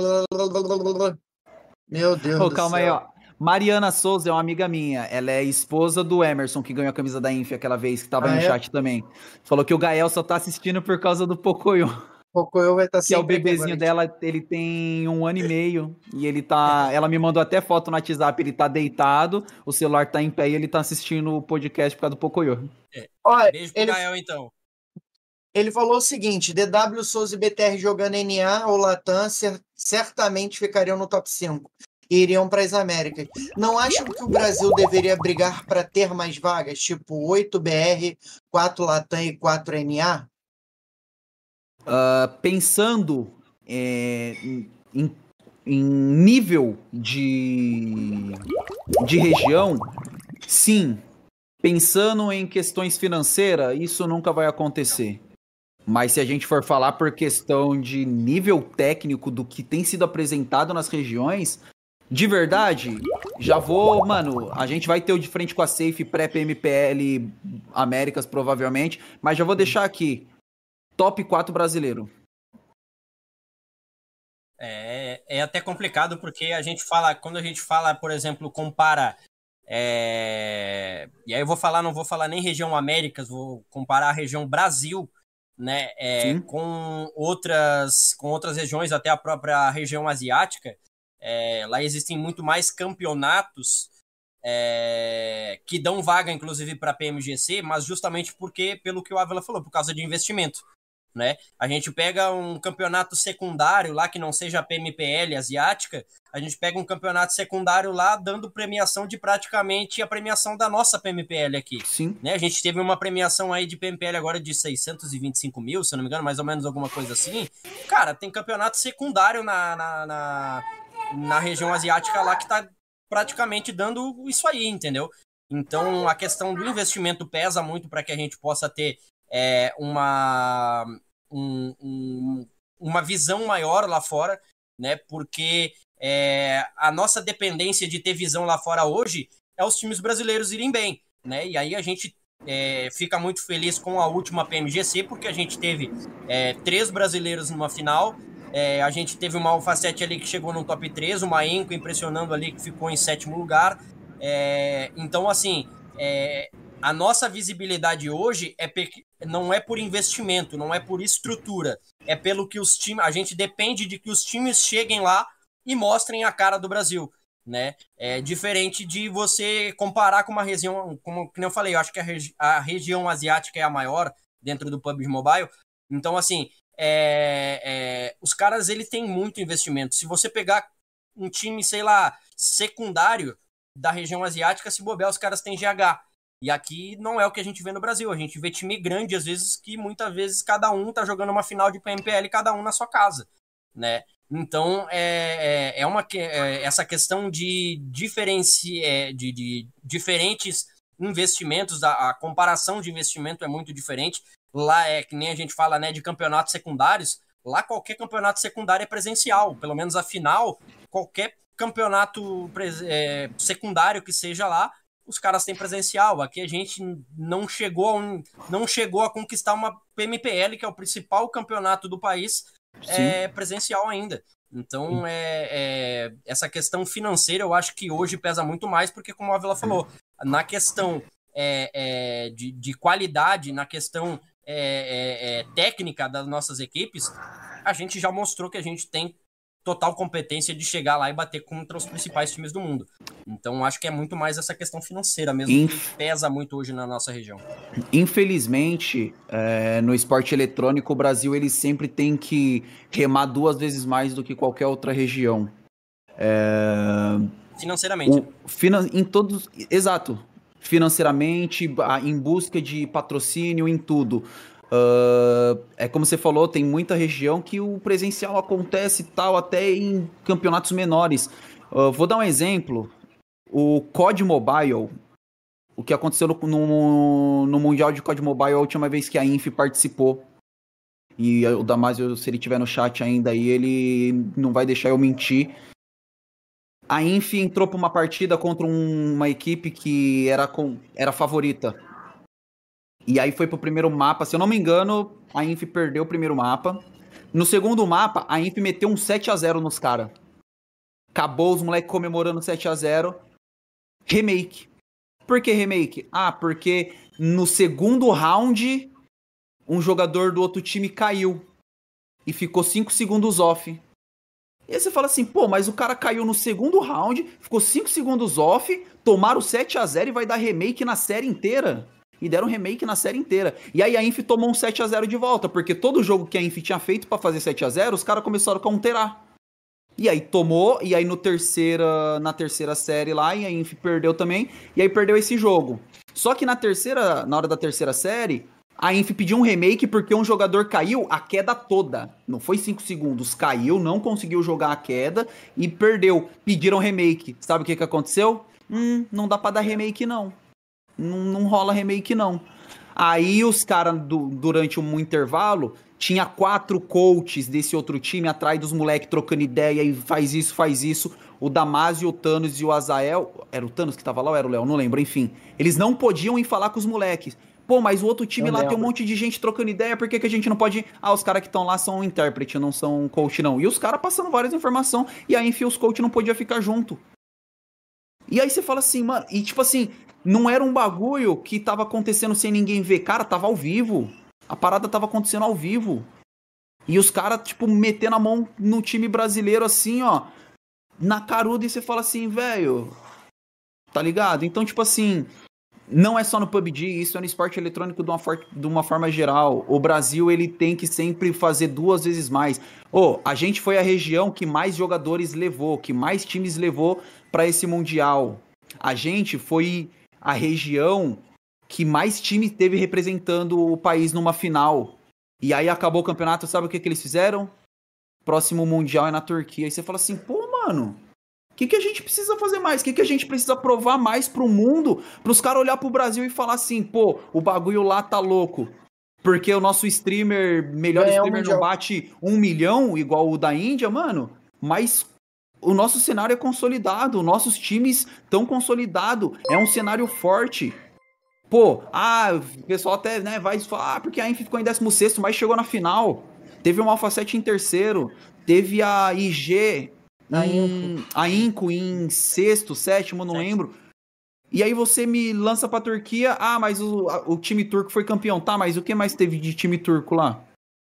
Meu Deus Ô, do calma aí, céu. ó. Mariana Souza é uma amiga minha. Ela é esposa do Emerson, que ganhou a camisa da Inf aquela vez, que tava Ah, no é? chat também. Falou que o Gael só tá assistindo por causa do Pocoyo, Pocoyo vai estar que é o sempre aqui bebezinho agora. dela. Ele tem um ano e meio. E ele tá. Ela me mandou até foto no WhatsApp. Ele tá deitado, o celular tá em pé e ele tá assistindo o podcast por causa do Pocoyo. Ó, Beijo pro ele, Gael, então. ele falou o seguinte: D W, Souza e B T R jogando N A ou Latam cer- certamente ficariam no top cinco e iriam para as Américas. Não acham que o Brasil deveria brigar para ter mais vagas, tipo oito B R, quatro Latam e quatro N A? Ah, pensando é, em, em nível de, de região, sim. Pensando em questões financeiras, isso nunca vai acontecer. Mas se a gente for falar por questão de nível técnico do que tem sido apresentado nas regiões, de verdade, já vou, mano, a gente vai ter o de frente com a Safe pré-P M P L Américas provavelmente, mas já vou deixar aqui, top quatro brasileiro. É, é até complicado porque a gente fala, quando a gente fala, por exemplo, compara, é, e aí eu vou falar, não vou falar nem região Américas, vou comparar a região Brasil, né, é, com outras, com outras regiões, até a própria região asiática. É, lá existem muito mais campeonatos é, que dão vaga, inclusive, para a P M G C, mas justamente porque, pelo que o Ávila falou, por causa de investimento. Né? A gente pega um campeonato secundário lá que não seja a P M P L asiática, a gente pega um campeonato secundário lá dando premiação de praticamente a premiação da nossa P M P L aqui. Sim. Né? A gente teve uma premiação aí de P M P L agora de seiscentos e vinte e cinco mil, se eu não me engano, mais ou menos alguma coisa assim. Cara, tem campeonato secundário na, na, na, na região asiática lá que tá praticamente dando isso aí, entendeu? Então a questão do investimento pesa muito para que a gente possa ter É uma, um, um, uma visão maior lá fora, né? Porque é, a nossa dependência de ter visão lá fora hoje é os times brasileiros irem bem, né? E aí a gente é, fica muito feliz com a última P M G C, porque a gente teve é, três brasileiros numa final, é, a gente teve uma Alfacete ali que chegou no top três, uma Enco impressionando ali que ficou em sétimo lugar. É, então, assim, é, a nossa visibilidade hoje é pe- não é por investimento, não é por estrutura, é pelo que os times, a gente depende de que os times cheguem lá e mostrem a cara do Brasil, né? É diferente de você comparar com uma região, como, como eu falei, eu acho que a, regi- a região asiática é a maior dentro do P U B G Mobile, então assim, é, é, os caras eles têm muito investimento. Se você pegar um time, sei lá, secundário da região asiática, se bobear, os caras têm G H. E aqui não é o que a gente vê no Brasil. A gente vê time grande, às vezes, que muitas vezes cada um tá jogando uma final de P M P L, cada um na sua casa, né? Então, é, é, é uma, é, essa questão de, diferenci, é, de, de diferentes investimentos, a, a comparação de investimento é muito diferente. Lá é que nem a gente fala, né, de campeonatos secundários. Lá qualquer campeonato secundário é presencial. Pelo menos a final, qualquer campeonato é, secundário que seja lá, os caras têm presencial. Aqui a gente não chegou a, um, não chegou a conquistar uma P M P L, que é o principal campeonato do país, é, presencial ainda. Então, é, é, essa questão financeira eu acho que hoje pesa muito mais, porque, como a Ávila falou, na questão é, é, de, de qualidade, na questão é, é, é, técnica das nossas equipes, a gente já mostrou que a gente tem total competência de chegar lá e bater contra os principais times do mundo. Então, acho que é muito mais essa questão financeira mesmo, Inf... que pesa muito hoje na nossa região. Infelizmente, é, no esporte eletrônico, o Brasil ele sempre tem que remar duas vezes mais do que qualquer outra região. É... Financeiramente. O, finan... Em todos... Exato. Financeiramente, em busca de patrocínio, em tudo. Uh, é como você falou, tem muita região que o presencial acontece tal, até em campeonatos menores. Uh, vou dar um exemplo. O C O D Mobile, o que aconteceu no, no, no Mundial de C O D Mobile, a última vez que a Inf participou. E o Damásio, se ele estiver no chat ainda, aí ele não vai deixar eu mentir. A Inf entrou para uma partida contra um, uma equipe que era, com, era favorita. E aí foi pro primeiro mapa, se eu não me engano, a Inf perdeu o primeiro mapa. No segundo mapa, a Inf meteu um sete a zero nos caras. Acabou os moleques comemorando sete a zero. Remake. Por que remake? Ah, porque no segundo round, um jogador do outro time caiu. E ficou cinco segundos off. E aí você fala assim, pô, mas o cara caiu no segundo round, ficou cinco segundos off, tomaram sete a zero e vai dar remake na série inteira. E deram remake na série inteira. E aí a Inf tomou um sete a zero de volta, porque todo jogo que a Inf tinha feito pra fazer sete a zero, os caras começaram a counterar. E aí tomou, e aí no terceira, na terceira série lá, e a Inf perdeu também, e aí perdeu esse jogo. Só que na terceira, na hora da terceira série, a Inf pediu um remake porque um jogador caiu a queda toda. Não foi cinco segundos, caiu, não conseguiu jogar a queda e perdeu. Pediram remake. Sabe o que que aconteceu? Hum, não dá pra dar remake não. Não, não rola remake, não. Aí os caras, durante um intervalo, tinha quatro coaches desse outro time atrás dos moleques trocando ideia e faz isso, faz isso. O Damásio, o Thanos e o Azael. Era o Thanos que tava lá ou era o Léo? Não lembro, enfim. Eles não podiam ir falar com os moleques. Pô, mas o outro time Eu lá tem um lembro. monte de gente trocando ideia, por que, que a gente não pode ir? Ah, os caras que estão lá são intérprete, não são coach, não. E os caras passando várias informações, e aí, enfim, os coach não podiam ficar junto. E aí você fala assim, mano, e tipo assim, não era um bagulho que tava acontecendo sem ninguém ver. Cara, tava ao vivo. A parada tava acontecendo ao vivo. E os caras, tipo, metendo a mão no time brasileiro assim, ó, na caruda, e você fala assim, velho, tá ligado? Então, tipo assim, não é só no P U B G, isso é no esporte eletrônico de uma, for- de uma forma geral. O Brasil, ele tem que sempre fazer duas vezes mais. Ô, a gente foi a região que mais jogadores levou, que mais times levou pra esse Mundial. A gente foi a região que mais times teve representando o país numa final. E aí acabou o campeonato, sabe o que, que eles fizeram? Próximo Mundial é na Turquia. Aí você fala assim, pô, mano, o que, que a gente precisa fazer mais? O que, que a gente precisa provar mais pro mundo? Para os caras olhar pro Brasil e falar assim, pô, o bagulho lá tá louco. Porque o nosso streamer, melhor Ganhar o streamer não Mundial. bate um milhão, igual o da Índia, mano. Mas o nosso cenário é consolidado, nossos times estão consolidados, é um cenário forte. Pô, ah, o pessoal até, né, vai falar, ah, porque a Inf ficou em décimo sexto, mas chegou na final. Teve uma Alpha sete em terceiro, teve a I G, A em, a Inco em sexto, sétimo, não Sétimo. lembro. E aí você me lança pra Turquia, ah, mas o, a- o time turco foi campeão, tá, mas o que mais teve de time turco lá?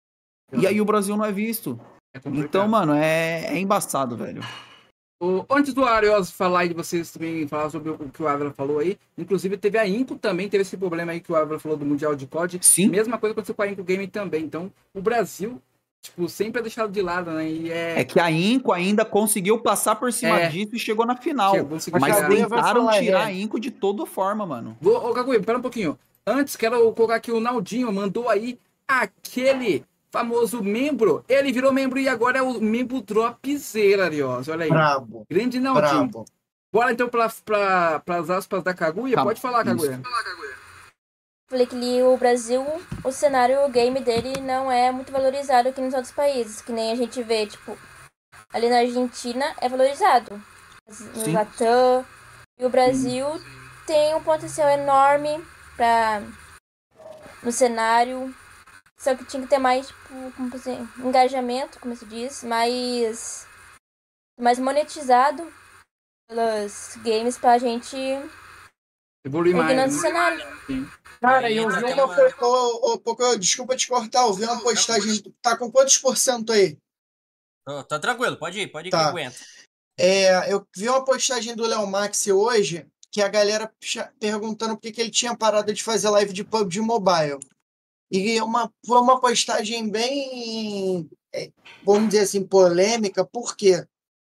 E aí o Brasil não é visto. É complicado. Então, mano, é, é embaçado, velho. O- antes do Arios falar e de vocês também falar sobre o que o Ávila falou aí, inclusive teve a Inco também, teve esse problema aí que o Ávila falou do Mundial de C O D. Sim. Mesma coisa aconteceu com a Inco Game também. Então, o Brasil, tipo, sempre é deixado de lado, né? E é. É que a Inco ainda conseguiu passar por cima É. disso e chegou na final. Chegou, conseguiu Mas chegar. Kaguya vai tentaram falar, tirar é. a Inco de toda forma, mano. Vou, ô, Kaguya, pera um pouquinho. Antes, quero colocar aqui o Naldinho, mandou aí aquele famoso membro. Ele virou membro e agora é o membro Dropzera, Arios. Olha aí. Brabo, Grande Naldinho. brabo. Bora então para as aspas da Kaguya. Tá, Pode falar, Kaguya. isso. Falei que ali o Brasil, o cenário game dele não é muito valorizado aqui nos outros países, que nem a gente vê, tipo, ali na Argentina é valorizado, no Sim. Latam, e o Brasil tem um potencial enorme pra, no cenário, só que tinha que ter mais, tipo, como dizer, engajamento, como se diz, mais, mais monetizado pelos games pra gente Evolui erguer mais. nosso né? cenário. Cara, E eu entra vi aquela- uma. Ô, ô, Poco, desculpa te cortar, eu vi uma postagem. Tá com quantos por cento aí? Tô- Tá tranquilo, pode ir, pode ir Tá. que eu aguento. É, eu vi uma postagem do Léo Max hoje que a galera cha- perguntando por que que ele tinha parado de fazer live de P U B G Mobile. E é uma, foi uma postagem bem, é, vamos dizer assim, polêmica, por quê?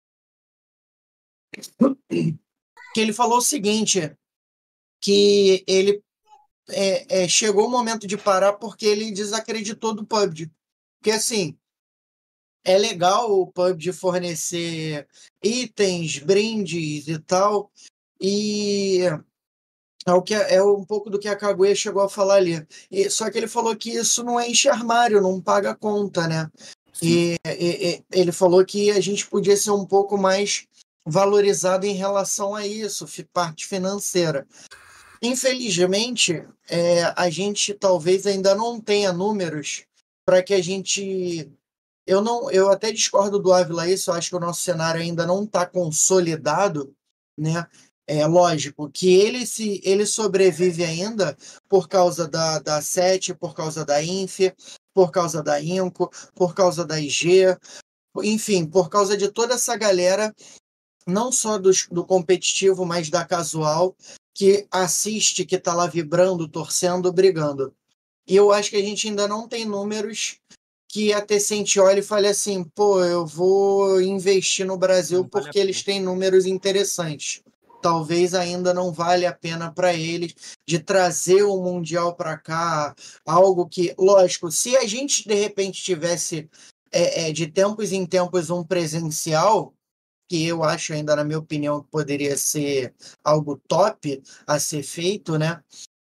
Que ele falou o seguinte, que ele é, é, chegou o momento de parar porque ele desacreditou do P U B G. Porque assim, é legal o P U B G fornecer itens, brindes e tal, e é, o que, é um pouco do que a Kaguya chegou a falar ali. E, só que ele falou que isso não enche armário, não paga conta, né? E, e- e ele falou que a gente podia ser um pouco mais valorizado em relação a isso, fi- parte financeira. Infelizmente, é, a gente talvez ainda não tenha números para que a gente. Eu não, eu até discordo do Ávila isso, eu acho que o nosso cenário ainda não está consolidado, né? É lógico que ele se ele sobrevive ainda por causa da, da SET, por causa da Inf, por causa da Inco, por causa da I G, enfim, por causa de toda essa galera, não só dos, do competitivo, mas da casual, que assiste, que está lá vibrando, torcendo, brigando. E eu acho que a gente ainda não tem números que a Tencent olhe e fale assim, pô, eu vou investir no Brasil Não vale a porque eles têm números interessantes. Talvez ainda não vale a pena para eles de trazer o Mundial para cá, algo que, lógico, se a gente de repente tivesse é, é, de tempos em tempos um presencial, que eu acho ainda, na minha opinião, que poderia ser algo top a ser feito, né?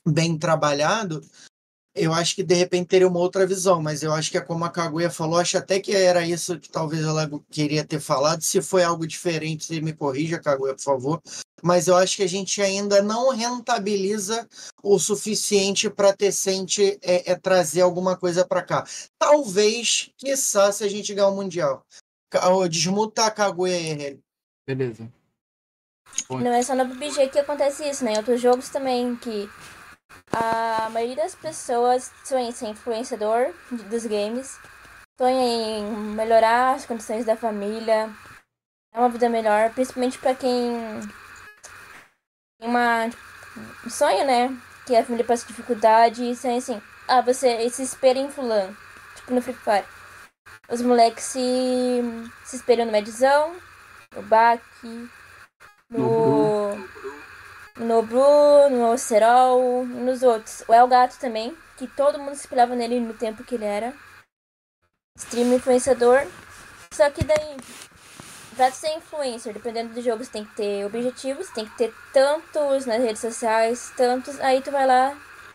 bem trabalhado, eu acho que de repente teria uma outra visão, mas eu acho que é como a Kaguya falou, acho até que era isso que talvez ela queria ter falado. Se foi algo diferente, você me corrija, Kaguya, por favor. Mas eu acho que a gente ainda não rentabiliza o suficiente para a Tencent é, é trazer alguma coisa para cá. Talvez, quiçá, se a gente ganhar o Mundial. Desmuta a Kaguya aí. Beleza. Não é só no P U B G que acontece isso, né? Em outros jogos também, que a maioria das pessoas sonha em ser influenciador dos games, sonha em melhorar as condições da família, ter uma vida melhor, principalmente pra quem tem uma, um sonho, né? Que a família passa dificuldade e sonha assim, ah, você se espelha em fulano, tipo no Free Fire. Os moleques se, se espelham no Medzão, no Baki, no... no Bru, no Serol, e nos outros. O El Gato também, que todo mundo se espelhava nele no tempo que ele era streamer influenciador. Só que daí, pra ser influencer, dependendo do jogo, você tem que ter objetivos, tem que ter tantos nas redes sociais, tantos, aí tu vai lá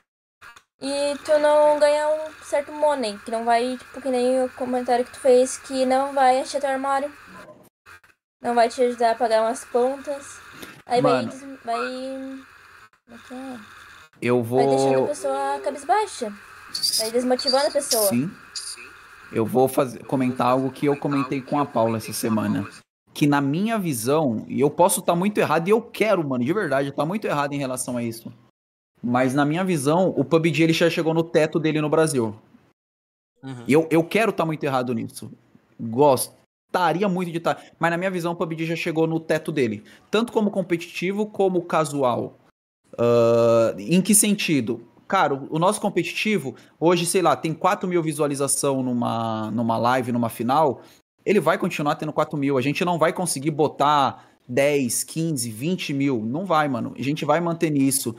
e tu não ganha um certo money, que não vai, tipo, que nem o comentário que tu fez, que não vai encher teu armário, não vai te ajudar a pagar umas contas. Aí Mano, vai, des- vai. Como é que é? Eu Vai deixando a vou. pessoa cabisbaixa. Vai desmotivando a pessoa. Sim. Eu vou fazer, comentar algo que eu comentei com a Paula essa semana. Que na minha visão, e eu posso estar muito errado, e eu quero, mano, de verdade, estar muito errado em relação a isso. Mas na minha visão, o P U B G ele já chegou no teto dele no Brasil. Uhum. Eu, eu quero estar muito errado nisso. Gostaria muito de estar. Mas na minha visão, o P U B G já chegou no teto dele. Tanto como competitivo, como casual. Uh, em que sentido? Cara, o, o nosso competitivo, hoje, sei lá, tem quatro mil visualização numa, numa live, numa final. Ele vai continuar tendo quatro mil. A gente não vai conseguir botar dez, quinze, vinte mil. Não vai, mano. A gente vai manter nisso.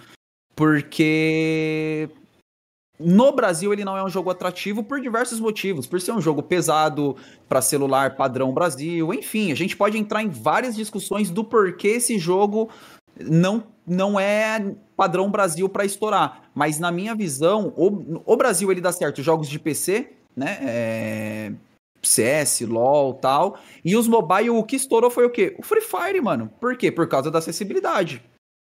Porque no Brasil ele não é um jogo atrativo por diversos motivos. Por ser um jogo pesado para celular padrão Brasil. Enfim, a gente pode entrar em várias discussões do porquê esse jogo não, não é padrão Brasil para estourar. Mas na minha visão, o, o Brasil ele dá certo jogos de P C, né? É, C S, LoL, tal. E os mobile, o que estourou foi o quê? O Free Fire, mano. Por quê? Por causa da acessibilidade.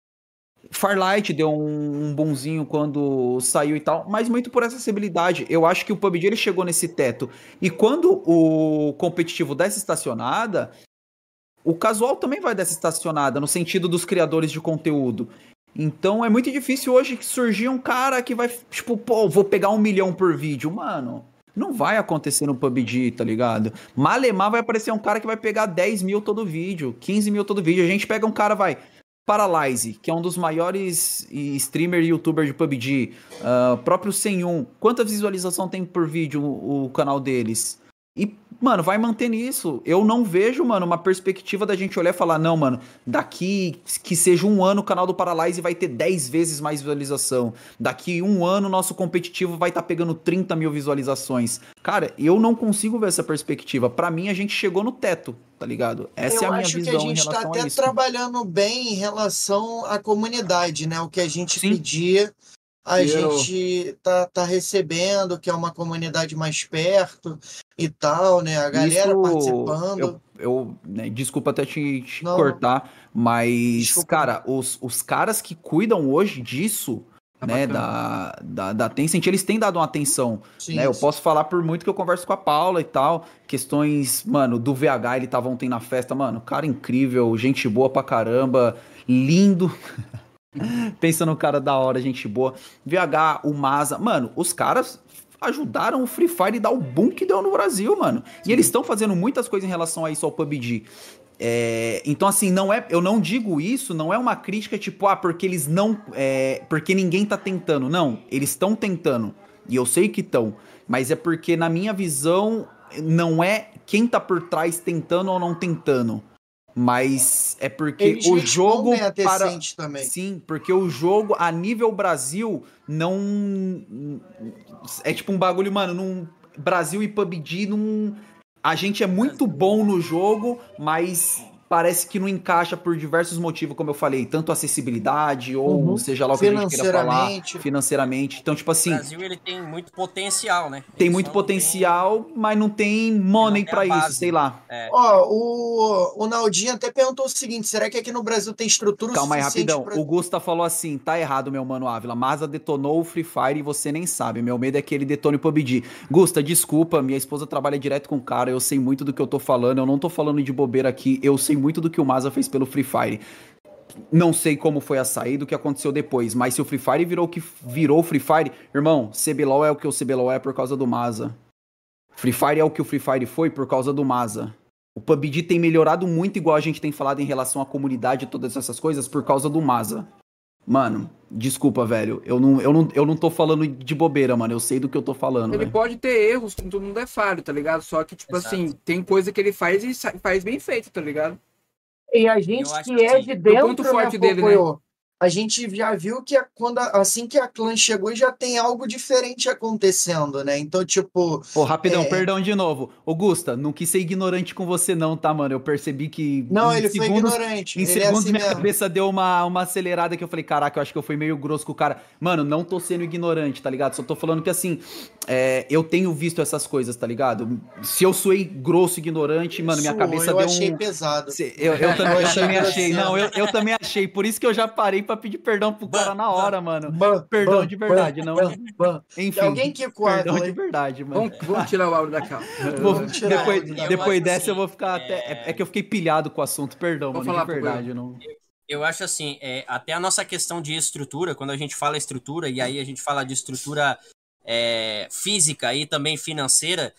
Farlight deu um, um bonzinho quando saiu e tal, mas muito por acessibilidade. Eu acho que o P U B G ele chegou nesse teto. E quando o competitivo dá essa estacionada, o casual também vai dessa estacionada, no sentido dos criadores de conteúdo. Então é muito difícil hoje que surgir um cara que vai, tipo, pô, vou pegar um milhão por vídeo. Mano, não vai acontecer no P U B G, tá ligado? Malemar vai aparecer um cara que vai pegar dez mil todo vídeo, quinze mil todo vídeo. A gente pega um cara, vai, Paralyze, que é um dos maiores streamer e youtuber de P U B G. Uh, próprio cem e um. Quanta visualização tem por vídeo o, o canal deles? E, mano, vai manter nisso. Eu não vejo, mano, uma perspectiva da gente olhar e falar, não, mano, daqui que seja um ano o canal do Paralyze vai ter dez vezes mais visualização. Daqui um ano o nosso competitivo vai estar tá pegando trinta mil visualizações. Cara, eu não consigo ver essa perspectiva. Pra mim, a gente chegou no teto, tá ligado? Essa Eu é a minha acho visão que a em gente está relação a até isso. trabalhando bem em relação à comunidade, né? O que a gente Sim. pedia, a Eu- gente tá, tá recebendo, que é uma comunidade mais perto e tal, né? A galera Isso, participando. eu, eu né, desculpa até te, te Não. cortar, mas, Desculpa. cara, os, os caras que cuidam hoje disso, Tá né, bacana. da, da, da Tencent, eles têm dado uma atenção, Sim, né, eu sim. posso falar por muito que eu converso com a Paula e tal, questões, mano, do V H, ele tava ontem na festa, mano, cara incrível, gente boa pra caramba, lindo, pensa no cara da hora, gente boa, V H, o Maza, mano, os caras ajudaram o Free Fire a dar o boom que deu no Brasil, mano, e eles estão fazendo muitas coisas em relação a isso ao P U B G. É, então, assim, não é, eu não digo isso, não é uma crítica tipo, ah, porque eles não. É, porque ninguém tá tentando. Não, eles estão tentando. E eu sei que estão. Mas é porque, na minha visão, não é quem tá por trás tentando ou não tentando. Mas é porque Eles o jogo. respondem a Para... Tencent também. Sim, porque o jogo, a nível Brasil, não. É tipo um bagulho, mano, num. Brasil e P U B G não. A gente é muito bom no jogo, mas parece que não encaixa por diversos motivos, como eu falei, tanto acessibilidade ou Uhum. seja lá o que a gente queira falar Financeiramente. financeiramente. Então, tipo O assim, Brasil ele tem muito potencial, né? tem Ele muito só não potencial, mas não tem Ele money não tem a pra isso, base. sei lá. É. Ó, o, o Naldinho até perguntou o seguinte: será que aqui no Brasil tem estrutura Calma aí, suficiente rapidão. pra. O Gusta falou assim: tá errado, meu mano Ávila. Masa detonou o Free Fire e você nem sabe. Meu medo é que ele detone o P U B G. Gusta, desculpa, minha esposa trabalha direto com o cara. Eu sei muito do que eu tô falando. Eu não tô falando de bobeira aqui. Eu sei muito do que o Masa fez pelo Free Fire. Não sei como foi a saída, o que aconteceu depois. Mas se o Free Fire virou o que virou o Free Fire, irmão, C B L O L é o que o C B L O L é por causa do Masa. Free Fire é o que o Free Fire foi por causa do Masa. O P U B G tem melhorado muito, igual a gente tem falado em relação à comunidade e todas essas coisas, por causa do Masa. Mano, desculpa, velho. Eu não, eu, não, eu não tô falando de bobeira, mano. Eu sei do que eu tô falando, Ele velho. pode ter erros, todo mundo é falho, tá ligado? Só que, tipo Exato. assim, tem coisa que ele faz e sa- faz bem feito, tá ligado? E a gente Eu acho que é assim, de do dentro, ponto forte né, dele, Pocoyo, a gente já viu que a- quando a- assim que a clã chegou já tem algo diferente acontecendo, né? Então, tipo, Pô, rapidão, é, perdão de novo. Augusta, não quis ser ignorante com você não, tá, mano? Eu percebi que não, em ele foi segundos, ignorante. em Ele é segundos assim minha mesmo. cabeça deu uma, uma acelerada que eu falei, caraca, eu acho que eu fui meio grosso com o cara. Mano, não tô sendo ignorante, tá ligado? Só tô falando que, assim, é, eu tenho visto essas coisas, tá ligado? Se eu suei grosso, ignorante, mano, minha Suou, cabeça eu deu achei um... pesado. Se- Eu, eu, também, eu achei também achei, grosseiro. não, eu, eu também achei. Por isso que eu já parei pra pedir perdão pro cara Ban, na ban. hora, mano. Ban, Perdão ban, de ban, verdade, não. ban, ban. Enfim, Alguém quicou o perdão Ávila de aí. verdade, mano. Vamos, vamos tirar o áudio da calma. Vou- Vamos tirar o depois áudio da Eu depois acho dessa assim, eu vou ficar até. É, é que eu fiquei pilhado com o assunto, perdão, Vou mano, falar, de verdade. Não... Eu acho assim, é, até a nossa questão de estrutura, quando a gente fala estrutura, e aí a gente fala de estrutura é, física e também financeira,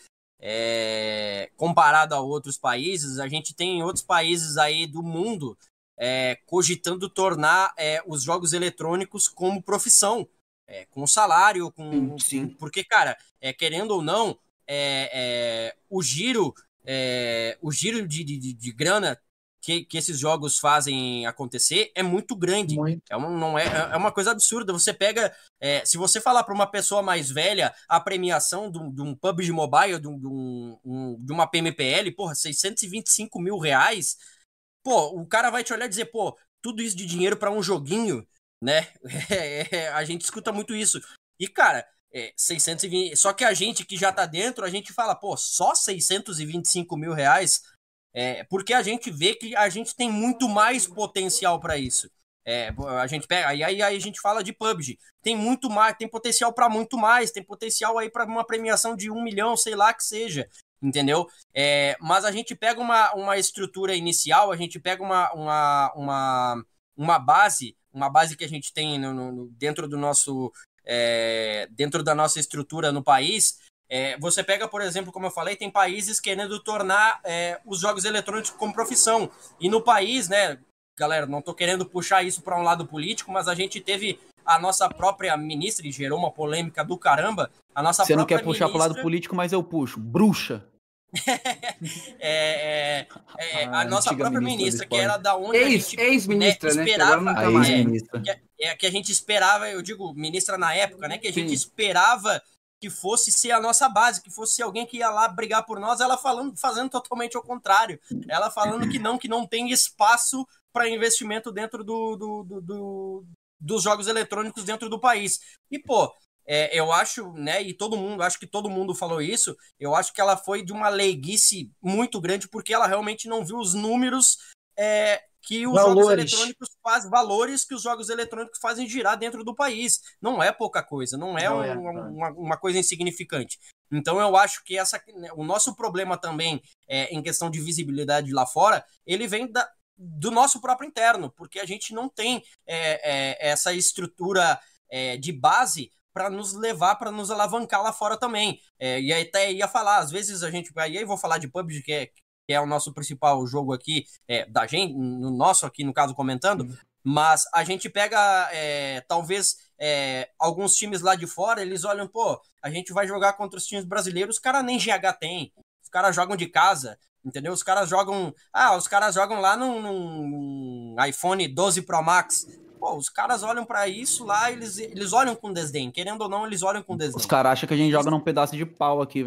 é, comparado a outros países, a gente tem outros países aí do mundo é, cogitando tornar é, os jogos eletrônicos como profissão, é, com salário, com, Sim. com- porque, cara, é, querendo ou não, é, é, o giro, é, o giro de, de, de grana que, que esses jogos fazem acontecer é muito grande. Muito. É uma, não é, é uma coisa absurda. Você pega. É, se você falar para uma pessoa mais velha a premiação de um, de um P U B G Mobile, de, um, de, um, um- de uma P M P L, porra, seiscentos e vinte e cinco mil reais, pô, o cara vai te olhar e dizer, pô, tudo isso de dinheiro para um joguinho, né? É, é, a gente escuta muito isso. E, cara. É, seiscentos e vinte, só que a gente que já tá dentro, a gente fala, pô, só seiscentos e vinte e cinco mil reais. É, porque a gente vê que a gente tem muito mais potencial para isso. É, a gente pega, aí, aí a gente fala de P U B G. Tem muito mais, tem potencial para muito mais, tem potencial aí para uma premiação de um milhão, sei lá que seja, entendeu? É, mas a gente pega uma, uma estrutura inicial, a gente pega uma, uma, uma, uma base, uma base que a gente tem no, no, dentro do nosso, é, dentro da nossa estrutura no país. É, você pega, por exemplo, como eu falei, tem países querendo tornar é, os jogos eletrônicos como profissão. E no país, né, galera, não tô querendo puxar isso para um lado político, mas a gente teve a nossa própria ministra, e gerou uma polêmica do caramba, a nossa Você não própria quer puxar pro lado ministra- político, mas eu puxo. Bruxa. é, é, é, A a nossa antiga própria ministra do ministra, que esporte. era da onde a Ex, gente ex-ministra, né? Que agora esperava, não A tá mais. ex-ministra. que, é, que a gente esperava, eu digo, ministra na época, né? Que a gente Sim. esperava que fosse ser a nossa base, que fosse ser alguém que ia lá brigar por nós, ela falando, fazendo totalmente ao contrário. Ela falando que não, que não tem espaço para investimento dentro do, do, do, do- dos jogos eletrônicos dentro do país. E, pô, é, eu acho, né, e todo mundo, acho que todo mundo falou isso, eu acho que ela foi de uma leiguice muito grande, porque ela realmente não viu os números é, que os jogos Valores. eletrônicos fazem, valores que os jogos eletrônicos fazem girar dentro do país. Não é pouca coisa, não é, Não um- é, uma, uma coisa insignificante. Então eu acho que essa, né, o nosso problema também é, em questão de visibilidade lá fora, ele vem da, do nosso próprio interno, porque a gente não tem é, é, essa estrutura é, de base para nos levar, para nos alavancar lá fora também. É, e aí até ia falar, às vezes a gente, aí eu vou falar de P U B G, que é, que é o nosso principal jogo aqui, é, da gente, no nosso aqui, no caso, comentando, mas a gente pega, é, talvez, é, alguns times lá de fora, eles olham, pô, a gente vai jogar contra os times brasileiros, os caras nem G H tem, os caras jogam de casa, entendeu? Os caras jogam, ah, os caras jogam lá num, num iPhone doze Pro Max. Pô, os caras olham pra isso lá, eles, eles olham com desdém, querendo ou não, eles olham com desdém. Os caras acham que a gente joga num pedaço de pau aqui, velho.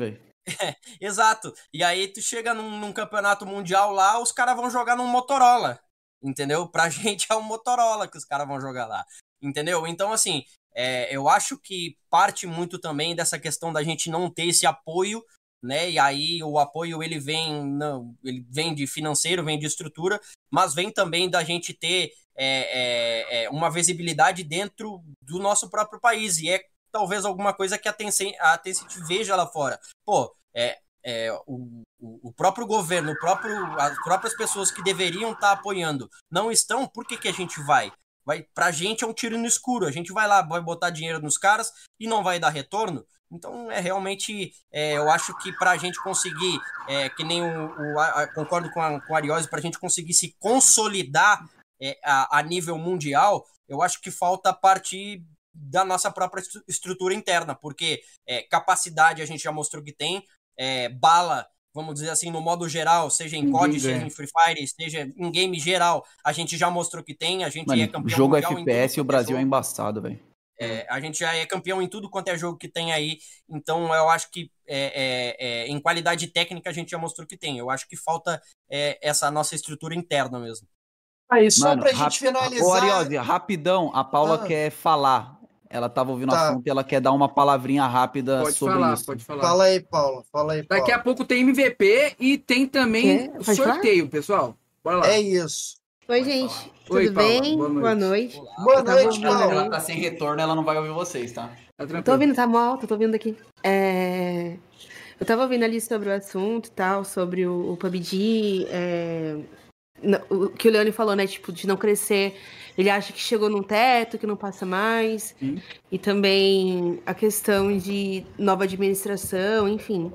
Exato. E aí tu chega num, num campeonato mundial lá, os caras vão jogar num Motorola, entendeu? Pra gente é um Motorola que os caras vão jogar lá, entendeu? Então, assim, é, eu acho que parte muito também dessa questão da gente não ter esse apoio, né? E aí o apoio ele vem, não, ele vem de financeiro, vem de estrutura, mas vem também da gente ter é, é, é, uma visibilidade dentro do nosso próprio país, e é talvez alguma coisa que a Tencent, a Tencent veja lá fora. Pô, é, é, o, o próprio governo, o próprio, as próprias pessoas que deveriam estar apoiando não estão, por que, que a gente vai? Vai? Pra gente é um tiro no escuro, a gente vai lá, vai botar dinheiro nos caras e não vai dar retorno. Então, é realmente, é, eu acho que pra gente conseguir, é, que nem o, o a, concordo com a, com a Ariose, pra gente conseguir se consolidar é, a, a nível mundial, eu acho que falta partir da nossa própria estrutura interna, porque é, capacidade a gente já mostrou que tem, é, bala, vamos dizer assim, no modo geral, seja em C O D, seja em Free Fire, seja em game geral, a gente já mostrou que tem, a gente Mano, é campeão jogo mundial F P S em tudo e o Brasil é, é embaçado, velho. é, a gente já é campeão em tudo quanto é jogo que tem aí, então eu acho que é, é, é, em qualidade técnica a gente já mostrou que tem, eu acho que falta é, essa nossa estrutura interna mesmo. Aí, só Mano, pra rap... gente finalizar... Ô, Ariose, rapidão, a Paula Ah. quer falar. Ela tava ouvindo o Tá. assunto e ela quer dar uma palavrinha rápida Pode sobre falar, isso. pode falar. Fala aí, Paula. Fala aí, Paula. Daqui a pouco tem M V P e tem também Quê? o Pode sorteio, pessoal. Bora lá. É isso. Oi, gente. Tudo Oi, Paula, bem? boa noite. Boa noite. Olá. Boa Eu tava noite, ouvindo Paula. aí. tá sem retorno, ela não vai ouvir vocês, tá? Tá Eu tô tranquilo. ouvindo, tá alto, tô ouvindo aqui. É, Eu tava ouvindo ali sobre o assunto e tal, sobre o, o P U B G, é, n- o que o Leone falou, né? Tipo, de não crescer. Ele acha que chegou num teto, que não passa mais. Sim. E também a questão de nova administração, enfim.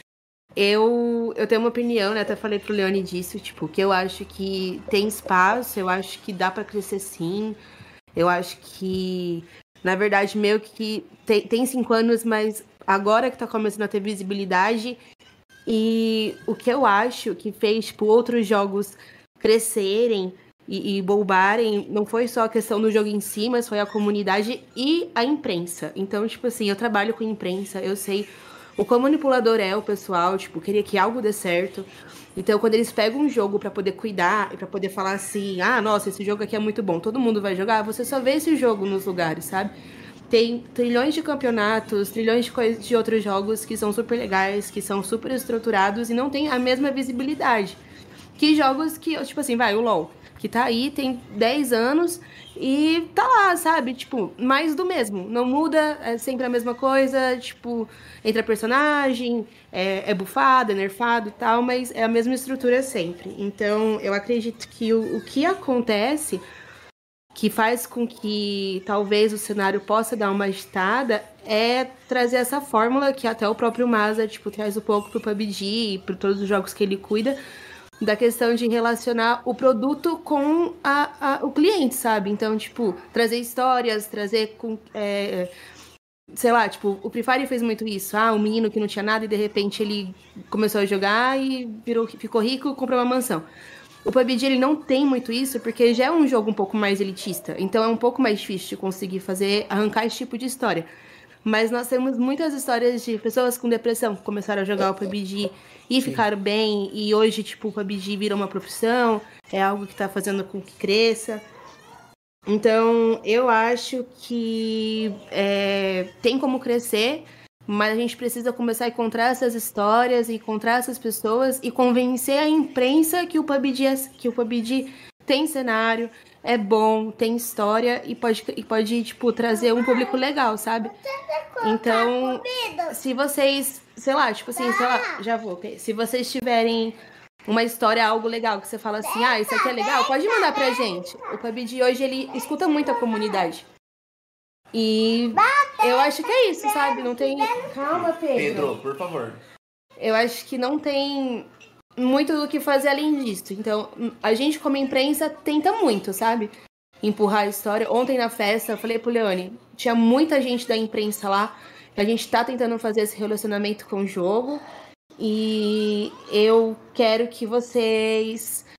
Eu, eu tenho uma opinião, né? Até falei pro Leone disso, tipo, que eu acho que tem espaço, eu acho que dá pra crescer sim. Eu acho que, na verdade, meio que tem, tem cinco anos, mas agora que tá começando a ter visibilidade. E o que eu acho que fez, tipo, outros jogos crescerem e, e bombarem, não foi só a questão do jogo em si, mas foi a comunidade e a imprensa. Então, tipo assim, eu trabalho com imprensa, eu sei o quão manipulador é o pessoal, tipo, queria que algo dê certo. Então, quando eles pegam um jogo pra poder cuidar e pra poder falar assim, ah, nossa, esse jogo aqui é muito bom, todo mundo vai jogar, você só vê esse jogo nos lugares, sabe? Tem trilhões de campeonatos, trilhões de, coisas, de outros jogos que são super legais, que são super estruturados e não tem a mesma visibilidade. Que jogos que, tipo assim, vai, o LoL, que tá aí, tem dez anos e tá lá, sabe? Tipo, mais do mesmo. Não muda, é sempre a mesma coisa, tipo, entra personagem, é, é bufado, é nerfado e tal, mas é a mesma estrutura sempre. Então, eu acredito que o, o que acontece, que faz com que talvez o cenário possa dar uma agitada, é trazer essa fórmula que até o próprio Maza, tipo, traz um pouco pro P U B G e para todos os jogos que ele cuida, da questão de relacionar o produto com a, a, o cliente, sabe? Então, tipo, trazer histórias, trazer com... É, sei lá, tipo, o Free Fire fez muito isso. Ah, um menino que não tinha nada e de repente ele começou a jogar e virou, ficou rico e comprou uma mansão. O P U B G ele não tem muito isso porque já é um jogo um pouco mais elitista. Então é um pouco mais difícil de conseguir fazer, arrancar esse tipo de história. Mas nós temos muitas histórias de pessoas com depressão que começaram a jogar o P U B G e ficaram bem. E hoje, tipo, o P U B G virou uma profissão. É algo que tá fazendo com que cresça. Então, eu acho que é, tem como crescer, mas a gente precisa começar a encontrar essas histórias, encontrar essas pessoas e convencer a imprensa que o P U B G, é, que o P U B G tem cenário, é bom, tem história e pode, e pode tipo, trazer um público legal, sabe? Então, se vocês, sei lá, tipo assim, sei lá, já vou, se vocês tiverem uma história, algo legal, que você fala assim, ah, isso aqui é legal, pode mandar pra gente. O P U B G hoje, ele escuta muito a comunidade. E eu acho que é isso, sabe? Não tem... Calma, Pedro. Pedro, por favor. Eu acho que não tem muito do que fazer além disso. Então, a gente como imprensa tenta muito, sabe? Empurrar a história. Ontem na festa, eu falei pro Leone, tinha muita gente da imprensa lá, a gente tá tentando fazer esse relacionamento com o jogo. E eu quero que vocês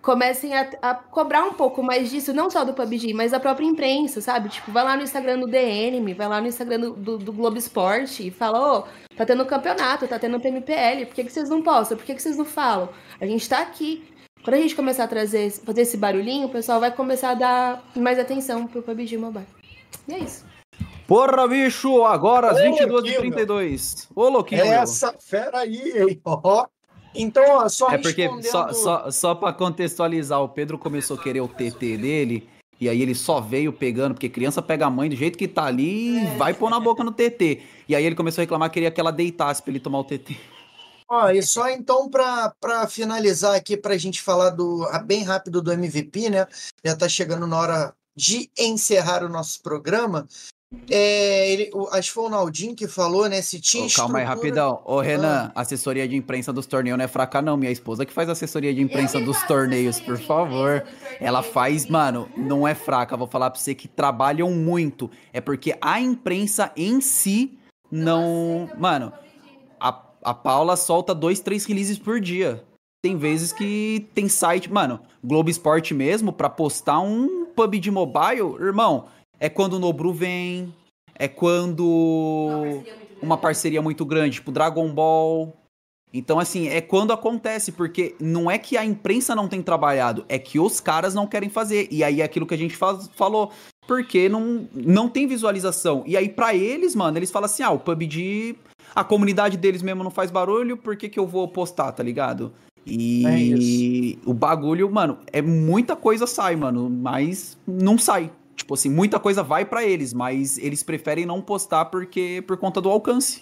comecem a, a cobrar um pouco mais disso, não só do P U B G, mas da própria imprensa, sabe? Tipo, vai lá no Instagram do D N, vai lá no Instagram do, do, do Globo Esporte e fala, ô, tá tendo campeonato, tá tendo P M P L, por que, que vocês não postam? Por que, que vocês não falam? A gente tá aqui. Quando a gente começar a trazer, fazer esse barulhinho, o pessoal vai começar a dar mais atenção pro P U B G Mobile. E é isso. Porra, bicho, agora às Ô, vinte e duas e louquinho, trinta e dois. Ô, louquinho, meu. Essa fera aí, hein? Ó. Então, ó, só É porque, respondendo... só, só, só pra contextualizar, o Pedro começou a querer o T T dele, e aí ele só veio pegando, porque criança pega a mãe do jeito que tá ali e vai pôr na boca no T T. E aí ele começou a reclamar que queria que ela deitasse pra ele tomar o T T. Ó, e só então pra, pra finalizar aqui, pra gente falar do, ah, bem rápido do M V P, né? Já tá chegando na hora de encerrar o nosso programa. É, ele, o- acho que foi o Naldinho que falou, né? Se tinha Ô, calma aí, estrutura- rapidão. Ô, Renan, assessoria de imprensa dos torneios não é fraca, não. Minha esposa que faz assessoria de imprensa dos torneios, por favor. Ela faz, mano, não é fraca. Vou falar pra você que trabalham muito. É porque a imprensa em si não. Mano, a, a Paula solta dois, três releases por dia. Tem vezes que tem site, mano, Globo Esporte mesmo, pra postar um P U B G Mobile, irmão, é quando o Nobru vem, é quando uma parceria muito grande, tipo Dragon Ball. Então, assim, é quando acontece, porque não é que a imprensa não tem trabalhado, é que os caras não querem fazer. E aí é aquilo que a gente faz- falou, porque não, não tem visualização. E aí, pra eles, mano, eles falam assim, ah, o P U B G, a comunidade deles mesmo não faz barulho, por que que eu vou postar, tá ligado? É E o bagulho, mano, é muita coisa sai, mano, mas não sai. Tipo assim, muita coisa vai pra eles, mas eles preferem não postar porque por conta do alcance.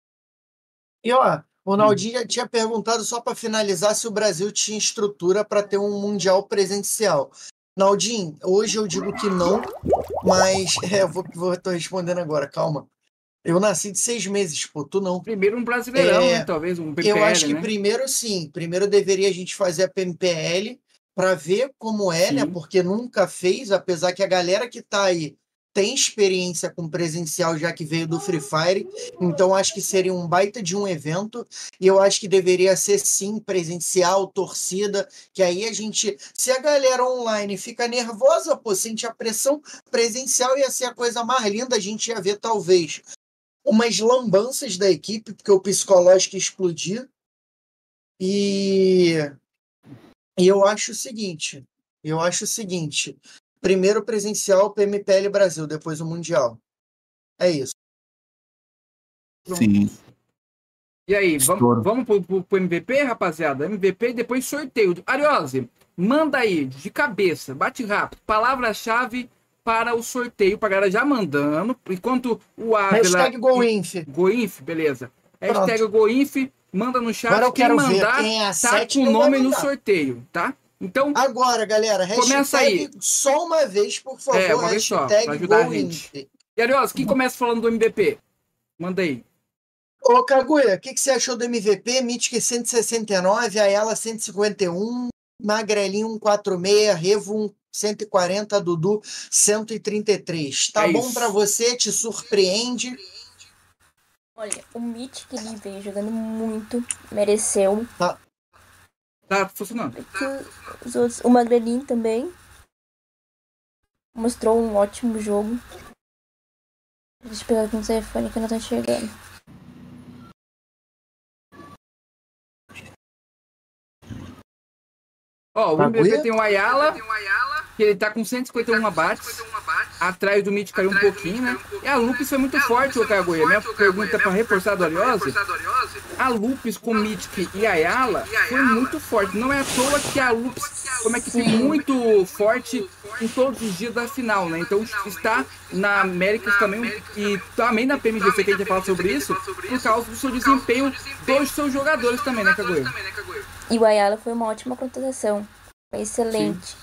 E ó, o Naldinho já tinha perguntado só para finalizar se o Brasil tinha estrutura para ter um mundial presencial. Naldinho, hoje eu digo que não, mas é, eu vou, vou tô respondendo agora, calma. Eu nasci de seis meses, pô, tu não. Primeiro um brasileirão, É, né? Talvez um P P L, Eu acho que né? primeiro sim, primeiro deveria a gente fazer a P M P L para ver como é, né? Sim. Porque nunca fez, apesar que a galera que tá aí tem experiência com presencial já que veio do Free Fire, então acho que seria um baita de um evento e eu acho que deveria ser sim presencial, torcida, que aí a gente, se a galera online fica nervosa, pô, sente a pressão, presencial ia ser a coisa mais linda, a gente ia ver talvez umas lambanças da equipe, porque o psicológico ia explodir. E, e eu acho o seguinte, eu acho o seguinte, primeiro presencial P M P L Brasil, depois o Mundial. É isso. Sim. E aí, Estouro. vamos, vamos pro, pro, pro M V P, rapaziada? M V P e depois sorteio. Ariose, manda aí, de cabeça, bate rápido, palavra-chave para o sorteio, pra galera já mandando, enquanto o Ávila... Hashtag GoInf. Goinf, beleza. Pronto. Hashtag Goinf, manda no chat, Agora eu quem quero ver mandar quem é a tá sete com o não vai nome no mandar. sorteio, tá? Então, Agora, galera, Começa hashtag aí. só uma vez, por favor, É, uma vez só, hashtag pra ajudar a GoInf. e Ariose, quem começa falando do M V P? Manda aí. Ô, Kaguya, o que, que você achou do M V P? Mythic cento e sessenta e nove, Ayala cento e cinquenta e um, Magrelinho cento e quarenta e seis, Revo cento e quarenta, Dudu cento e trinta e três. Tá É bom isso. pra você? Te surpreende? Olha, o Mitch que ele veio jogando muito, mereceu. Tá funcionando. Que os outros, o Magrelinho também mostrou um ótimo jogo. Deixa eu pegar aqui no telefone que eu não tô enxergando. Ó, o Kaguya? M V P tem o Ayala, que ele tá com cento e cinquenta e um abates. Atrás do Mitch caiu um pouquinho, né? E a Lupus foi muito forte, o Kaguya. Minha pergunta pra reforçar do Ariose, a Lupus com Mythic e Ayala foi muito forte. Não é à toa que a Lupus como é que foi muito forte em todos os dias da final, né? Então está na Américas também e também na P M G C, que a gente vai falar sobre isso, por causa do seu desempenho dos seus jogadores também, né, Kaguya? E o Ayala foi uma ótima contratação. Foi excelente.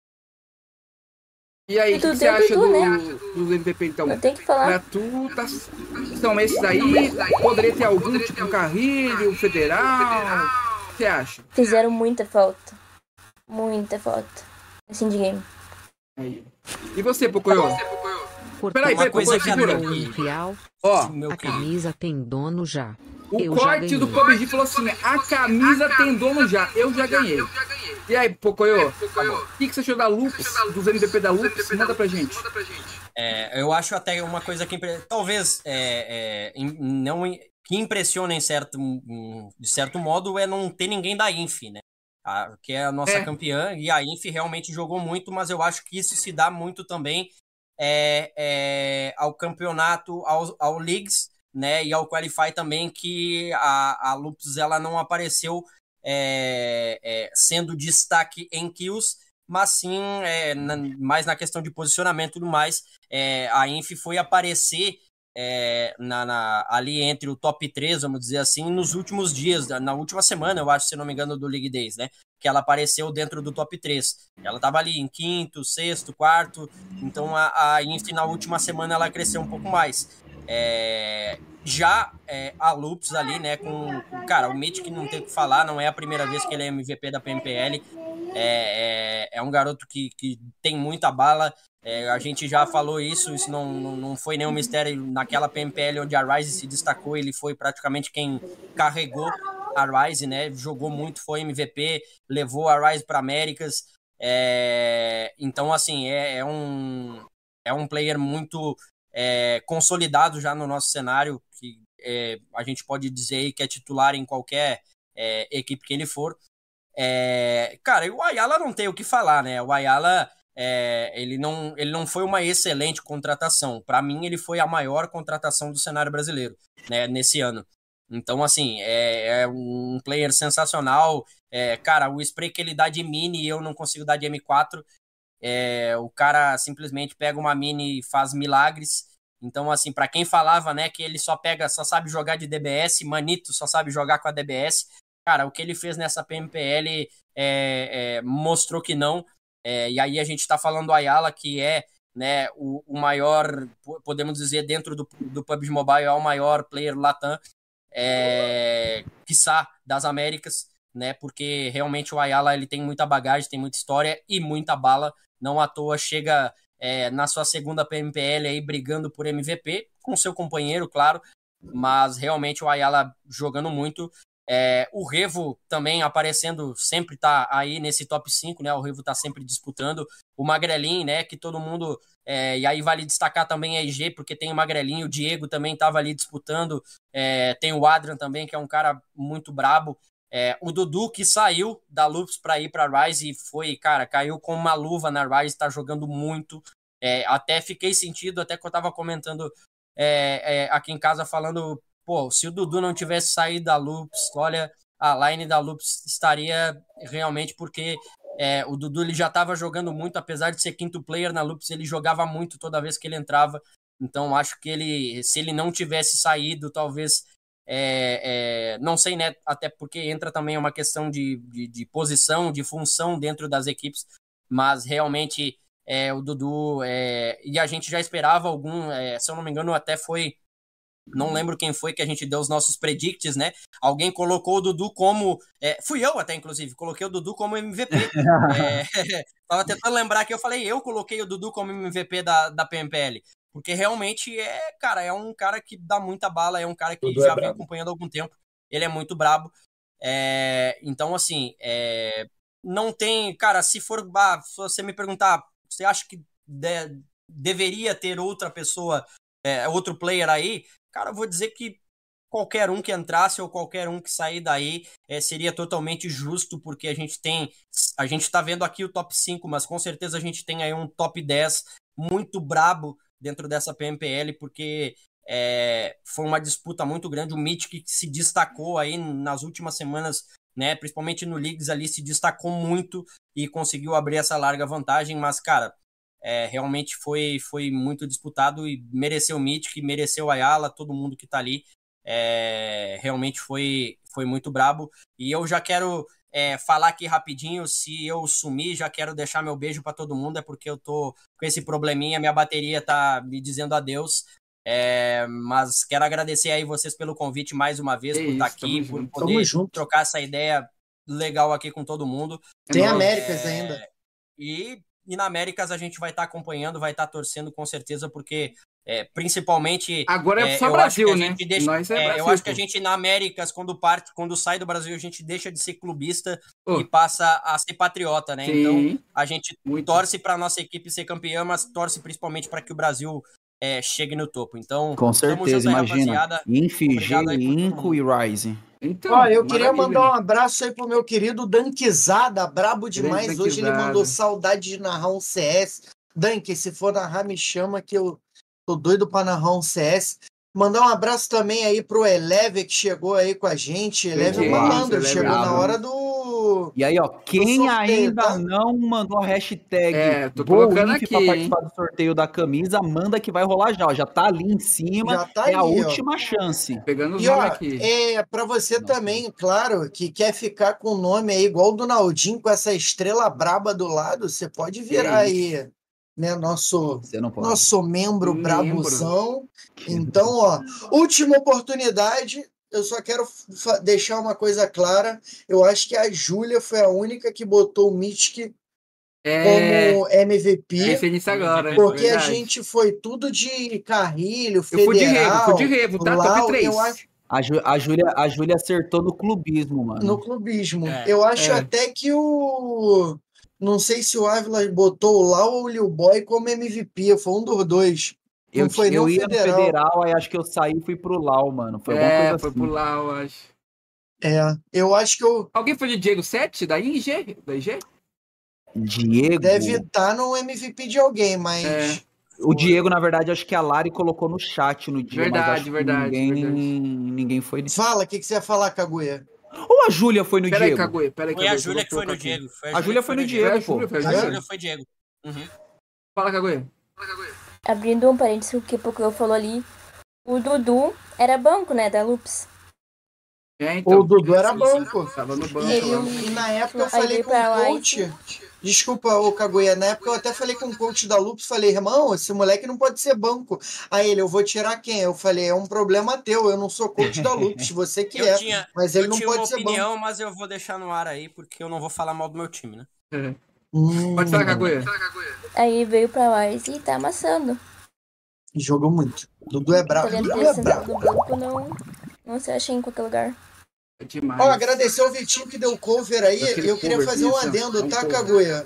E aí, o que, Tudo que você deu acha tudo, do, né? do M V P, então? Eu tenho que falar. Pra tu, tá, são esses aí? Poderia ter algum, tipo um Carrilho, um Federal? O que você acha? Fizeram muita falta. Muita falta. Assim de game. Aí. E você, Pocoyo? Peraí, Uma peraí, coisa Pocoyo, que a segura. minha- Real, Ó, Meu a querido. camisa tem dono já. o Eu já corte do ganhei. P U B G falou assim, a camisa tem dono já, eu já ganhei. E aí, Pocoyo, o que, que você achou da Loops, dos M V P da Loops? Manda pra gente. É, eu acho até uma coisa que impre- talvez é, é, im- não im- que impressiona em certo, um, de certo modo é não ter ninguém da Inf, né? A- que é a nossa É. campeã, e a Inf realmente jogou muito, mas eu acho que isso se dá muito também é, é, ao campeonato, ao, ao Leagues, né? E ao Qualify também, que a, a Loops ela não apareceu é, é, sendo destaque em kills, mas sim é, na- mais na questão de posicionamento e tudo mais. É, a Inf foi aparecer é, na, na- ali entre o top três, vamos dizer assim, nos últimos dias, na última semana, eu acho, se não me engano, do League Days, né? Que ela apareceu dentro do top três. Ela estava ali em quinto, sexto, quarto, então a, a Inf na última semana ela cresceu um pouco mais. É, já é, a Loops ali, né, com, com cara, o Mythic não tem o que falar, não é a primeira vez que ele é M V P da P M P L, é, é, é um garoto que, que tem muita bala, é, a gente já falou isso, isso não, não, não foi nenhum mistério, naquela P M P L onde a Ryze se destacou, ele foi praticamente quem carregou a Ryze, né, jogou muito, foi M V P, levou a Ryze para Américas, é, então assim, é, é um é um player muito é, consolidado já no nosso cenário, que é, a gente pode dizer que é titular em qualquer é, equipe que ele for. É, cara, e o Ayala não tem o que falar, né? O Ayala, é, ele, não, ele não foi uma excelente contratação. Para mim, ele foi a maior contratação do cenário brasileiro, né, nesse ano. Então, assim, é, é um player sensacional. É, cara, o spray que ele dá de mini e eu não consigo dar de M quatro. É, o cara simplesmente pega uma mini e faz milagres. Então, assim, para quem falava, né, que ele só pega, só sabe jogar de D B S, Manito só sabe jogar com a D B S, cara, o que ele fez nessa P M P L é, é, mostrou que não. É, e aí a gente tá falando do Ayala, que é, né, o, o maior, podemos dizer, dentro do, do P U B G Mobile, é o maior player Latam, é, quiçá das Américas, né, porque realmente o Ayala ele tem muita bagagem, tem muita história e muita bala. Não à toa chega é, na sua segunda P M P L aí brigando por M V P, com seu companheiro, claro, mas realmente o Ayala jogando muito. É, o Revo também aparecendo, sempre tá aí nesse top cinco, né? O Revo tá sempre disputando. O Magrelin, né? Que todo mundo. É, e aí vale destacar também a I G, porque tem o Magrelin, o Diego também tava ali disputando. É, tem o Adrian também, que é um cara muito brabo. É, o Dudu, que saiu da Loops para ir para Ryze e foi, cara, caiu com uma luva na Ryze, tá jogando muito. É, até fiquei sentido, até que eu tava comentando é, é, aqui em casa, falando, pô, se o Dudu não tivesse saído da Loops, olha, a line da Loops estaria realmente, porque é, o Dudu ele já tava jogando muito, apesar de ser quinto player na Loops, ele jogava muito toda vez que ele entrava. Então, acho que ele, se ele não tivesse saído, talvez. É, é, não sei, né? Até porque entra também uma questão de, de, de posição, de função dentro das equipes, mas realmente é, o Dudu. É, e a gente já esperava algum, é, se eu não me engano, até foi. Não lembro quem foi que a gente deu os nossos predicts, né? Alguém colocou o Dudu como. É, fui eu até, inclusive, coloquei o Dudu como M V P. É, tava tentando lembrar que eu falei, eu coloquei o Dudu como M V P da, da P M P L. Porque realmente é, cara, é um cara que dá muita bala, é um cara que Dudu já é vem brabo. acompanhando há algum tempo. Ele é muito brabo. É, então, assim, é, não tem. Cara, se for. Ah, se você me perguntar, você acha que de, deveria ter outra pessoa, é, outro player aí? Cara, eu vou dizer que qualquer um que entrasse ou qualquer um que sair daí é, seria totalmente justo, porque a gente tem. A gente tá vendo aqui o top cinco, mas com certeza a gente tem aí um top dez muito brabo dentro dessa P M P L, porque é, foi uma disputa muito grande. O Mythic que se destacou aí nas últimas semanas, né, principalmente no Leagues ali, se destacou muito e conseguiu abrir essa larga vantagem, mas, cara, é, realmente foi, foi muito disputado e mereceu o Mythic, mereceu o Ayala, todo mundo que tá ali. É, realmente foi, foi muito brabo. E eu já quero é, falar aqui rapidinho, se eu sumir, já quero deixar meu beijo para todo mundo, é porque eu tô com esse probleminha, minha bateria tá me dizendo adeus. É, mas quero agradecer aí vocês pelo convite mais uma vez, É por estar isso, aqui, tamo por junto. poder Tamo junto. trocar essa ideia legal aqui com todo mundo. É Tem nóis. Américas É, ainda. E, e na Américas a gente vai estar acompanhando, vai estar torcendo com certeza, porque É, principalmente. Agora é é, só eu Brasil, acho que a né? gente deixa- Nós é é, Brasil, eu acho que a pô. gente, na Américas, quando parte, quando sai do Brasil, a gente deixa de ser clubista Pô. e passa a ser patriota, né? Então, Sim, a gente muito. torce para nossa equipe ser campeã, mas torce principalmente para que o Brasil é, chegue no topo. Então, Com tamo certeza, junto aí, imagina. rapaziada. Inf, G, Obrigado aí por todo Inco e Rise. Então, Ó, eu queria maravilha. mandar um abraço aí pro meu querido Dankizada, brabo demais. Grande Hoje ele Dankizada. mandou saudade de narrar um C S. Dank, se for narrar, me chama que eu tô doido pra narrar um C S. Mandar um abraço também aí pro Eleve, que chegou aí com a gente. Eleve Eleve, malandro, Eleve chegou na brabo. hora do... E aí, ó, quem sorteio, ainda tá? não mandou a hashtag É, tô colocando BoInf aqui, pra hein? participar do sorteio da camisa, manda que vai rolar já, ó. Já tá ali em cima, Já tá é a ali, ó. última chance. Pegando os E ó, nomes aqui. é para você Nossa. também, claro, que quer ficar com o nome aí igual o do Naldinho, com essa estrela braba do lado, você pode virar aí, né, nosso, Você não pode. nosso membro Membro. brabuzão. Então, ó, última oportunidade, eu só quero fa- deixar uma coisa clara, eu acho que a Júlia foi a única que botou o Mythic É, como M V P, pensei nisso agora. porque a verdade. gente foi tudo de Carrilho, Eu fui de revo, Federal, fui de revo, tá? Lau, Top três. eu acho A, Ju- a, Júlia, a Júlia acertou no clubismo, mano. no clubismo. É, Eu acho é. até que o. Não sei se o Ávila botou o Lau ou o Lil Boy como M V P, foi um dos dois. Eu, Não foi eu não ia federal. no federal, aí acho que eu saí e fui pro Lau, mano. Foi alguma É, coisa foi assim. por lá, eu acho. É, eu acho que eu Alguém foi de Diego sete, da I G? Da I G? Diego. deve estar no M V P de alguém, mas. É. O Diego, na verdade, acho que a Lari colocou no chat no dia, Verdade, mas acho que verdade, ninguém, verdade. ninguém foi. Fala, o que, que você ia falar, Kaguya? Ou a Júlia foi no Pera aí, Diego? Caguê, pera aí, Foi a Caguê, Júlia eu que vou foi no colocar aqui. Diego. A Júlia foi no Foi a Diego, pô. Júlia, foi a Tá A vendo? Júlia. Júlia foi Diego. Uhum. Fala, Caguê. Abrindo um parênteses, o que o Pocoyo falou ali, o Dudu era banco, né, da Loops. É, O então. Dudu era sim, banco. Tava no banco E, lá. e na época eu Aí falei veio com o pra lá e coach. Desculpa, ô Kaguya, na época eu até falei com o coach da Lupus, falei, irmão, esse moleque não pode ser banco. Aí ele, eu vou tirar quem? Eu falei, é um problema teu, eu não sou coach da Lupus, você que Eu é, tinha, mas ele eu não tinha uma pode ser banco. opinião, mas eu vou deixar no ar aí, porque eu não vou falar mal do meu time, né? É. Hum, Pode falar, Caguê. Aí veio pra Wise e tá amassando. jogou muito. Dudu é O brabo. talento Dudu dele é sentado brabo. no banco não, não se acha em qualquer lugar. É demais. Ó, agradecer ao Vitinho que deu cover aí. Aquele Eu queria cover, fazer um isso, adendo, é um tá, cover. Kaguya?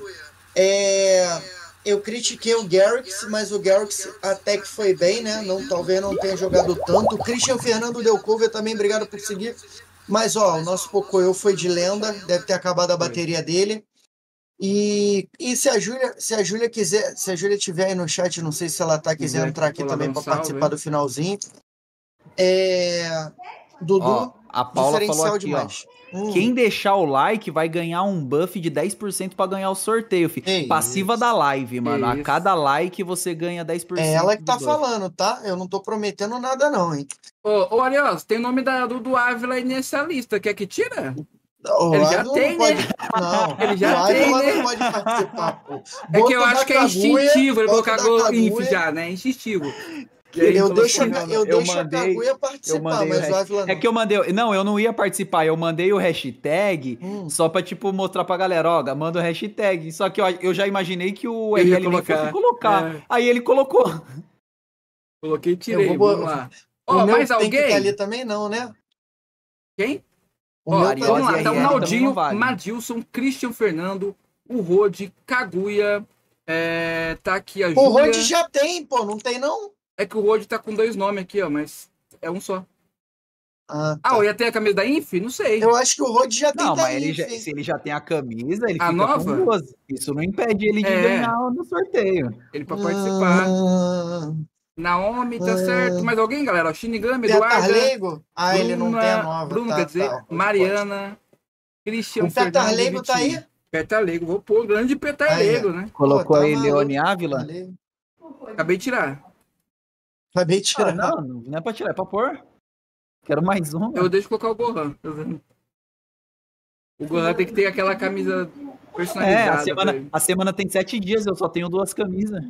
É, eu critiquei o Garrix, mas o Garrix até que foi bem, né? Não, talvez não tenha jogado tanto. O Christian Fernando deu cover também, obrigado por seguir. Mas, ó, o nosso Pocoyo foi de lenda, deve ter acabado a Foi. bateria dele. E, e se a Júlia, se a Júlia quiser, se a Júlia estiver aí no chat, não sei se ela tá quiser Quiser entrar aqui colar, também dar um para salve, participar hein? do finalzinho. É, Dudu, Ó, a Paula falou diferencial aqui, demais. ó. Hum. Quem deixar o like vai ganhar um buff de dez por cento pra ganhar o sorteio, fi. Que Passiva isso. da live, mano. A isso. cada like você ganha dez por cento. É ela que do tá buff. falando, tá? Eu não tô prometendo nada, não, hein? Ô, ô Arios, tem o nome da, do, do Ávila aí nessa lista. Quer que tira? O Ele já Ávila tem, não pode. né? Não, Ele já o tem, Ávila né? não pode participar, pô. É que eu Boto acho da que é Kaguya, instintivo ele boto colocar da gol inf Kaguya. já, né? Instintivo. E Ele aí, Eu falou deixo, a assim, Ca- mano, eu eu deixo a mandei- Kaguya Eu participar, mandei o mas o hashtag. Ávila não. É que eu mandei. Não, eu não ia participar. Eu mandei o hashtag Hum. só pra, tipo, mostrar pra galera, ó, manda o hashtag. Só que eu, eu já imaginei que o Ele R ia L nem colocar, fosse colocar. é. Aí ele colocou. Coloquei e tirei, Eu vou- vamos lá. O Ó, meu mais tem que alguém? estar ali também, não, né? Quem? O Ó, meu Ariose tá vamos lá, e tá o R L também Naldinho, não vale. Madilson, Christian Fernando, o Rode, Kaguya, é, tá aqui a O Júlia. Rod já tem, pô, não tem, não? É que o Rode tá com dois nomes aqui, ó, mas é um só. Ah, Ah, tá. ó, ia ter a camisa da Inf? Não sei. Eu acho que o Rod já tem Não, mas daí, ele já- filho. se ele já tem a camisa, ele A fica nova? com duas. Isso não impede ele de É. ganhar no sorteio. Ele pra participar. Ah, Naomi, tá Ah. certo. Mais alguém, galera? Ó, Shinigami, Petar Eduarda, Leigo? Ah, ele não tem a Bruna, nova. Bruno, tá, quer dizer, tá, pode, Mariana, Christian O Petar Fernando e Leigo tá Vitinho. aí? Petar Leigo, vou pôr o grande Petar Aí, Leigo, né? Colocou Pô, tá aí maluco. Leone Ávila. Petar Leigo. Acabei de tirar. Acabei de Ah, tirar. não, não é pra tirar, é pra pôr. Quero mais um. Eu deixo colocar o Gohan. tá vendo? O Gohan tem que ter aquela camisa É, personalizada. a pra semana, ele. a semana tem sete dias, eu só tenho duas camisas.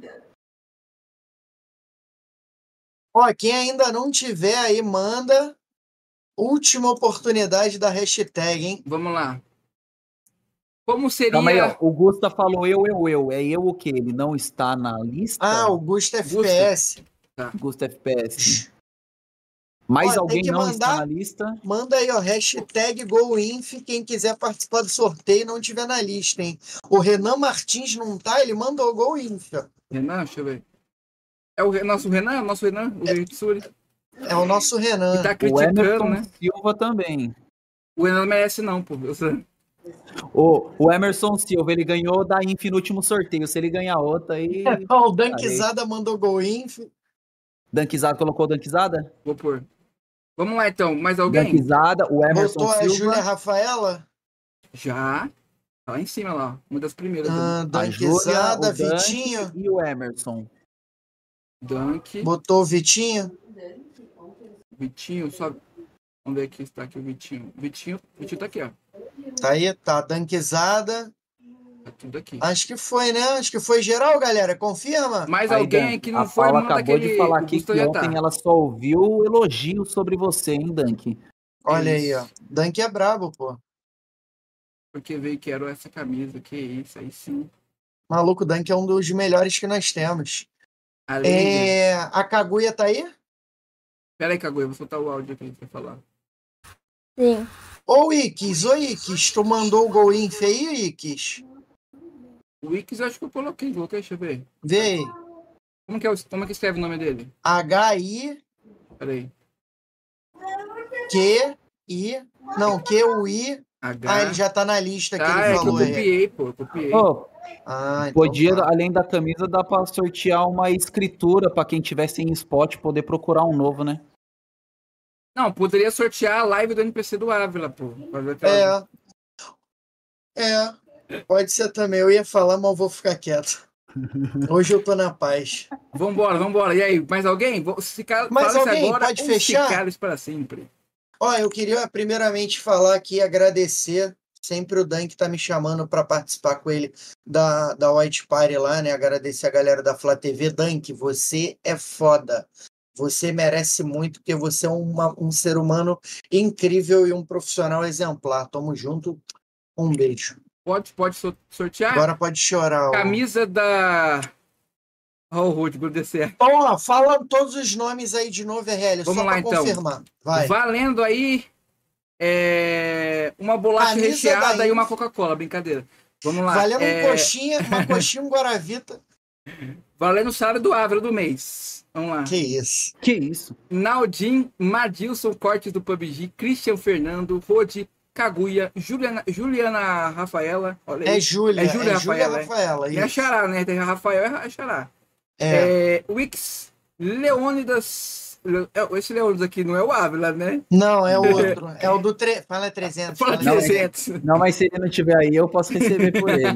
Ó, quem ainda não tiver aí, manda. Última oportunidade da hashtag, hein? Vamos lá. Como seria... Calma aí, ó. O Gusta falou eu, eu, eu. É eu o quê? Ele não está na lista? Ah, Augusto F P S. Gusta F P S. Mais Ó, tem alguém que não está mandar- na lista? Manda aí, ó, hashtag GoInf, quem quiser participar do sorteio e não tiver na lista, hein? O Renan Martins não tá, ele mandou GoInf, ó. Renan, deixa eu ver. É o Re- nosso Renan? Nosso Renan? O Rei de Sul, ele É o nosso Renan. tá O criticando, Emerson né? Silva também. O Renan não merece não, pô. Eu sei. O, o Emerson Silva, ele ganhou da Inf no último sorteio. Se ele ganhar outra aí. Ó, o Dankzada mandou GoInf. Dankizada, colocou Dankizada? Vou pôr. Vamos lá, então. Mais alguém? Dankizada, o Emerson Botou a Silva. Júlia Rafaela. Já. Tá lá em cima, lá. Ó. Uma das primeiras. Ah, A Júlia, Dankzada, o Dunk Vitinho. e o Emerson. Dunk. Botou o Vitinho. Vitinho, só... Vamos ver aqui se tá aqui o Vitinho. Vitinho, Vitinho tá aqui, ó. Tá aí, tá. Dankzada. Tá tudo aqui. Acho que foi, né? Acho que foi geral, galera. Confirma? Mais Aí, alguém Dan, aí que não a foi, Paula manda acabou aquele... de falar o aqui Gusta que já ontem tá. ela só ouviu elogios sobre você, hein, Dunk? Olha Isso. aí, ó. Dunk é brabo, pô. Porque veio que era essa camisa, que isso, aí sim. Maluco, o Dunk é um dos melhores que nós temos. Além de... É... A Kaguya tá aí? Pera aí, Kaguya, vou soltar o áudio aqui pra falar. Sim. Ô, Ikis, ô, Ikis, tu mandou o GoInf aí, Ikis? O Wix eu acho que eu coloquei, coloquei, deixa eu ver. Vê aí. Como que, é, o- como é que escreve o nome dele? H I Pera aí. Q I Não, Q U I H... Ah, ele já tá na lista que Tá, ele é que eu falou aí. copiei, pô, eu copiei. Ô, Ah, então podia, tá. além da camisa, dá pra sortear uma escritura pra quem tivesse em spot poder procurar um novo, né? Não, poderia sortear a live do N P C do Ávila, pô. Fazer aquela- É. É. Pode ser também. Eu ia falar, mas eu vou ficar quieto. Hoje eu tô na paz. Vambora, vambora. E aí, mais alguém? Vou- Se ca- Mais fala isso alguém? agora Pode ou fechar? ficar isso para sempre. Ó, eu queria primeiramente falar aqui, agradecer. Sempre o Dan que tá me chamando para participar com ele da, da White Party lá, né? Agradecer a galera da Flá T V. Dank, você é foda. Você merece muito, porque você é uma, um ser humano incrível e um profissional exemplar. Tamo junto. Um beijo. Pode, pode so- sortear? Agora pode chorar. ó. Camisa da... Ó, o Rodrigo D C. Então, ó, fala todos os nomes aí de novo, R L, Vamos só lá, para então. confirmar. Vai. Valendo aí é, uma bolacha Camisa recheada da e uma Inf. Coca-Cola, brincadeira. Vamos lá. Valendo é, um coxinha, uma coxinha, um Guaravita. Valendo o salário do Ávila do mês. Vamos lá. Que isso. Que isso? Naldin, Madilson, Cortes do P U B G, Christian Fernando, Rodi, Kaguya, Juliana, Juliana Rafaela. Olha É aí. Júlia, É é Júlia Júlia Rafaela, é. Rafaela. E a isso. Xará, né? Tem a Rafael e a Xará. É. É, Wix, Leônidas. Le- é, Esse Leônidas aqui não é o Ávila, né? Não, é o outro. É o do... Tre... Fala trezentos. Fala fala trezentos. Não, mas se ele não tiver aí, eu posso receber por ele.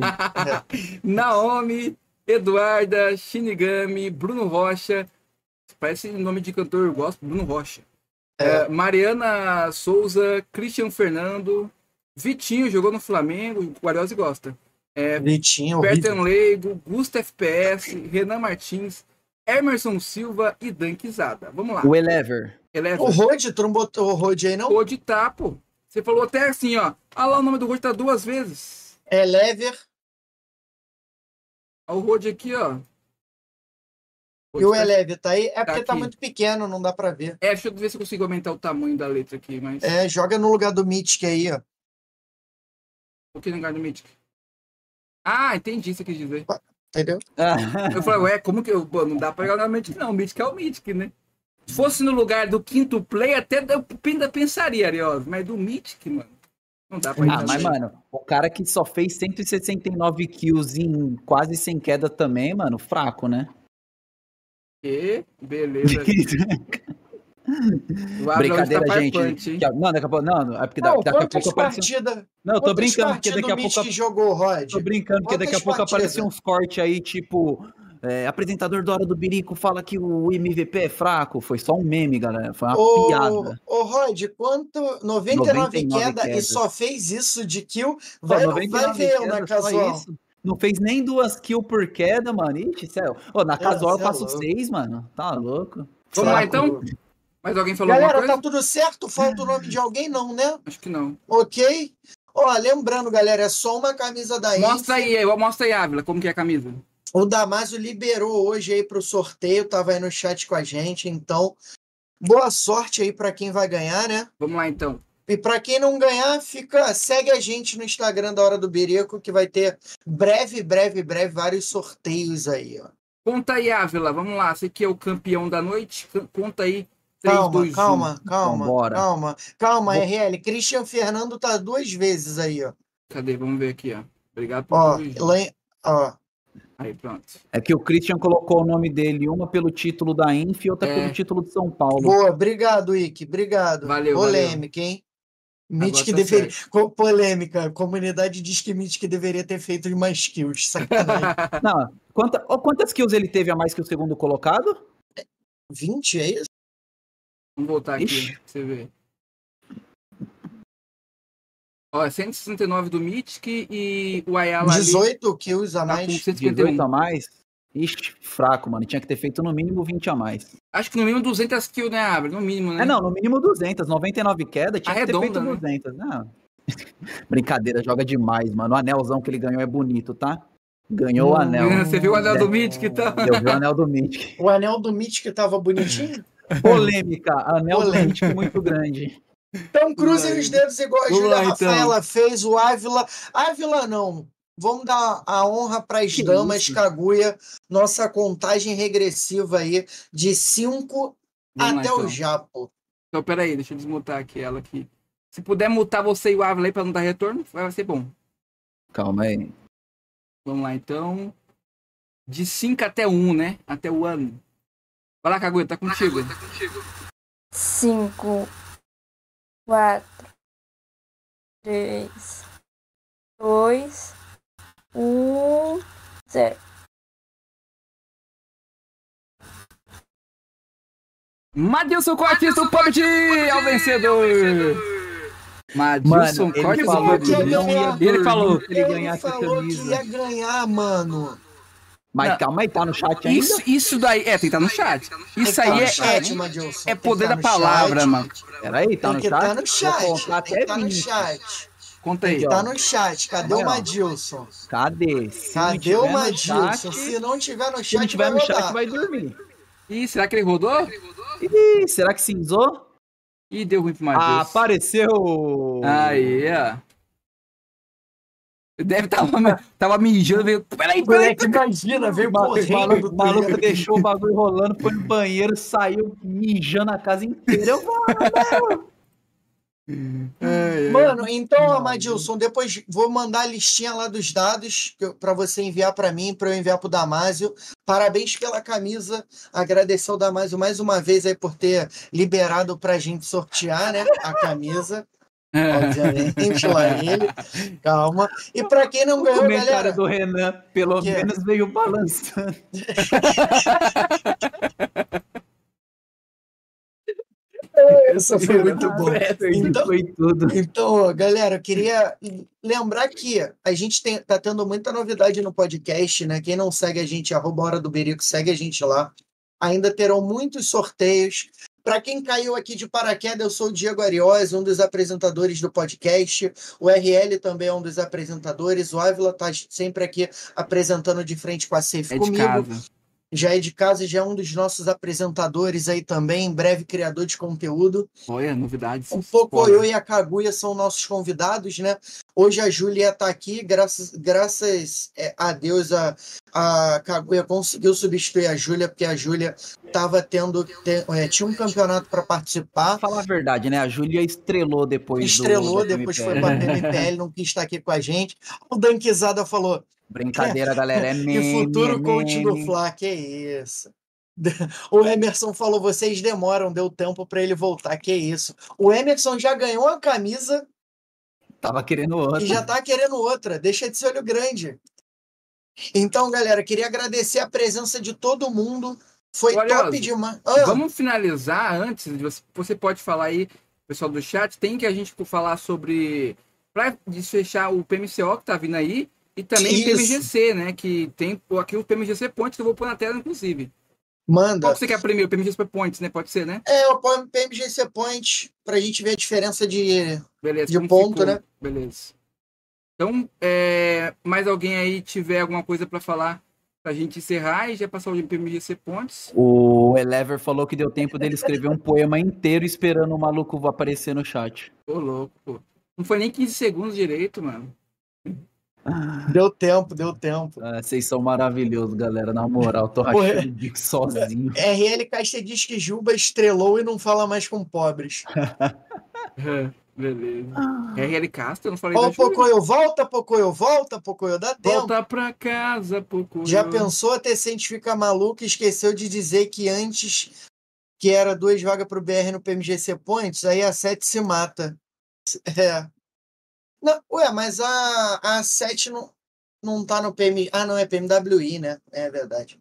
Naomi, Eduarda, Shinigami, Bruno Rocha. Parece nome de cantor gospel, Bruno Rocha. É. É, Mariana Souza, Christian Fernando, Vitinho jogou no Flamengo, o Guariosi gosta. É, Vitinho, horrível. Bertan Leigo, Gusta F P S, Renan Martins, Emerson Silva e Dankizada. Vamos lá. O Elever. Eleva. O Rod, tu não botou o Rod aí, não? Rod tá, pô. Você falou até assim, ó. Ah lá, o nome do Rod tá duas vezes. É Lever Olha o Rod aqui, ó. e o tá- Elever tá aí. É porque tá aqui. muito pequeno, não dá pra ver. É, deixa eu ver se eu consigo aumentar o tamanho da letra aqui, mas... É, joga no lugar do Mythic aí, ó. Um pouquinho no lugar do Mythic. Ah, entendi isso que quis dizer. Entendeu? Eu falei, ué, como que eu... Pô, não dá pra jogar no Mythic, não. O Mythic é o Mythic, né? Se fosse no lugar do quinto play, até eu ainda pensaria, Ariose. Mas do Mythic, mano, não dá pra Ah, entender. mas, mano, o cara que só fez cento e sessenta e nove kills em quase sem queda também, mano, fraco, né? E, beleza. O Ávila Brincadeira, tá gente. farpante, hein? Que- Não, daqui a pouco. Não, é porque Não, daqui a quantas pouco apareceu. partidas... Não, eu tô Quantas brincando, porque partidas daqui a o pouco. Mythic jogou, Rod? Tô brincando, porque daqui a Quantas pouco partidas? aparecem uns cortes aí, tipo. é, apresentador da Hora do Birico fala que o M V P é fraco. Foi só um meme, galera. Foi uma Ô, piada. ô, Rod, quanto? noventa e nove noventa e nove queda e quedas. só fez isso de kill? Pô, Vai, noventa e vai nove ver eu na quedas, só casual. isso. Não fez nem duas kills por queda, mano. Ixi, céu. Ô, na casual eu cê é faço louco. seis, mano. Tá louco. Vamos lá, Fraco. então? Mais alguém falou Galera, alguma tá coisa? tudo certo? Falta o nome de alguém? Não, né? Acho que não. Ok? Ó, lembrando, galera, é só uma camisa da Mostra Inf. aí, mostra aí, Ávila, como que é a camisa. O Damásio liberou hoje aí pro sorteio, tava aí no chat com a gente, então boa sorte aí para quem vai ganhar, né? Vamos lá, então. E para quem não ganhar, fica, segue a gente no Instagram da Hora do Berico, que vai ter breve, breve, breve vários sorteios aí, ó. Conta aí, Ávila, vamos lá. Você que é o campeão da noite, conta aí. três, Calma, dois, calma, um. calma, Vambora. calma, calma, Vou- R L. Christian Fernando tá duas vezes aí, ó. Cadê? Vamos ver aqui, ó. Obrigado por Ó, corrigir. lá em- ó. Aí, pronto. É que o Christian colocou o nome dele, uma pelo título da Inf e outra É. pelo título de São Paulo. Boa, obrigado, Ike, obrigado. Valeu, Polêmica, hein? Mythic tá deveria. certo. Co- Polêmica. A comunidade diz que Mythic deveria ter feito mais kills. Sacanagem. Não, quanta, ó, quantas kills ele teve a mais que o segundo colocado? vinte, é isso? Vamos voltar aqui, Ixi. pra você ver. Ó, é cento e sessenta e nove do Mythic e o Ayala ali dezoito kills a tá com mais. cento e cinquenta e dezoito a um. mais? Ixi, fraco, mano. Tinha que ter feito no mínimo vinte a mais. Acho que no mínimo duzentas kills, né, Abre? No mínimo, né? É, não, no mínimo duzentas. noventa e nove queda, tinha Arredonda, que ter feito né? duzentas. Não. Brincadeira, joga demais, mano. O anelzão que ele ganhou é bonito, tá? Ganhou o Hum, anel. Você viu o anel É. do Mythic, então? Eu vi o anel do Mythic. O anel do Mythic tava bonitinho? Polêmica, anel do Polêmica. Mythic muito grande. Então cruzem Vai. os dedos igual a Vamos Júlia lá, então. Rafaela fez, o Ávila. Ávila não. Vamos dar a honra para as Que damas, isso? Kaguya. Nossa contagem regressiva aí de cinco Vamos lá, até então. o Japo. Então, peraí, deixa eu desmutar aqui ela aqui. Se puder mutar você e o Ávila aí pra não dar retorno, vai ser bom. Calma aí. Vamos lá, então. De cinco até um, né? Até o ano. Vai lá, Kaguya, tá contigo. Cinco, quatro, três, dois, um, zero. Madilson Cortes do P U B G é o vencedor. Madilson Mano, ele Cortes do falou P U B que G. ele não ia E ele falou. dormir se ele Ele ganhasse a falou que camisa. ia ganhar, mano. Mas Não. calma aí, tá no chat ainda? Isso, isso daí. É, tem que estar no chat. Tem que Isso tá aí no é, chat, é, Madilson. é Tem que poder tá da no palavra, chat. mano. Peraí, tá Tem no que chat? estar no Vou chat. contar Tem que até estar no vinte. chat. Conta Tem aí. que estar no chat. Cadê Calma aí, o ó. Madilson? Cadê? Se não Cadê tiver o no Madilson? chat, Se não tiver no se chat, não tiver vai no chat, rodar. vai dormir. Ih, será que ele rodou? Ih, será que cinzou? Ih, deu ruim pro Ah, Madilson. apareceu! Aí, ó. Deve tava, tava mijando, veio. Peraí, peraí. Moleque, imagina, veio O ma- correndo. o maluco deixou o bagulho rolando, foi no banheiro, saiu mijando a casa inteira. Eu vou, Mano, então, Amadilson, depois vou mandar a listinha lá dos dados para você enviar para mim, para eu enviar pro Damásio. Parabéns pela camisa. Agradecer ao Damásio mais uma vez aí por ter liberado pra gente sortear, né, a camisa. Obviamente, lá ele. Calma. E para quem não o ganhou, comentário galera, do Renan, pelo Que é? menos veio balançando. essa foi muito bom. Então, Foi tudo. Então, ó, galera, eu queria lembrar que a gente tem, tá tendo muita novidade no podcast, né? Quem não segue a gente, arroba Hora do Berico, segue a gente lá. Ainda terão muitos sorteios. Para quem caiu aqui de paraquedas, eu sou o Diego Ariose, um dos apresentadores do podcast. O R L também é um dos apresentadores. O Ávila tá sempre aqui apresentando de frente com a Safe É de comigo. casa. Já é de casa, já é um dos nossos apresentadores aí também, em breve criador de conteúdo. Olha, novidades. O Pocoyo e a Kaguya são nossos convidados, né? Hoje a Júlia está aqui, graças, graças é, a Deus a, a Kaguya conseguiu substituir a Júlia, porque a Júlia tava tendo, te, é, tinha um campeonato para participar. Falar a verdade, né? A Júlia estrelou depois Estrelou, do, da depois P M P L. foi para a P M P L, não quis estar aqui com a gente. O Dankizada falou, Brincadeira, galera, é meme, e futuro é coach do meme. Fla, que isso. O Emerson falou, vocês demoram, deu tempo para ele voltar, que isso. O Emerson já ganhou a camisa Tava querendo outra. e já tá querendo outra, deixa de ser olho grande. Então, galera, queria agradecer a presença de todo mundo, foi Olha, top demais. Ah, Vamos finalizar antes, de você, você pode falar aí, pessoal do chat, tem que a gente falar sobre, para desfechar o P M C O que tá vindo aí, e também o Isso. P M G C, né, que tem aqui o P M G C Points, que eu vou pôr na tela, inclusive. manda. Qual que você quer primeiro? O P M G C Points, né, pode ser, né? É, o P M G C Point, pra gente ver a diferença de... Beleza. De como ponto, ficou. né? Beleza. Então, é, mais alguém aí tiver alguma coisa para falar Pra gente encerrar e já passar o P M G C Pontes. O Elever falou que deu tempo dele escrever um poema inteiro esperando o maluco aparecer no chat. Ô, louco, pô. Não foi nem quinze segundos direito, mano. Deu tempo, deu tempo. Ah, vocês são maravilhosos, galera. Na moral, tô rachando o bico sozinho. R L Caixa diz que Juba estrelou e não fala mais com pobres. Beleza. R L Castro, eu não falei Ó, da o Júlia. Pocoyo, volta, Pocoyo, volta, Pocoyo, dá tempo. Volta pra casa, Pocoyo. Já pensou a Tecente ficar maluco e esqueceu de dizer que antes que era duas vagas pro B R no P M G C Points, aí a sete se mata. É. Não, ué, mas a, a sete não, não tá no P M... Ah, não, é P M W I, né? É verdade.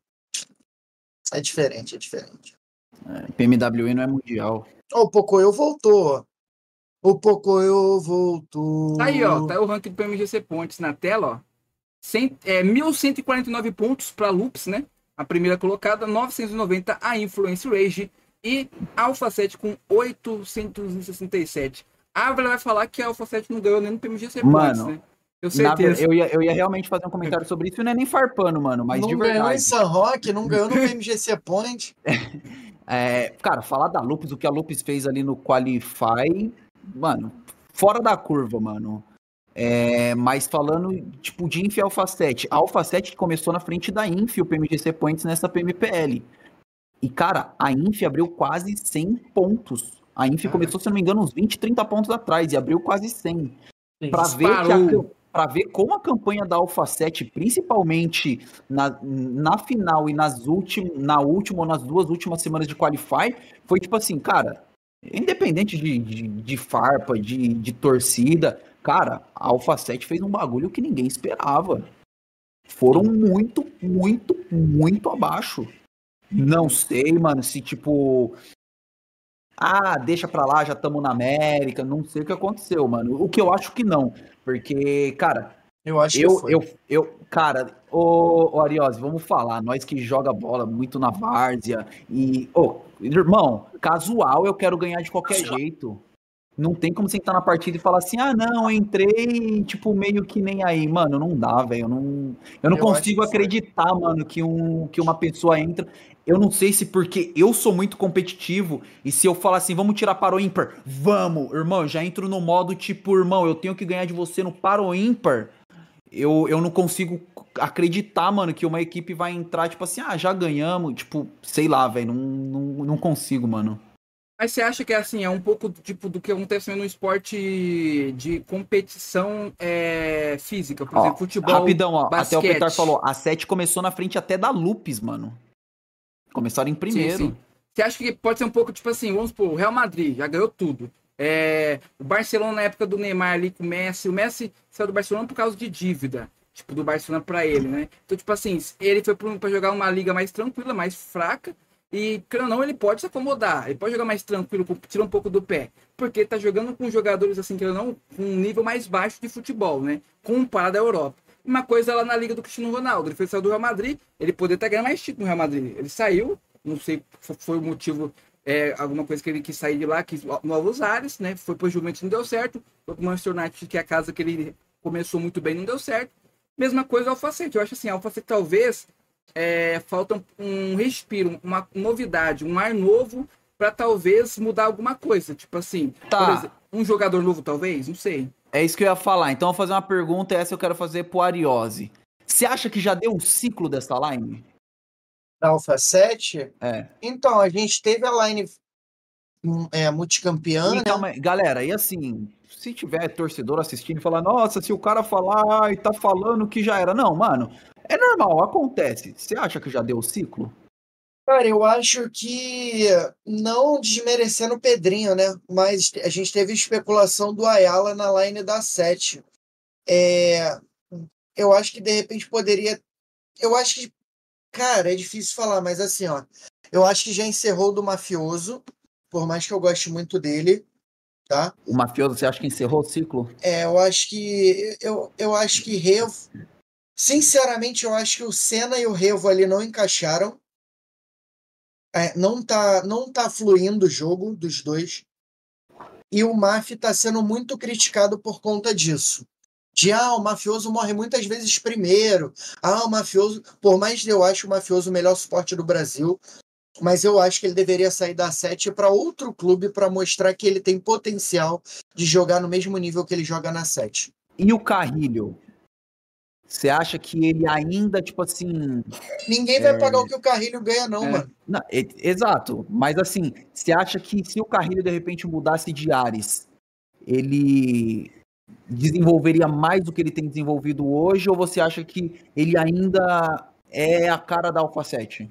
É diferente, é diferente. É, P M W I não é mundial. Ó, o Pocoyo voltou. O Pocoyo voltou. Tá aí, ó. Tá aí o ranking do P M G C Pontes na tela, ó. cem, é, mil cento e quarenta e nove pontos para Loops, né? A primeira colocada, novecentos e noventa a Influence Rage e Alpha sete com oitocentos e sessenta e sete. A Ávila vai falar que a Alpha sete não ganhou nem no P M G C Points, Mano, né? Eu Na ver- certeza. eu, ia, eu ia realmente fazer um comentário sobre isso, e não é nem farpando, mano, mas Não de ganhou em verdade. San Roque, não ganhou no P M G C Point. É, cara, falar da Lupus, o que a Lupus fez ali no Qualify, mano, fora da curva, mano. É, mas falando, tipo, de Inf e Alpha sete. A Alpha sete começou na frente da Inf, o P M G C Points nessa P M P L. E, cara, a Inf abriu quase cem pontos. A Inf Caraca. começou, se não me engano, uns vinte, trinta pontos atrás e abriu quase cem. Pra ver, que a, Disparou. cam- pra ver como a campanha da Alpha sete, principalmente na, na final e nas últimas, na última ou nas duas últimas semanas de Qualify, foi tipo assim, cara, independente de, de, de farpa, de, de torcida, cara, a Alpha sete fez um bagulho que ninguém esperava. Foram muito, muito, muito abaixo. Não sei, mano, se tipo. Ah, deixa pra lá, já estamos na América. Não sei o que aconteceu, mano. O que eu acho que não. Porque, cara, Eu acho que eu, foi. eu, eu, cara, ô, ô Ariose, vamos falar. Nós que joga bola muito na várzea. E, ô, irmão, casual eu quero ganhar de qualquer jeito. Não tem como você entrar na partida e falar assim, ah, não, eu entrei, tipo, meio que nem aí. Mano, não dá, velho. Eu não, eu não Eu acho consigo que foi. acreditar, mano, que, um, que uma pessoa entra. Eu não sei se porque eu sou muito competitivo e se eu falar assim, vamos tirar para o ímpar, vamos, irmão, eu já entro no modo tipo, irmão, eu tenho que ganhar de você no para o ímpar. Eu, eu não consigo acreditar, mano, que uma equipe vai entrar, tipo assim, ah, já ganhamos, tipo, sei lá, velho, não, não, não consigo, mano. Mas você acha que é assim, é um pouco tipo do que acontece no esporte de competição é, física, por Ó, exemplo, futebol, rapidão, ó, basquete. até o Petar falou, a sete começou na frente até da Lupes, mano. Começaram em primeiro. Sim, sim. Você acha que pode ser um pouco tipo assim, vamos supor, o Real Madrid já ganhou tudo. É, o Barcelona na época do Neymar ali com o Messi, o Messi saiu do Barcelona por causa de dívida, tipo, do Barcelona pra ele, né? Então, tipo assim, ele foi pra pra jogar uma liga mais tranquila, mais fraca, e, querendo ou não, ele pode se acomodar, ele pode jogar mais tranquilo, tirar um pouco do pé, porque tá jogando com jogadores, assim, querendo ou não, com um nível mais baixo de futebol, né? Comparado à Europa. Uma coisa lá na liga do Cristiano Ronaldo, ele foi sair do Real Madrid, ele poderia estar ganhando mais título no Real Madrid. Ele saiu, não sei se foi o motivo, é, alguma coisa que ele quis sair de lá, quis novos ares, né? Foi pro Juventus, não deu certo. Foi pro Manchester United, que é a casa que ele começou muito bem, não deu certo. Mesma coisa o Alpha sete. Eu acho assim, a Alpha sete talvez é, falta um, um respiro, uma novidade, um ar novo para talvez mudar alguma coisa. Tipo assim, Tá. por exemplo, um jogador novo talvez, não sei. É isso que eu ia falar. Então eu vou fazer uma pergunta e essa eu quero fazer pro Ariose. Você acha que já deu um ciclo dessa line? Da Alpha sete? É. Então, a gente teve a line hum, é, multicampeã, E, né? calma aí, galera, e assim, se tiver torcedor assistindo e falar, nossa, se o cara falar e tá falando que já era. Não, mano, é normal, acontece. Você acha que já deu o ciclo? Cara, eu acho que, não desmerecendo o Pedrinho, né? Mas a gente teve especulação do Ayala na line da sete. É, eu acho que de repente poderia. Eu acho que. Cara, é difícil falar, mas assim, ó. Eu acho que já encerrou do Mafioso, por mais que eu goste muito dele, tá? O mafioso, você acha que encerrou o ciclo? É, eu acho que. Eu, eu acho que Revo. Sinceramente, eu acho que o Senna e o Revo ali não encaixaram. É, não tá, não tá fluindo o jogo dos dois. E o Maf tá sendo muito criticado por conta disso. de ah, o mafioso morre muitas vezes primeiro. Ah, o mafioso, por mais que eu ache o mafioso o melhor suporte do Brasil, mas eu acho que ele deveria sair da sete para outro clube para mostrar que ele tem potencial de jogar no mesmo nível que ele joga na sete. E o Carrilho? Você acha que ele ainda, tipo assim. Ninguém vai pagar o que o Carrilho ganha, não, É. mano. Não, e- exato, mas assim, você acha que se o Carrilho de repente mudasse de ares, ele desenvolveria mais do que ele tem desenvolvido hoje, ou você acha que ele ainda é a cara da Alpha sete?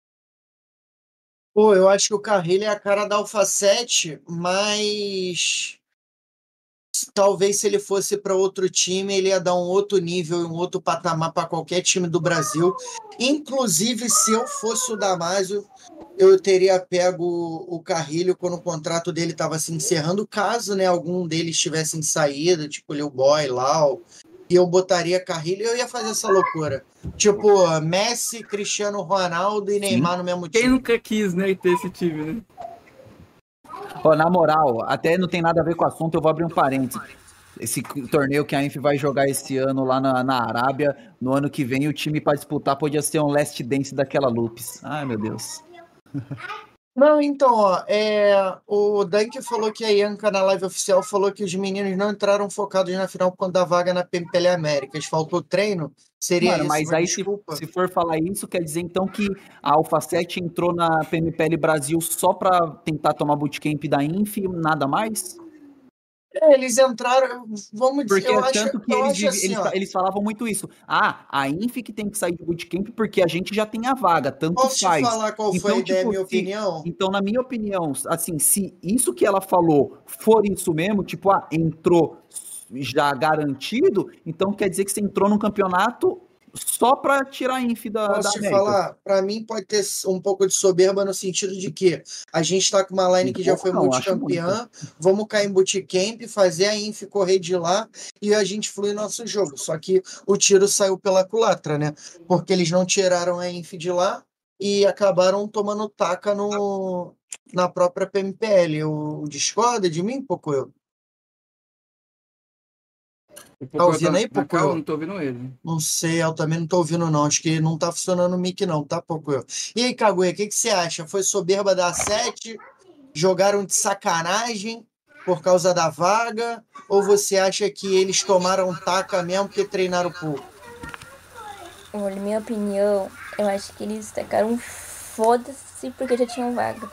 Pô, eu acho que o Carrilho é a cara da Alpha sete, mas talvez se ele fosse para outro time, ele ia dar um outro nível e um outro patamar para qualquer time do Brasil. Inclusive, se eu fosse o Damásio, eu teria pego o Carrilho quando o contrato dele estava se encerrando, caso, né, algum deles tivesse em saída, tipo Lil Boy, Lau, e eu botaria Carrilho e eu ia fazer essa loucura. Tipo, Messi, Cristiano Ronaldo e Neymar no mesmo Quem time. nunca quis, né, ter esse time, né? Ó, na moral, até não tem nada a ver com o assunto, eu vou abrir um parênteses. Esse torneio que a Inf vai jogar esse ano lá na, na Arábia, no ano que vem o time para disputar podia ser um Last Dance daquela Loops. Ai, meu Deus. Não, então, ó, é, o Dank falou que a Ianca na live oficial falou que os meninos não entraram focados na final por conta da vaga na P M P L Américas. Faltou treino? Seria Mano, isso, mas uma aí se, desculpa? se for falar isso, quer dizer então que a Alpha sete entrou na P M P L Brasil só para tentar tomar bootcamp da Inf e nada mais? É, eles entraram, vamos dizer, Porque eu é acho, tanto que eu eles, acho vive- assim, eles, ó, eles falavam muito isso. Ah, a Inf que tem que sair de bootcamp porque a gente já tem a vaga, tanto posso te faz. falar qual foi a Então, ideia, tipo, minha se, opinião? então, na minha opinião, assim, se isso que ela falou for isso mesmo, tipo, ah, entrou já garantido, então quer dizer que você entrou num campeonato só para tirar a Inf da, da Posso te América. falar? Para mim pode ter um pouco de soberba no sentido de que a gente está com uma line Um que já pouco foi não, acho multicampeã, vamos cair em bootcamp, fazer a Inf correr de lá e a gente fluir nosso jogo. Só que o tiro saiu pela culatra, né? Porque eles não tiraram a Inf de lá e acabaram tomando taca no, na própria P M P L. O discorda de mim, Pocoyo? O Tá ouvindo aí, na cal, eu não Pocoyo? tô ouvindo ele. Não sei, eu também não tô ouvindo, não. Acho que não tá funcionando o mic, não, tá, Pocoyo? E aí, Kaguya, o que, que você acha? Foi soberba da sete? Jogaram de sacanagem por causa da vaga? Ou você acha que eles tomaram taca mesmo porque treinaram pouco? Olha, minha opinião, eu acho que eles tacaram um foda-se porque já tinham vaga.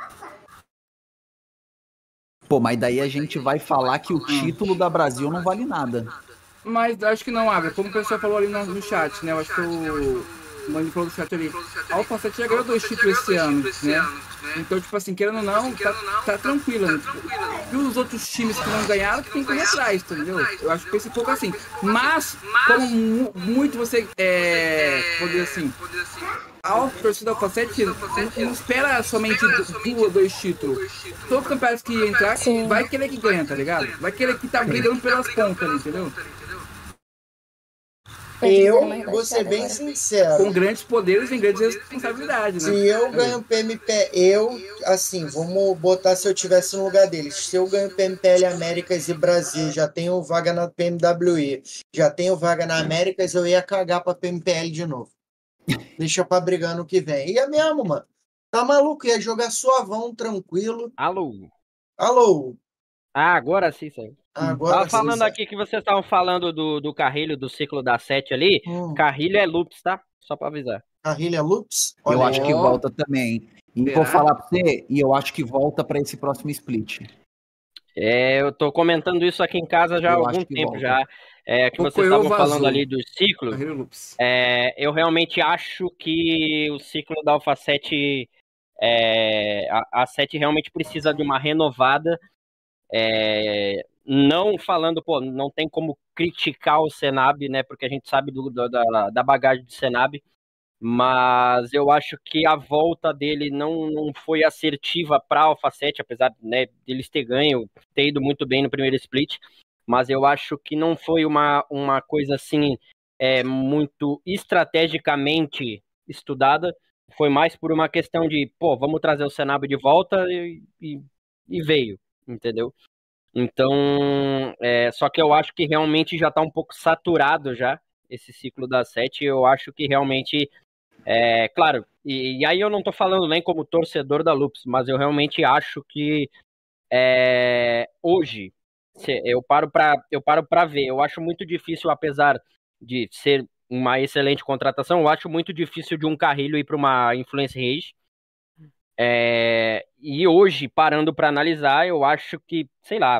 Pô, mas daí a gente vai falar que o título da Brasil não vale nada. Mas acho que não, Abra. Como o pessoal falou ali no, no chat, né? Eu acho que o Mano falou no chat ali. A Alpha sete já ganhou dois títulos esse ano, né? Então, tipo assim, querendo ou não, tá, tá tranquilo, né? E os outros times que não ganharam, que tem que correr atrás, entendeu? Eu acho que pensa um pouco assim. Mas, como mu muito você, é, poder assim, a torcida da Alpha sete não, não espera somente duas ou dois títulos. Todo campeonato que entrar, Sim. vai querer que ganha, tá ligado? Vai querer que tá brigando pelas pontas ali, entendeu? Eu vou ser bem sincero. Com grandes poderes vem grandes responsabilidades, né? Se eu ganho P M P, eu, assim, vamos botar se eu tivesse no lugar deles. Se eu ganho P M P L Américas e Brasil, já tenho vaga na P M W E, já tenho vaga na Américas, eu ia cagar pra P M P L de novo. Deixa pra brigar no que vem. E é mesmo, mano. Tá maluco? Ia jogar suavão, tranquilo. Alô? Alô? Ah, agora sim, saiu. Agora Tava sim, falando sai. aqui que vocês estavam falando do, do Carrilho, do ciclo da sete ali. Hum, Carrilho é loops, tá? Só pra avisar. Carrilha Loops? Eu Olha acho aí. que Ó. volta também. E Será? vou falar pra você, e eu acho que volta pra esse próximo split. É, eu tô comentando isso aqui em casa já há Eu algum acho que tempo volta. já. É, que O vocês Coelho estavam vazou. falando ali do ciclo. Carreira Loops. É, eu realmente acho que o ciclo da Alpha sete, é, a, a sete realmente precisa de uma renovada. É, não falando, pô, não tem como criticar o Senab, né? Porque a gente sabe do, do- da, da bagagem do Senab, mas eu acho que a volta dele não, não foi assertiva para a Alpha sete, apesar, né, deles ter ganho, ter ido muito bem no primeiro split, mas eu acho que não foi uma, uma coisa assim, é, muito estrategicamente estudada. Foi mais por uma questão de, pô, vamos trazer o Senab de volta e, e, e veio, entendeu? Então, é, só que eu acho que realmente já tá um pouco saturado já, esse ciclo da sete. Eu acho que realmente, é, claro, e, e aí eu não tô falando nem como torcedor da Loops, mas eu realmente acho que é, hoje, se- eu paro pra, eu paro pra ver, eu acho muito difícil, apesar de ser uma excelente contratação, eu acho muito difícil de um Carrilho ir para uma Influence Rage. É, e hoje, parando para analisar, eu acho que, sei lá,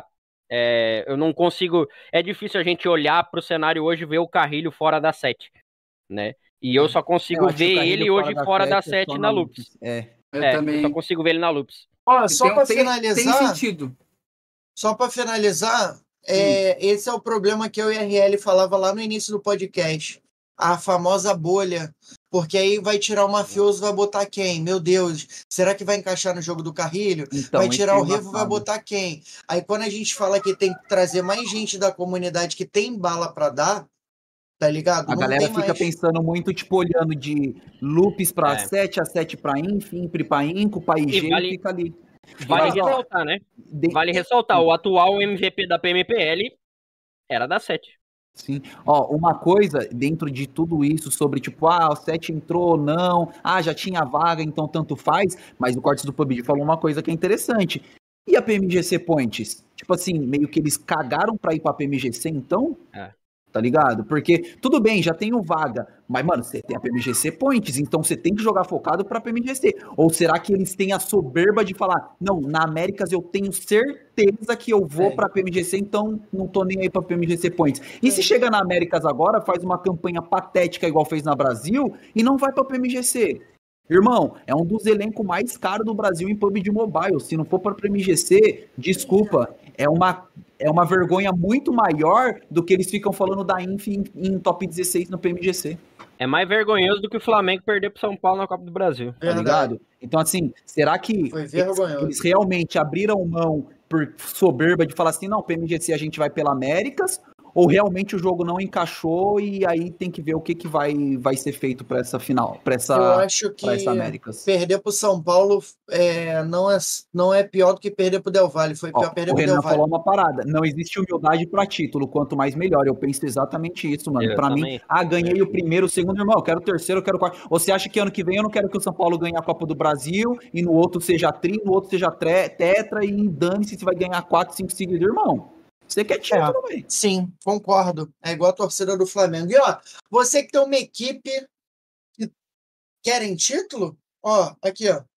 é, eu não consigo. É difícil a gente olhar para o cenário hoje e ver o Carrilho fora da sete, né? E eu só Eu consigo acho que o ver Carrilho ele fora hoje da fora da sete é só sete na na Loops. Loops. É. Eu É, eu só também. consigo ver ele na Loops. Ó, só Tem, para tem, tem finalizar, sentido. só para finalizar, Hum. é, esse é o problema que eu e a R L falava lá no início do podcast. A famosa bolha. Porque aí vai tirar o mafioso, vai botar quem? Meu Deus, será que vai encaixar no jogo do Carrilho? Então, Vai esse tirar é o Revo, vai embaçado. botar quem? Aí quando a gente fala que tem que trazer mais gente da comunidade que tem bala para dar, tá ligado? A Não galera tem fica mais. pensando muito, tipo, olhando de loops pra É. sete, a sete pra inf, impre pra inco, pra E I G, vale, e fica ali. vale Mas, ó, ressaltar, né? de- Vale ressaltar, o atual M V P da P M P L era da sete. Sim. Ó, uma coisa dentro de tudo isso sobre, tipo, ah, o sete entrou ou não, ah, já tinha vaga, então tanto faz, mas o Cortes do P U B G falou uma coisa que é interessante. E a P M G C Points? Tipo assim, meio que eles cagaram pra ir pra P M G C, então? É. Tá ligado? Porque, tudo bem, já tem o vaga, mas, mano, você tem a P M G C Points, então você tem que jogar focado pra P M G C. Ou será que eles têm a soberba de falar, não, na Américas eu tenho certeza que eu vou É. pra P M G C, então não tô nem aí pra P M G C Points. E se É. chega na Américas agora, faz uma campanha patética igual fez na Brasil e não vai pra P M G C? Irmão, é um dos elencos mais caros do Brasil em P U B G Mobile. Se não for pra P M G C, desculpa, é uma, é uma vergonha muito maior do que eles ficam falando da Inf em, em top dezesseis no P M G C, É mais vergonhoso do que o Flamengo perder pro São Paulo na Copa do Brasil. tá Verdade. ligado? Então, assim, será que Foi eles, vergonhoso. eles realmente abriram mão por soberba de falar assim, não, P M G C a gente vai pela Américas, ou realmente o jogo não encaixou e aí tem que ver o que, que vai, vai ser feito pra essa final, pra Eu essa, acho que pra essa Américas. perder pro São Paulo é, não, é, não é pior do que perder pro Del Valle. Foi pior Ó, perder o pro Del Renan Valle. falou uma parada. Não existe humildade pra título. Quanto mais melhor. Eu penso exatamente isso, mano. Eu Pra mim, também. ah, ganhei o primeiro, o segundo, irmão. Eu quero o terceiro, eu quero o quarto. Ou você acha que ano que vem eu não quero que o São Paulo ganhe a Copa do Brasil e no outro seja tri, no outro seja tre, tetra e dane-se se vai ganhar quatro, cinco seguidos, irmão? Você quer título, velho? Sim, concordo. É igual a torcida do Flamengo. E ó, você que tem uma equipe que querem título, ó, aqui ó.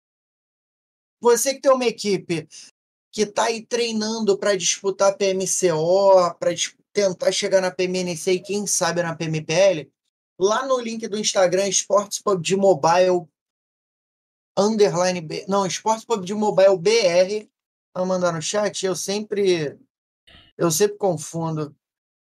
Você que tem uma equipe que tá aí treinando para disputar P M C O, para tentar chegar na P M N C e quem sabe na P M P L, lá no link do Instagram Esportes P U B G Mobile underline B, não, Esportes P U B G Mobile B R, vai mandar no chat, eu sempre eu sempre confundo.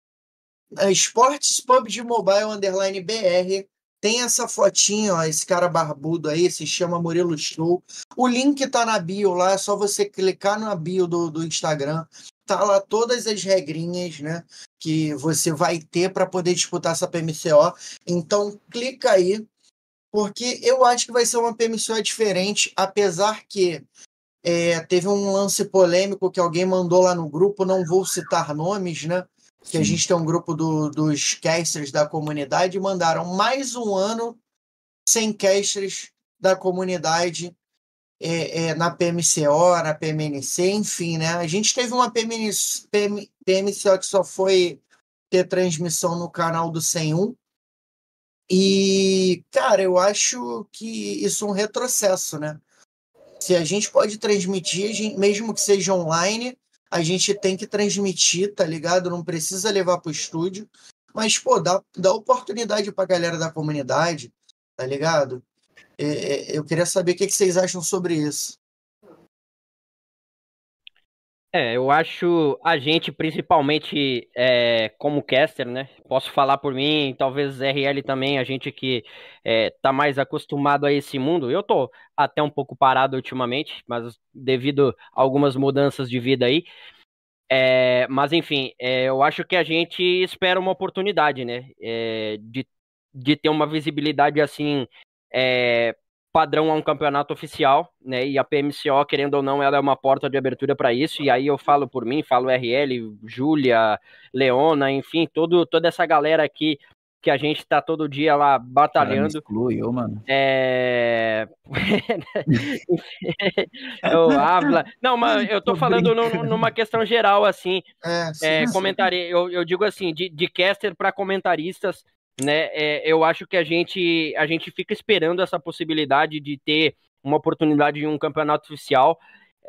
É Esportes P U B G Mobile underline B R, tem essa fotinha, ó, esse cara barbudo aí, se chama Murilo Show. O link tá na bio lá, é só você clicar na bio do, do Instagram. Tá lá todas as regrinhas, né, que você vai ter para poder disputar essa P M C O. Então, clica aí, porque eu acho que vai ser uma P M C O diferente, apesar que é, teve um lance polêmico que alguém mandou lá no grupo, não vou citar nomes, né? Que a gente tem um grupo do, dos casters da comunidade e mandaram mais um ano sem casters da comunidade é, é, na P M C O, na P M N C, enfim, né? A gente teve uma P M N C, P M, P M C O que só foi ter transmissão no canal do cem e um. E, cara, eu acho que isso é um retrocesso, né? Se a gente pode transmitir, a gente, mesmo que seja online, a gente tem que transmitir, tá ligado? Não precisa levar pro estúdio. Mas, pô, dá, dá oportunidade pra galera da comunidade, tá ligado? É, é, eu queria saber o que, que vocês acham sobre isso. É, eu acho a gente, principalmente é, como caster, né? Posso falar por mim, talvez R L também, a gente que é, tá mais acostumado a esse mundo. Eu tô até um pouco parado ultimamente, mas devido a algumas mudanças de vida aí. É, mas enfim, é, eu acho que a gente espera uma oportunidade, né? É, de, de ter uma visibilidade assim. É, padrão a um campeonato oficial, né? E a P M C O, querendo ou não, ela é uma porta de abertura para isso. E aí eu falo por mim, falo R L, Júlia, Leona, enfim, todo, toda essa galera aqui que a gente tá todo dia lá batalhando. Exclui eu, mano. É... eu habla... Não, mas eu tô falando no, numa questão geral, assim, É, sim, é, sim. comentari... eu, eu digo assim, de, de caster para comentaristas, né? É, eu acho que a gente, a gente fica esperando essa possibilidade de ter uma oportunidade em um campeonato oficial,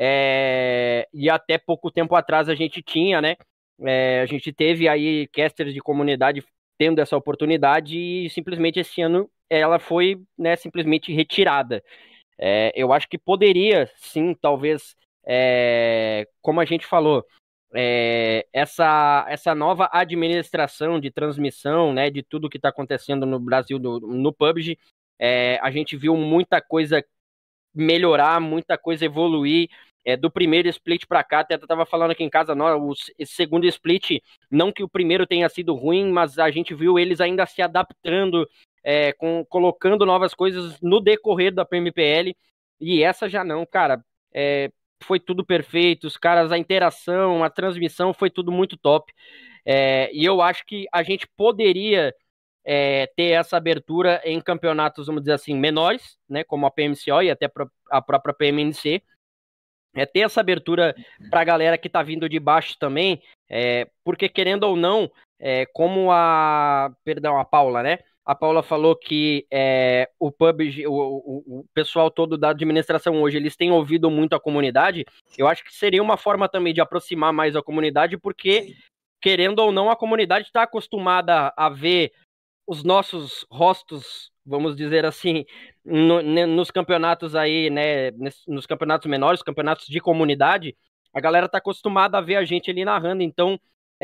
é, e até pouco tempo atrás a gente tinha, né? É, a gente teve aí casters de comunidade tendo essa oportunidade e simplesmente esse ano ela foi, né, simplesmente retirada. É, eu acho que poderia, sim, talvez, é, como a gente falou, é, essa, essa nova administração de transmissão, né, de tudo que está acontecendo no Brasil, no, no P U B G, é, a gente viu muita coisa melhorar, muita coisa evoluir. É, do primeiro split para cá, até estava falando aqui em casa, não, o segundo split, não que o primeiro tenha sido ruim, mas a gente viu eles ainda se adaptando, é, com, colocando novas coisas no decorrer da P M P L, e essa já não, cara, é, foi tudo perfeito, os caras, a interação, a transmissão, foi tudo muito top, é, e eu acho que a gente poderia é, ter essa abertura em campeonatos, vamos dizer assim, menores, né, como a P M C O e até a própria P M N C, é ter essa abertura para a galera que está vindo de baixo também, é, porque querendo ou não, é, como a, perdão, a Paula, né, a Paula falou que é, o P U B G, o, o, o pessoal todo da administração hoje, eles têm ouvido muito a comunidade, eu acho que seria uma forma também de aproximar mais a comunidade, porque, querendo ou não, a comunidade está acostumada a ver os nossos rostos, vamos dizer assim, no, nos campeonatos aí, né, nos campeonatos menores, campeonatos de comunidade, a galera tá acostumada a ver a gente ali narrando, então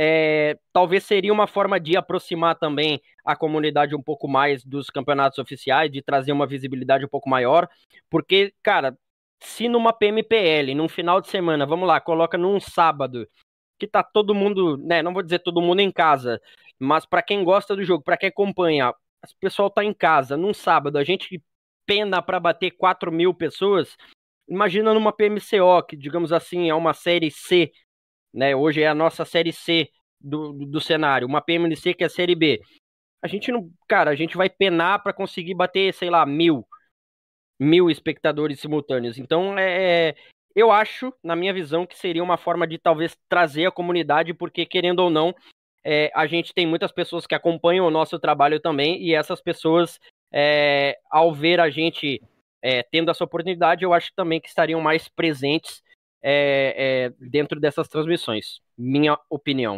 é, talvez seria uma forma de aproximar também a comunidade um pouco mais dos campeonatos oficiais, de trazer uma visibilidade um pouco maior, porque, cara, se numa P M P L, num final de semana, vamos lá, coloca num sábado, que tá todo mundo, né, não vou dizer todo mundo em casa, mas para quem gosta do jogo, para quem acompanha, o pessoal tá em casa, num sábado, a gente pena para bater quatro mil pessoas, imagina numa P M C O, que digamos assim, é uma série C, né, hoje é a nossa série C do, do, do cenário, uma P M N C que é a série B, a gente não, cara, a gente vai penar para conseguir bater, sei lá, mil, mil espectadores simultâneos, então é... Eu acho, na minha visão, que seria uma forma de talvez trazer a comunidade, porque, querendo ou não, é, a gente tem muitas pessoas que acompanham o nosso trabalho também, e essas pessoas, é, ao ver a gente é, tendo essa oportunidade, eu acho também que estariam mais presentes é, é, dentro dessas transmissões. Minha opinião.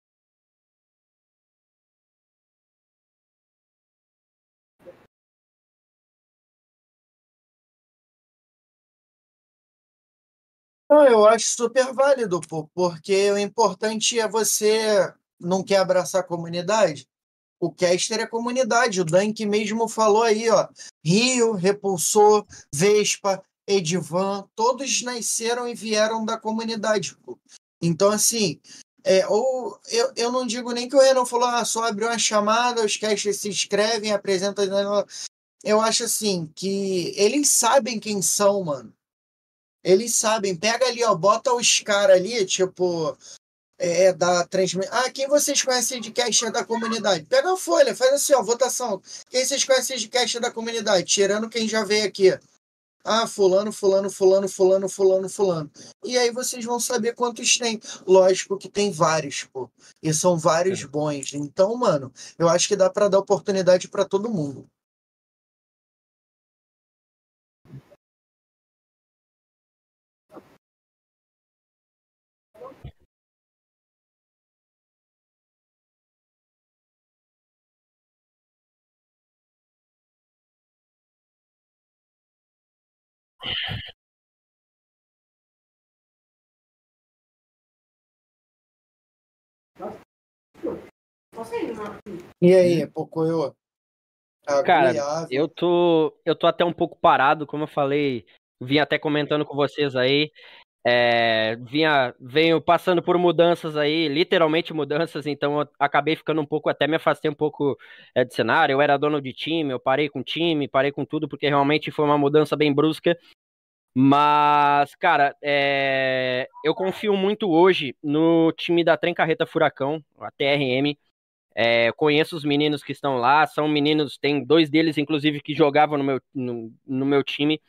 Não, eu acho super válido, pô, porque o importante é você não quer abraçar a comunidade. O caster é comunidade. O Dank mesmo falou aí, ó. Rio, Repulsor, Vespa, Edivan, todos nasceram e vieram da comunidade, pô. Então, assim, é, ou eu, eu não digo nem que o Renan falou, ah, só abriu uma chamada, os casters se inscrevem, apresentam. Eu acho assim que eles sabem quem são, mano. Eles sabem, pega ali, ó, bota os caras ali, tipo, é, da transmissão. Ah, quem vocês conhecem de caster da comunidade? Pega a folha, faz assim, ó, votação. Quem vocês conhecem de caster da comunidade? Tirando quem já veio aqui. Ah, fulano, fulano, fulano, fulano, fulano, fulano. E aí vocês vão saber quantos tem. Lógico que tem vários, pô. E são vários bons. Então, mano, eu acho que dá pra dar oportunidade pra todo mundo. E aí, Pocoyo? Cara, eu tô, eu tô até um pouco parado, como eu falei, vim até comentando com vocês aí. É, vinha, venho passando por mudanças aí, literalmente mudanças, então eu acabei ficando um pouco, até me afastei um pouco é, de cenário. Eu era dono de time, eu parei com o time, parei com tudo, porque realmente foi uma mudança bem brusca. Mas, cara, é, eu confio muito hoje no time da Trem Carreta Furacão, a T R M. É, eu conheço os meninos que estão lá, são meninos, tem dois deles, inclusive, que jogavam no meu, no, no meu time.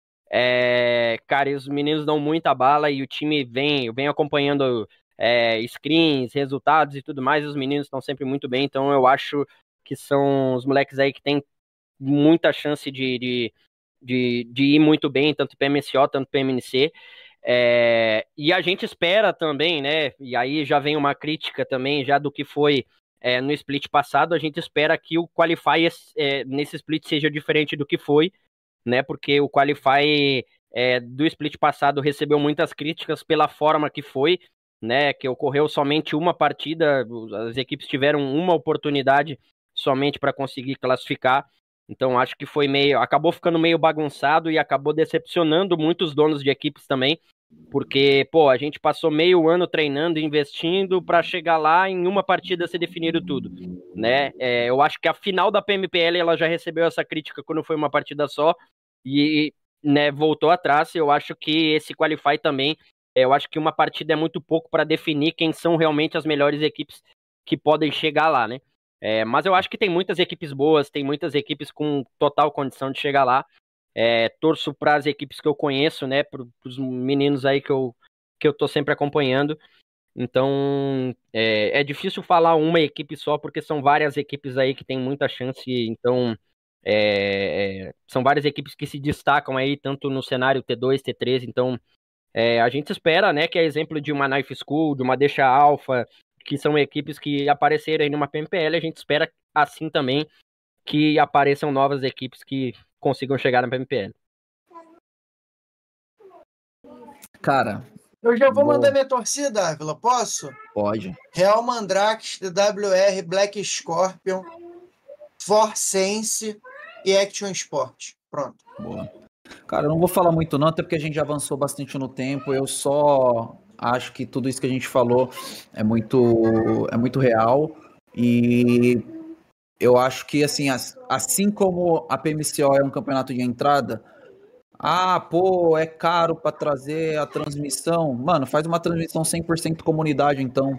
É, cara, e os meninos dão muita bala e o time vem, vem acompanhando é, screens, resultados e tudo mais. E os meninos estão sempre muito bem, então eu acho que são os moleques aí que têm muita chance de, de, de, de ir muito bem, tanto P M S O, tanto P M N C. É, e a gente espera também, né? E aí já vem uma crítica também já do que foi é, no split passado. A gente espera que o Qualify é, nesse split seja diferente do que foi, né? Porque o Qualify é, do split passado recebeu muitas críticas pela forma que foi, né? Que ocorreu somente uma partida, as equipes tiveram uma oportunidade somente para conseguir classificar. Então acho que foi meio, acabou ficando meio bagunçado e acabou decepcionando muitos donos de equipes também, porque pô, a gente passou meio ano treinando, investindo para chegar lá em uma partida ser definido tudo, né? É, eu acho que a final da P M P L ela já recebeu essa crítica quando foi uma partida só e, né, voltou atrás. Eu acho que esse Qualify também, eu acho que uma partida é muito pouco para definir quem são realmente as melhores equipes que podem chegar lá, né? É, mas eu acho que tem muitas equipes boas, tem muitas equipes com total condição de chegar lá. É, torço para as equipes que eu conheço, né? Para os meninos aí que eu, que eu tô sempre acompanhando. Então, é, é difícil falar uma equipe só, porque são várias equipes aí que tem muita chance. Então, é, é, são várias equipes que se destacam aí, tanto no cenário T dois, T três. Então, é, a gente espera, né, que é exemplo de uma Knife School, de uma Deixa Alpha, que são equipes que apareceram aí numa P M P L. A gente espera assim também que apareçam novas equipes que consigam chegar na P M P L. Cara, Eu já vou Boa. mandar minha torcida, Ávila, posso? pode. Real Mandrakes, D W R, Black Scorpion, Forsense e Action Sport. Pronto. Boa. Cara, eu não vou falar muito não, até porque a gente já avançou bastante no tempo. Eu só acho que tudo isso que a gente falou é muito, é muito real. E eu acho que, assim, as- assim como a P M C O é um campeonato de entrada, ah, pô, é caro para trazer a transmissão. Mano, faz uma transmissão cem por cento comunidade, então.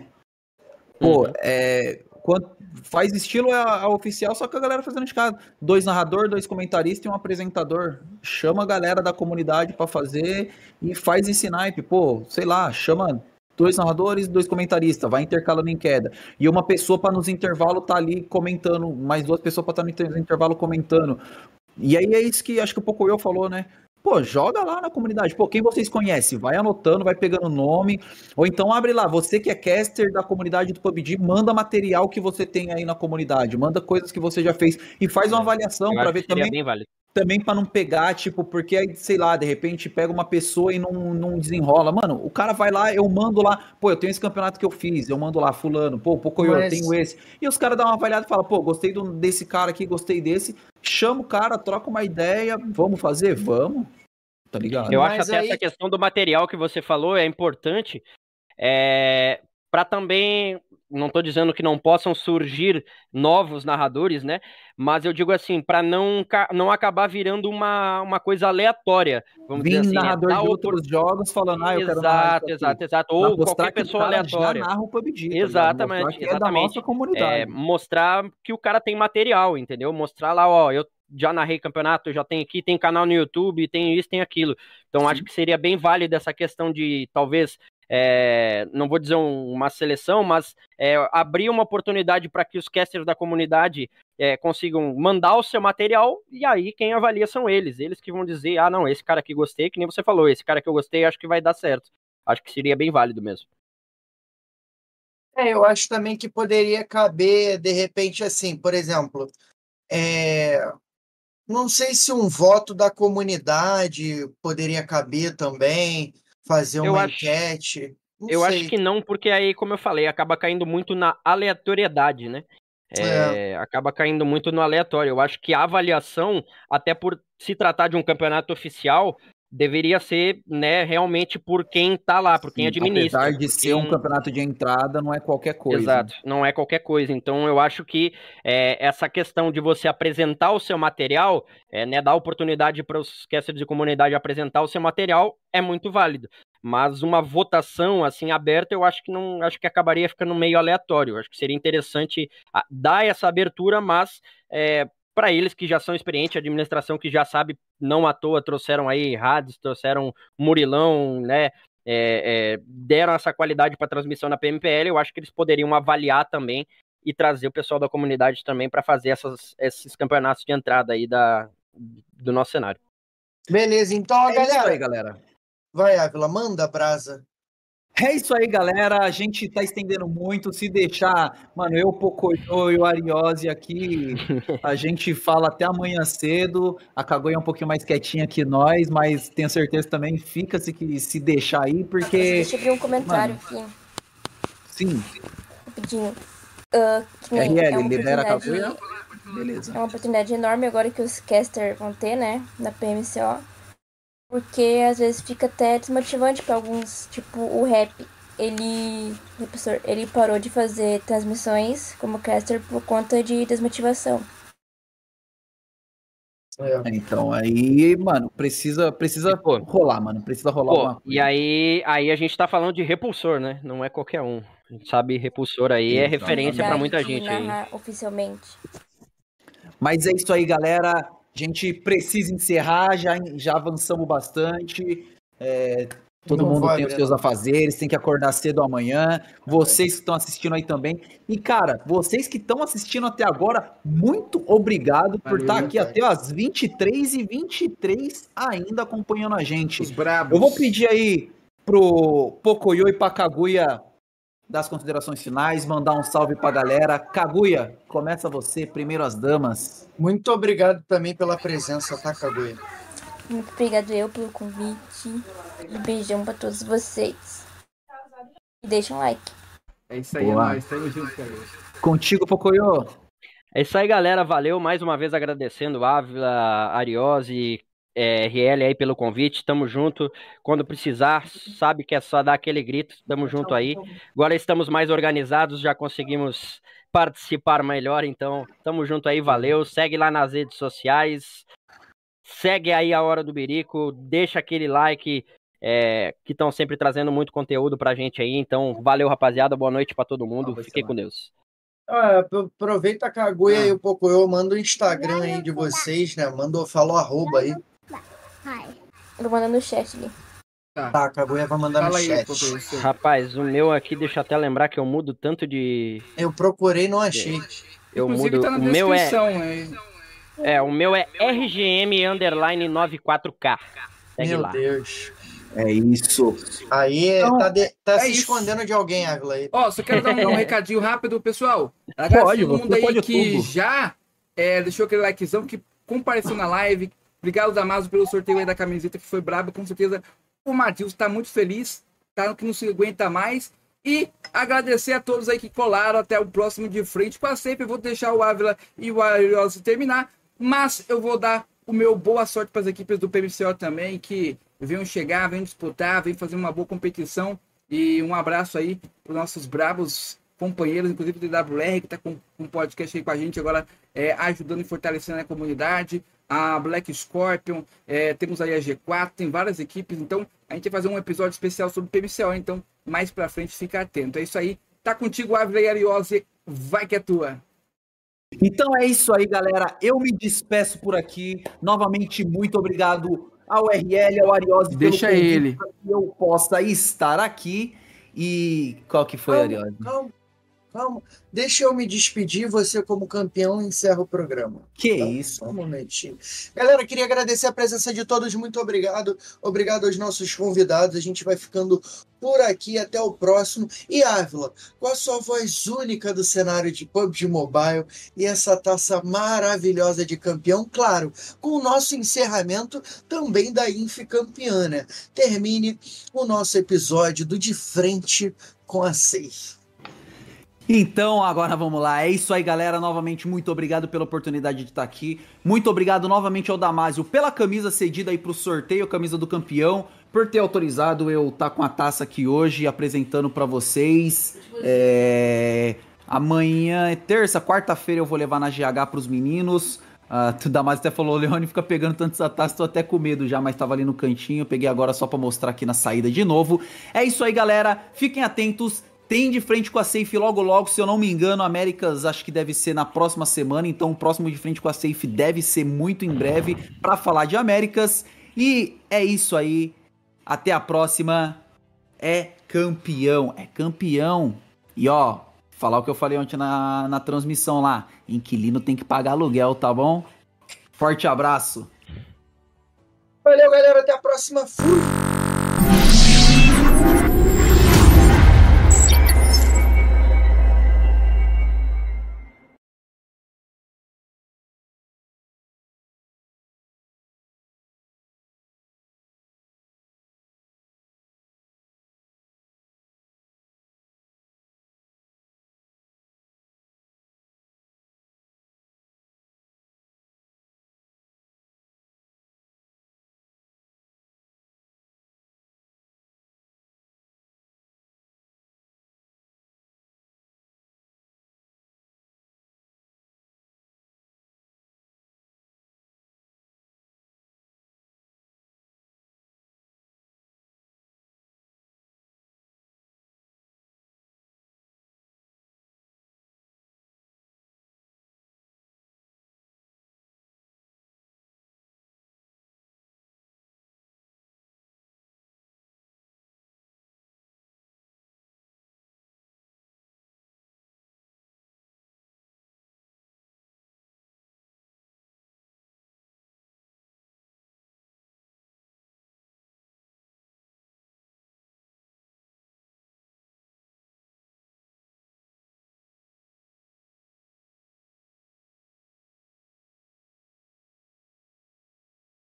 Pô, Uhum. é, quant- faz estilo a, a oficial, só que a galera fazendo de casa. Dois narrador, dois comentaristas e um apresentador. Chama a galera da comunidade pra fazer e faz esse naipe. Pô, sei lá, chama dois narradores, dois comentaristas, vai intercalando em queda. E uma pessoa pra nos intervalos tá ali comentando, mais duas pessoas pra estar no inter- intervalo comentando. E aí é isso que acho que o Pocoyo falou, né? Pô, joga lá na comunidade. Pô, quem vocês conhecem? Vai anotando, vai pegando nome. Ou então abre lá, você que é caster da comunidade do P U B G, manda material que você tem aí na comunidade. Manda coisas que você já fez. E faz uma avaliação Eu para acho ver que seria também, bem válido. também para não pegar, tipo, porque aí, sei lá, de repente pega uma pessoa e não, não desenrola. Mano, o cara vai lá, eu mando lá, pô, eu tenho esse campeonato que eu fiz, eu mando lá, fulano, pô, Pocoyo, eu Mas- tenho esse. E os caras dão uma avaliada e falam, pô, gostei do- desse cara aqui, gostei desse. Chama o cara, troca uma ideia, vamos fazer? Vamos. Tá ligado? Eu acho Mas até aí- essa questão do material que você falou é importante, é, para também, não estou dizendo que não possam surgir novos narradores, né? Mas eu digo assim, para não, ca- não acabar virando uma, uma coisa aleatória, vamos dizer Vim assim, né? narrador Dar de opor- outros jogos falando, ah, eu quero narrar Exato, isso aqui. exato, exato. Pra Ou mostrar qualquer que o pessoa cara aleatória. já narra o P U B G, tá ligado? Exatamente, Mostrar que é da exatamente. nossa comunidade. É, mostrar que o cara tem material, entendeu? Mostrar lá, ó, eu já narrei campeonato, eu já tenho aqui, tem canal no YouTube, tem isso, tem aquilo. Então Sim. acho que seria bem válido essa questão de, talvez, é, não vou dizer um- uma seleção, mas é, abrir uma oportunidade para que os casters da comunidade é, consigam mandar o seu material, e aí quem avalia são eles. Eles que vão dizer, ah, não, esse cara aqui gostei, que nem você falou, esse cara que eu gostei, acho que vai dar certo. Acho que seria bem válido mesmo. É, eu acho também que poderia caber, de repente, assim, por exemplo, é, não sei se um voto da comunidade poderia caber também, fazer Eu uma acho- enquete. Não Eu sei. acho que não, porque aí, como eu falei, acaba caindo muito na aleatoriedade, né? É, acaba caindo muito no aleatório. Eu acho que a avaliação, até por se tratar de um campeonato oficial, deveria ser, né, realmente por quem tá lá, por quem Sim, administra. apesar de ser quem... um campeonato de entrada, não é qualquer coisa. Exato, não é qualquer coisa. Então eu acho que é, essa questão de você apresentar o seu material, é, né, dar oportunidade para os casters de comunidade apresentar o seu material é muito válido. Mas uma votação assim aberta, eu acho que não, acho que acabaria ficando meio aleatório. Eu acho que seria interessante dar essa abertura, mas é, para eles que já são experientes, a administração que já sabe, não à toa trouxeram aí Hades, trouxeram Murilão, né? É, é, deram essa qualidade para transmissão na P M P L, eu acho que eles poderiam avaliar também e trazer o pessoal da comunidade também para fazer essas, esses campeonatos de entrada aí da, do nosso cenário. Beleza, então, É galera. isso aí, galera. Vai, Ávila, manda a brasa. É isso aí, galera. A gente tá estendendo muito. Se deixar, mano, eu, Pocoyo e o Ariose aqui, a gente fala até amanhã cedo. A Kaguya é um pouquinho mais quietinha que nós, mas tenho certeza também, fica-se que se deixar aí, porque... Deixa eu abrir um comentário mano, aqui, sim. rapidinho. Uh, que nem R L, é uma libera a oportunidade, Kaguya. Beleza. é uma oportunidade enorme agora que os casters vão ter, né, na P M C O. Porque às vezes fica até desmotivante para alguns, tipo o Rap. Ele, professor, ele parou de fazer transmissões como caster por conta de desmotivação. É. Então, aí, mano, precisa, precisa E, pô, rolar, mano. Precisa rolar Pô, alguma coisa. e aí, aí a gente tá falando de repulsor, né? Não é qualquer um. A gente sabe repulsor aí é Exatamente. referência pra muita de gente aí. narrar oficialmente. Mas é isso aí, galera. A gente precisa encerrar, já, já avançamos bastante. É, todo Não mundo vai, tem os Breno. seus afazeres, tem que acordar cedo amanhã. Vocês que estão assistindo aí também. E, cara, vocês que estão assistindo até agora, muito obrigado por Valeu, estar aqui cara. até as vinte e três e vinte e três ainda acompanhando a gente. Os brabos. Eu vou pedir aí pro Pocoyo e pra Kaguya das considerações finais, mandar um salve pra galera. Kaguya, começa você, primeiro as damas. Muito obrigado também pela presença, tá, Kaguya? Muito obrigado eu pelo convite. E beijão pra todos vocês. E deixa um like. É isso aí, Boa. é nóis. Tamo junto, cara. Contigo, Pocoyo. É isso aí, galera. Valeu mais uma vez agradecendo Ávila, Ariose, é, R L aí pelo convite. Tamo junto. Quando precisar, sabe que é só dar aquele grito. Tamo junto aí. Agora estamos mais organizados, já conseguimos participar melhor. Então, tamo junto aí. Valeu. Segue lá nas redes sociais. Segue aí a Hora do Birico. Deixa aquele like. É, que estão sempre trazendo muito conteúdo pra gente aí. Então, valeu, rapaziada. Boa noite pra todo mundo. Fiquem com Deus. Ah, apro- aproveita a Kaguya e o Pocoyo, manda o Instagram aí de vocês, né? Manda, fala o arroba aí. Ai. Vou mandar no chat ali. Tá, a Kaguya vai mandar no Fala aí, chat. Pocoyo, seu. Rapaz, o meu aqui, deixa eu até lembrar que eu mudo tanto de. Eu procurei e não achei. Eu Inclusive mudo. tá na O meu é. descrição, é... É, o meu é R G M underline noventa e quatro K. Segue Meu lá. Deus. É isso. Aí é- Então, tá, de- tá é se isso. escondendo de alguém, Ávila aí. Ó, só quero dar um, um recadinho rápido, pessoal. Agradeço Pode, todo você mundo aí pode que tudo. já é, deixou aquele likezão, que compareceu na live. Obrigado, Damaso, pelo sorteio aí da camiseta, que foi brabo. Com certeza o Matheus tá muito feliz, tá que não se aguenta mais. E agradecer a todos aí que colaram. Até o próximo de frente com a sempre. Eu vou deixar o Ávila e o Ariose terminar, mas eu vou dar o meu boa sorte para as equipes do P M C O também, que venham chegar, venham disputar, venham fazer uma boa competição. E um abraço aí para os nossos bravos companheiros, inclusive do D W R, que está com um podcast aí com a gente agora, é, ajudando e fortalecendo a comunidade. A Black Scorpion, é, temos aí a G quatro, tem várias equipes. Então a gente vai fazer um episódio especial sobre o P M C O, então mais pra frente fica atento. É isso aí, tá contigo, Ávila e Ariose, vai que é tua. Então é isso aí, galera. Eu me despeço por aqui. Novamente, muito obrigado ao R L, ao Ariose, Deixa pelo convite ele. para que eu possa estar aqui. E qual que foi, Calma, Ariose? calma, calma. Deixa eu me despedir, você como campeão encerra o programa. Que Tá? isso? Só um momentinho. Galera, queria agradecer a presença de todos, muito obrigado. Obrigado aos nossos convidados. A gente vai ficando por aqui até o próximo. E Ávila, com a sua voz única do cenário de P U B G Mobile e essa taça maravilhosa de campeão, claro, com o nosso encerramento também da Inf campeã, né? Termine o nosso episódio do De Frente com a Safe. Então, agora vamos lá. É isso aí, galera. Novamente, muito obrigado pela oportunidade de estar aqui. Muito obrigado novamente ao Damásio pela camisa cedida aí pro sorteio, a camisa do campeão, por ter autorizado eu estar com a taça aqui hoje, apresentando pra vocês. É... Amanhã é terça, quarta-feira eu vou levar na G H pros meninos. Uh, o Damásio até falou, o Leone fica pegando tanto essa taça, tô até com medo já, mas tava ali no cantinho. Peguei agora só pra mostrar aqui na saída de novo. É isso aí, galera. Fiquem atentos. Tem de frente com a Safe logo logo, se eu não me engano, Américas acho que deve ser na próxima semana, então o próximo de frente com a Safe deve ser muito em breve para falar de Américas. E é isso aí, até a próxima. É campeão, é campeão. E ó, falar o que eu falei ontem na, na transmissão lá, inquilino tem que pagar aluguel, tá bom? Forte abraço. Valeu, galera, até a próxima. Fui!